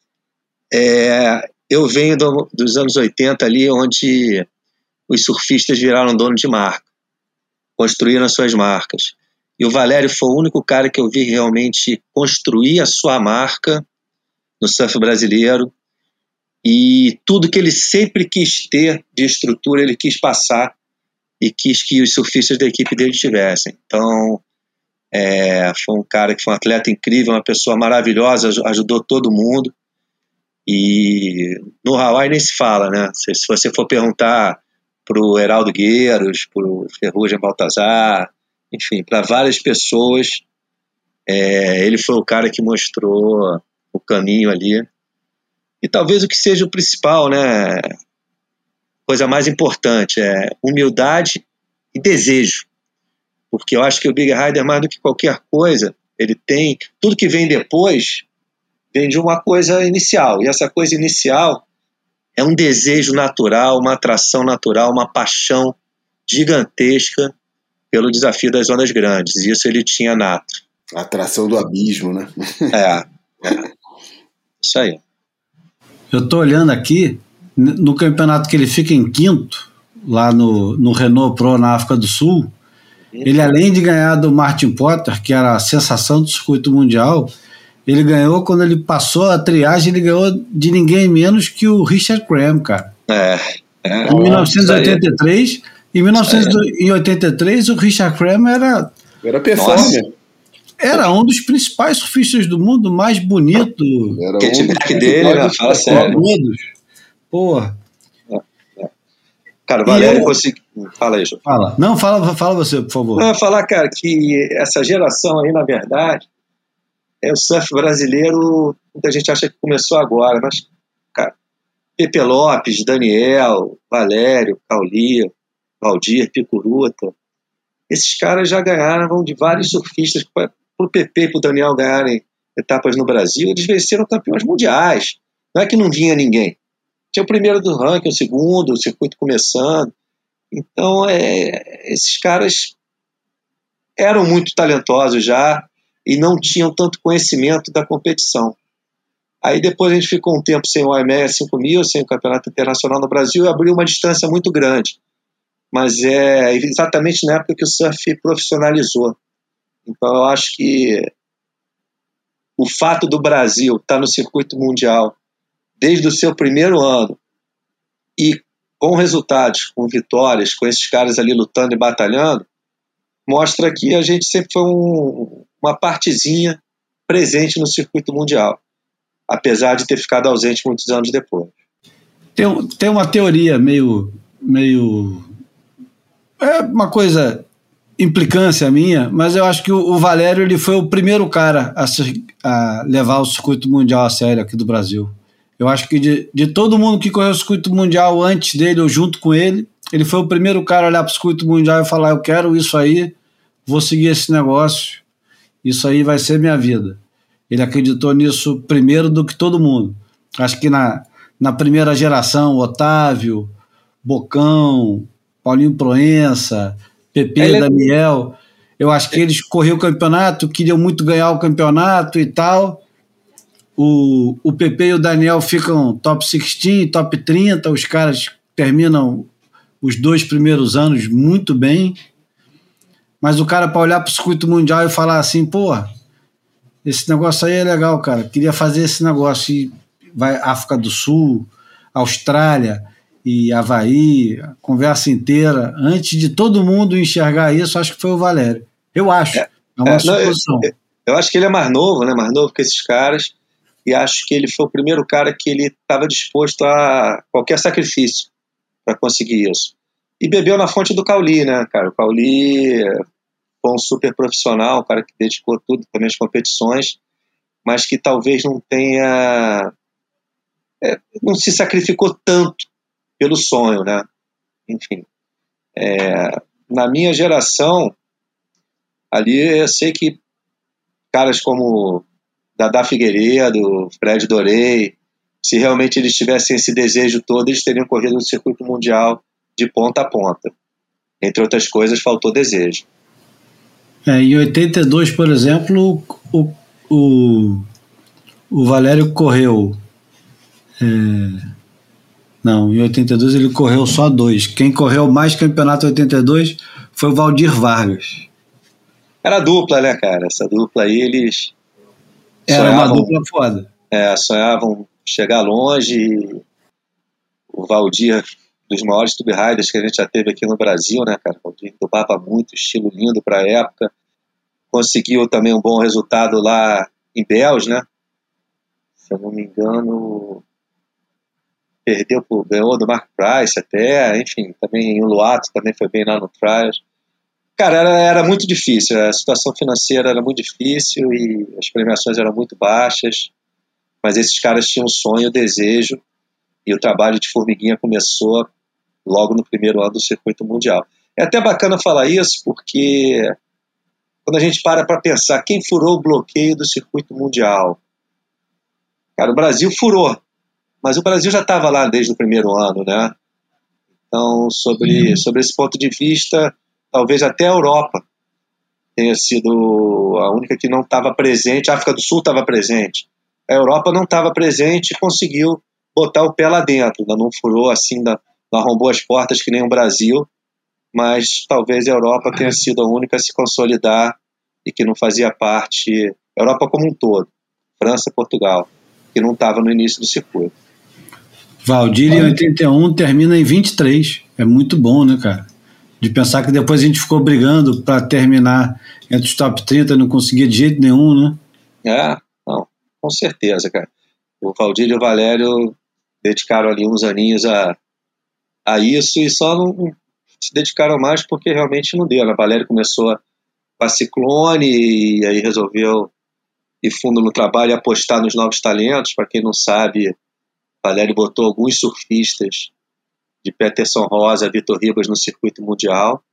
eu venho dos anos 80 ali, onde os surfistas viraram dono de marca, construíram as suas marcas, e o Valério foi o único cara que eu vi realmente construir a sua marca no surf brasileiro, e tudo que ele sempre quis ter de estrutura, ele quis passar e quis que os surfistas da equipe dele tivessem. Então, foi um cara que foi um atleta incrível, uma pessoa maravilhosa, ajudou todo mundo. E no Hawaii nem se fala, né? Se você for perguntar pro Heraldo Gueiros, pro Ferrugem Baltazar, enfim, para várias pessoas, ele foi o cara que mostrou o caminho ali. E talvez o que seja o principal, né? Coisa mais importante é humildade e desejo, porque eu acho que o Big Rider, mais do que qualquer coisa, ele tem, tudo que vem depois vem de uma coisa inicial, e essa coisa inicial é um desejo natural, uma atração natural, uma paixão gigantesca pelo desafio das ondas grandes, e isso ele tinha nato. A atração do abismo, né? Isso aí. Eu tô olhando aqui, no campeonato que ele fica em quinto, lá no Renault Pro na África do Sul, ele, além de ganhar do Martin Potter, que era a sensação do circuito mundial, Ele ganhou, quando ele passou a triagem, ele ganhou de ninguém menos que o Richard Cram, cara. Em 1983. Em 1983, o Richard Cram era performer. Era um dos principais surfistas do mundo, mais bonito. Era Catback dele, né? Fala sério. Porra. Cara, o Valério conseguiu. Fala aí, João. Fala. Não, fala você, por favor. Eu ia falar, cara, que essa geração aí, na verdade, o surf brasileiro, muita gente acha que começou agora, mas, cara, Pepe Lopes, Daniel, Valério, Cauli, Valdir, Picuruta, esses caras já ganharam de vários surfistas. Para o Pepe e para o Daniel ganharem etapas no Brasil, eles venceram campeões mundiais. Não é que não vinha ninguém. Tinha o primeiro do ranking, o segundo, o circuito começando. Então, esses caras eram muito talentosos já e não tinham tanto conhecimento da competição. Aí depois a gente ficou um tempo sem o IMEA 5000, sem o Campeonato Internacional no Brasil, e abriu uma distância muito grande. Mas é exatamente na época que o surf profissionalizou. Então eu acho que o fato do Brasil estar no circuito mundial desde o seu primeiro ano e com resultados, com vitórias, com esses caras ali lutando e batalhando, mostra que a gente sempre foi uma partezinha presente no circuito mundial, apesar de ter ficado ausente muitos anos depois. Tem uma teoria meio é uma coisa, implicância minha, mas eu acho que o Valério ele foi o primeiro cara a levar o circuito mundial a sério aqui do Brasil. Eu acho que de todo mundo que correu o circuito mundial antes dele ou junto com ele, ele foi o primeiro cara a olhar para o circuito mundial e falar: eu quero isso aí, vou seguir esse negócio, isso aí vai ser minha vida. Ele acreditou nisso primeiro do que todo mundo. Acho que na primeira geração, Otávio, Bocão, Paulinho Proença, Pepe, Daniel, eu acho que eles corriam o campeonato, queriam muito ganhar o campeonato e tal. O Pepe e o Daniel ficam top 16, top 30, os caras terminam os 2 primeiros anos muito bem, mas o cara para olhar para o circuito mundial e falar assim: porra, esse negócio aí é legal, cara, queria fazer esse negócio, e vai África do Sul, Austrália e Havaí, a conversa inteira, antes de todo mundo enxergar isso, acho que foi o Valério. Eu acho, é uma suposição. Eu acho que ele é mais novo que esses caras, e acho que ele foi o primeiro cara que ele estava disposto a qualquer sacrifício para conseguir isso. E bebeu na fonte do Cauli, né, cara? O Cauli foi um super profissional, um cara que dedicou tudo também às competições, mas que talvez não tenha... não se sacrificou tanto pelo sonho, né? Enfim. Na minha geração, ali eu sei que caras como Dadá Figueiredo, Fred Dorey, se realmente eles tivessem esse desejo todo, eles teriam corrido no circuito mundial de ponta a ponta. Entre outras coisas, faltou desejo. Em 82, por exemplo, o Valério correu... Não, em 82 ele correu só 2. Quem correu mais campeonato em 82 foi o Valdir Vargas. Era dupla, né, cara? Essa dupla aí, eles... Era uma dupla foda. Sonhavam chegar longe. O Valdir, dos maiores tube riders que a gente já teve aqui no Brasil, né, cara? O Valdir tubava muito, estilo lindo para a época. Conseguiu também um bom resultado lá em Bells, né? Se eu não me engano, ganhou do Mark Price até, enfim, também em Uluwatu também foi bem lá no Trials. Cara, era muito difícil, a situação financeira era muito difícil e as premiações eram muito baixas, mas esses caras tinham um sonho, um desejo, e o trabalho de formiguinha começou logo no primeiro ano do circuito mundial. É até bacana falar isso, porque quando a gente para pensar quem furou o bloqueio do circuito mundial, cara, o Brasil furou, mas o Brasil já estava lá desde o primeiro ano, né? Então, sobre esse ponto de vista, talvez até a Europa tenha sido a única que não estava presente. A África do Sul estava presente. A Europa não estava presente e conseguiu botar o pé lá dentro. Não furou assim, não arrombou as portas que nem o Brasil, mas talvez a Europa tenha sido a única a se consolidar e que não fazia parte, a Europa como um todo, França, Portugal, que não estava no início do circuito. Valdir em 81 termina em 23. É muito bom, né, cara? De pensar que depois a gente ficou brigando para terminar entre os top 30 e não conseguia de jeito nenhum, né? Não, com certeza, cara. O Valdir e o Valério dedicaram ali uns aninhos a isso e só não se dedicaram mais porque realmente não deu. O Valério começou com a Ciclone e aí resolveu ir fundo no trabalho e apostar nos novos talentos. Para quem não sabe, o Valério botou alguns surfistas de Peterson Rosa, Vitor Ribas no circuito mundial.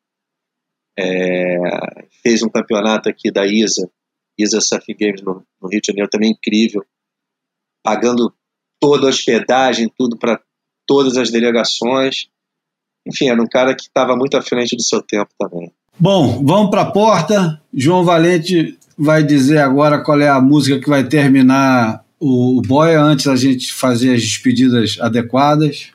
Fez um campeonato aqui da ISA Surf Games no Rio de Janeiro, também incrível, pagando toda a hospedagem, tudo para todas as delegações. Enfim, era um cara que estava muito à frente do seu tempo também. Bom, vamos para a porta. João Valente vai dizer agora qual é a música que vai terminar o Boia, antes da gente fazer as despedidas adequadas.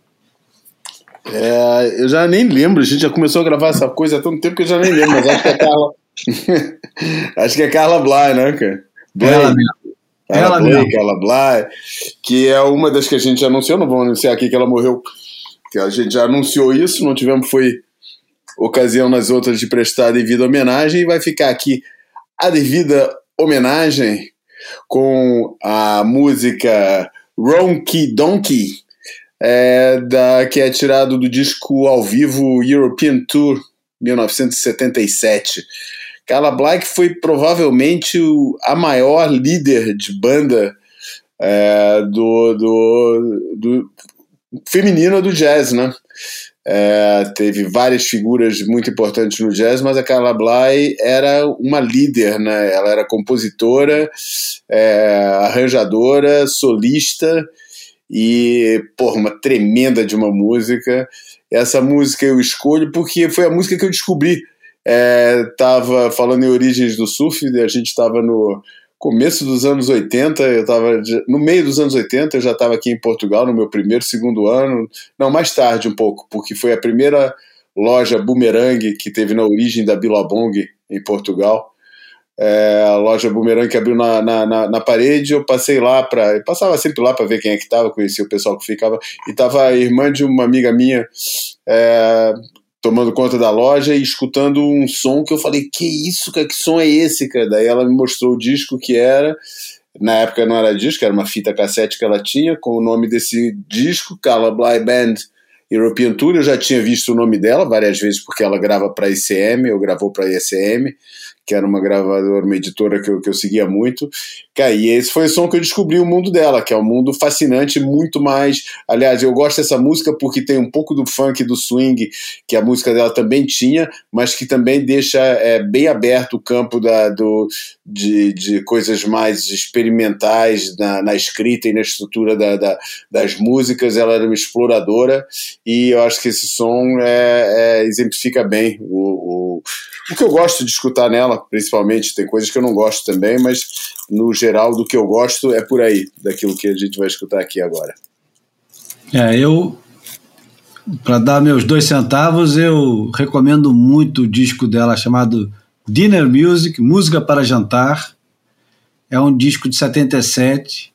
Eu já nem lembro, a gente já começou a gravar essa coisa há tanto tempo que eu já nem lembro, mas acho que é Carla. Acho que é Carla Bley, né, cara? Ela mesmo. Carla Bley, que é uma das que a gente já anunciou, não vamos anunciar aqui que ela morreu, que a gente já anunciou isso, não tivemos, foi ocasião nas outras de prestar a devida homenagem, e vai ficar aqui a devida homenagem com a música Ronky Donkey, que é tirado do disco ao vivo European Tour 1977. Carla Bley foi provavelmente a maior líder de banda do feminina do jazz, né? Teve várias figuras muito importantes no jazz, mas a Carla Bley era uma líder, né? Ela era compositora, arranjadora, solista e, uma tremenda de uma música. Essa música eu escolho porque foi a música que eu descobri. Tava falando em origens do surf, a gente estava no começo dos anos 80, eu estava no meio dos anos 80, eu já estava aqui em Portugal no meu segundo ano, não, mais tarde um pouco, porque foi a primeira loja Boomerang que teve na origem da Billabong em Portugal. A loja Boomerang que abriu na parede, eu passei lá eu passava sempre lá para ver quem é que estava, conhecia o pessoal que ficava, e estava a irmã de uma amiga minha tomando conta da loja e escutando um som que eu falei, que isso, cara, que som é esse, cara? Daí ela me mostrou o disco que era, na época não era disco, era uma fita cassete que ela tinha, com o nome desse disco, Carla Bley Band European Tour. Eu já tinha visto o nome dela várias vezes, porque ela grava para a ICM, ou gravou para a ICM, que era uma gravadora, uma editora que eu seguia muito. E esse foi o som que eu descobri o mundo dela, que é um mundo fascinante, muito mais... Aliás, eu gosto dessa música porque tem um pouco do funk, do swing, que a música dela também tinha, mas que também deixa bem aberto o campo de coisas mais experimentais na escrita e na estrutura das músicas. Ela era uma exploradora, e eu acho que esse som exemplifica bem o que eu gosto de escutar nela, principalmente. Tem coisas que eu não gosto também, mas no geral do que eu gosto é por aí, daquilo que a gente vai escutar aqui agora. Eu, para dar meus 2 centavos, eu recomendo muito o disco dela chamado Dinner Music, Música para Jantar. É um disco de 77.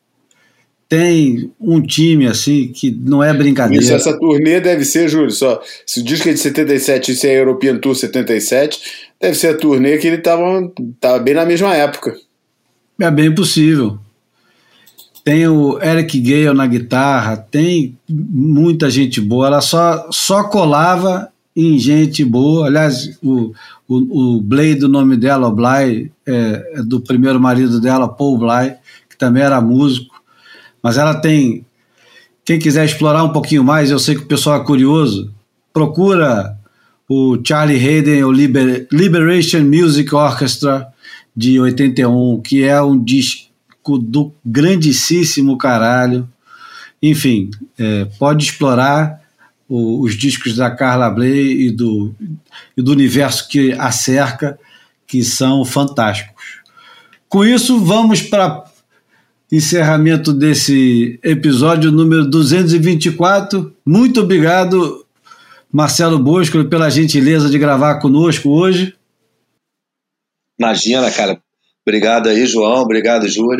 Tem um time assim que não é brincadeira. Isso, essa turnê deve ser, Júlio, só se o disco é de 77 e isso é European Tour 77, deve ser a turnê que ele tava bem na mesma época. É bem possível. Tem o Eric Gale na guitarra, tem muita gente boa. Ela só colava em gente boa. Aliás, o Blade, o nome dela, o Bley, é do primeiro marido dela, Paul Bley, que também era músico. Mas ela tem... Quem quiser explorar um pouquinho mais, eu sei que o pessoal é curioso, procura o Charlie Haden, o Liberation Music Orchestra, de 81, que é um disco do grandíssimo caralho. Enfim, pode explorar os discos da Carla Bley e do universo que a cerca, que são fantásticos. Com isso, vamos para encerramento desse episódio número 224. Muito obrigado, Marcelo Bosco, pela gentileza de gravar conosco hoje. Imagina, cara. Obrigado aí, João. Obrigado, Júlio.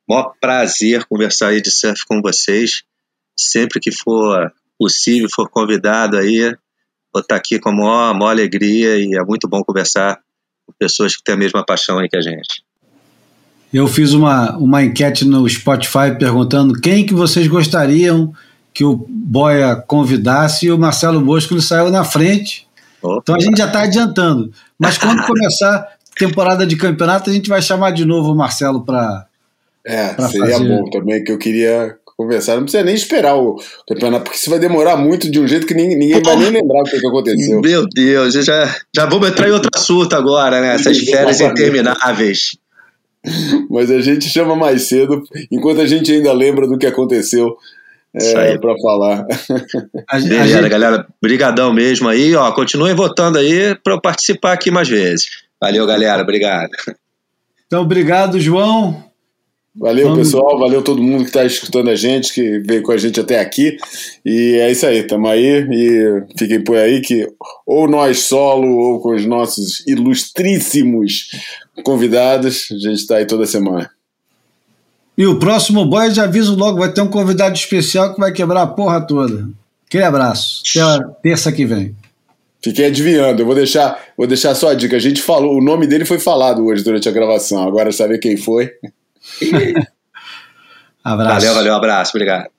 Maior prazer conversar aí de surf com vocês. Sempre que for possível, for convidado aí, vou estar aqui com a maior alegria, e é muito bom conversar com pessoas que têm a mesma paixão aí que a gente. Eu fiz uma enquete no Spotify perguntando quem que vocês gostariam que o Boia convidasse, e o Marcelo Bosco ele saiu na frente. Opa. Então a gente já está adiantando. Mas quando começar temporada de campeonato, a gente vai chamar de novo o Marcelo para seria fazer. Bom também, que eu queria conversar. Não precisa nem esperar o campeonato, porque isso vai demorar muito de um jeito que ninguém vai nem lembrar o que aconteceu. Meu Deus, já vamos entrar em outro assunto agora, né? Essas férias intermináveis. Mas a gente chama mais cedo, enquanto a gente ainda lembra do que aconteceu, para falar. Beleza, galera. Brigadão mesmo aí. Ó, continuem votando aí para eu participar aqui mais vezes. Valeu, galera. Obrigado. Então, obrigado, João. Valeu, pessoal. Valeu todo mundo que está escutando a gente, que veio com a gente até aqui. E é isso aí. Tamo aí. E fiquem por aí que ou nós solo ou com os nossos ilustríssimos convidados, a gente está aí toda semana. E o próximo Boia, já aviso logo, vai ter um convidado especial que vai quebrar a porra toda. Aquele abraço. Até terça que vem. Fiquei adivinhando. Eu vou deixar só a dica. A gente falou, o nome dele foi falado hoje durante a gravação. Agora saber quem foi. Abraço. Valeu, abraço, obrigado.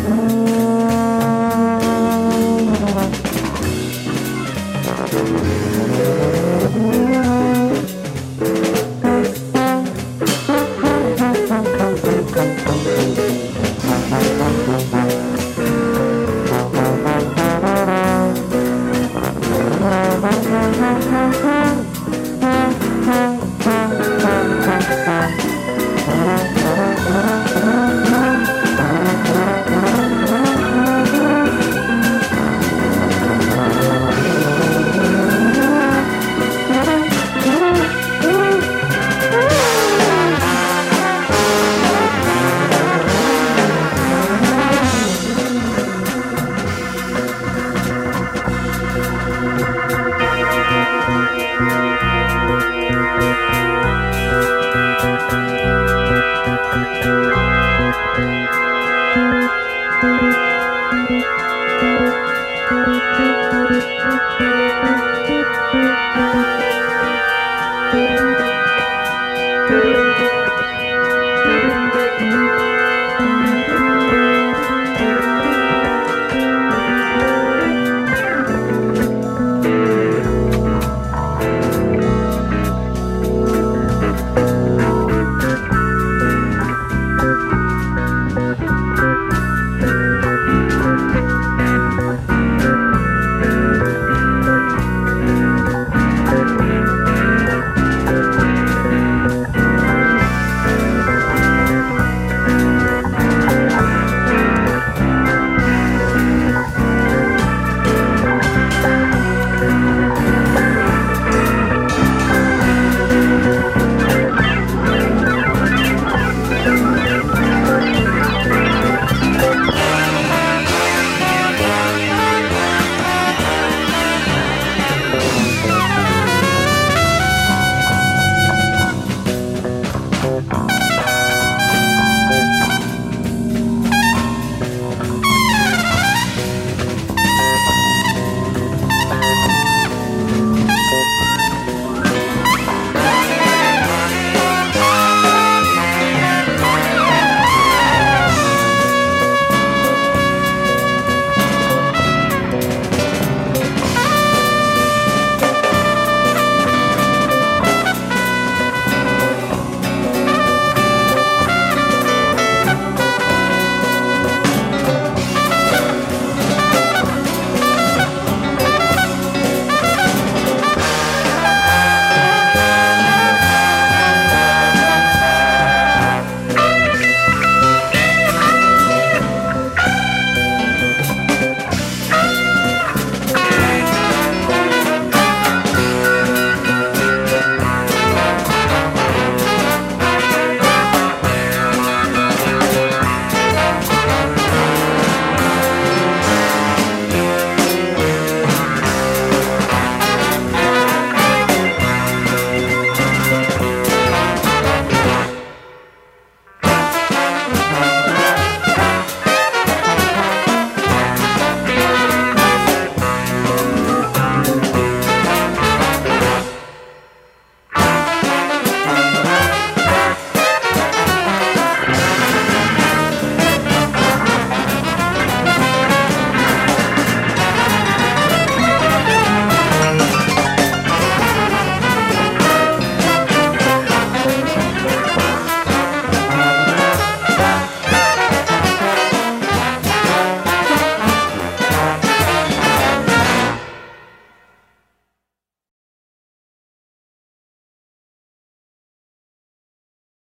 Thank you.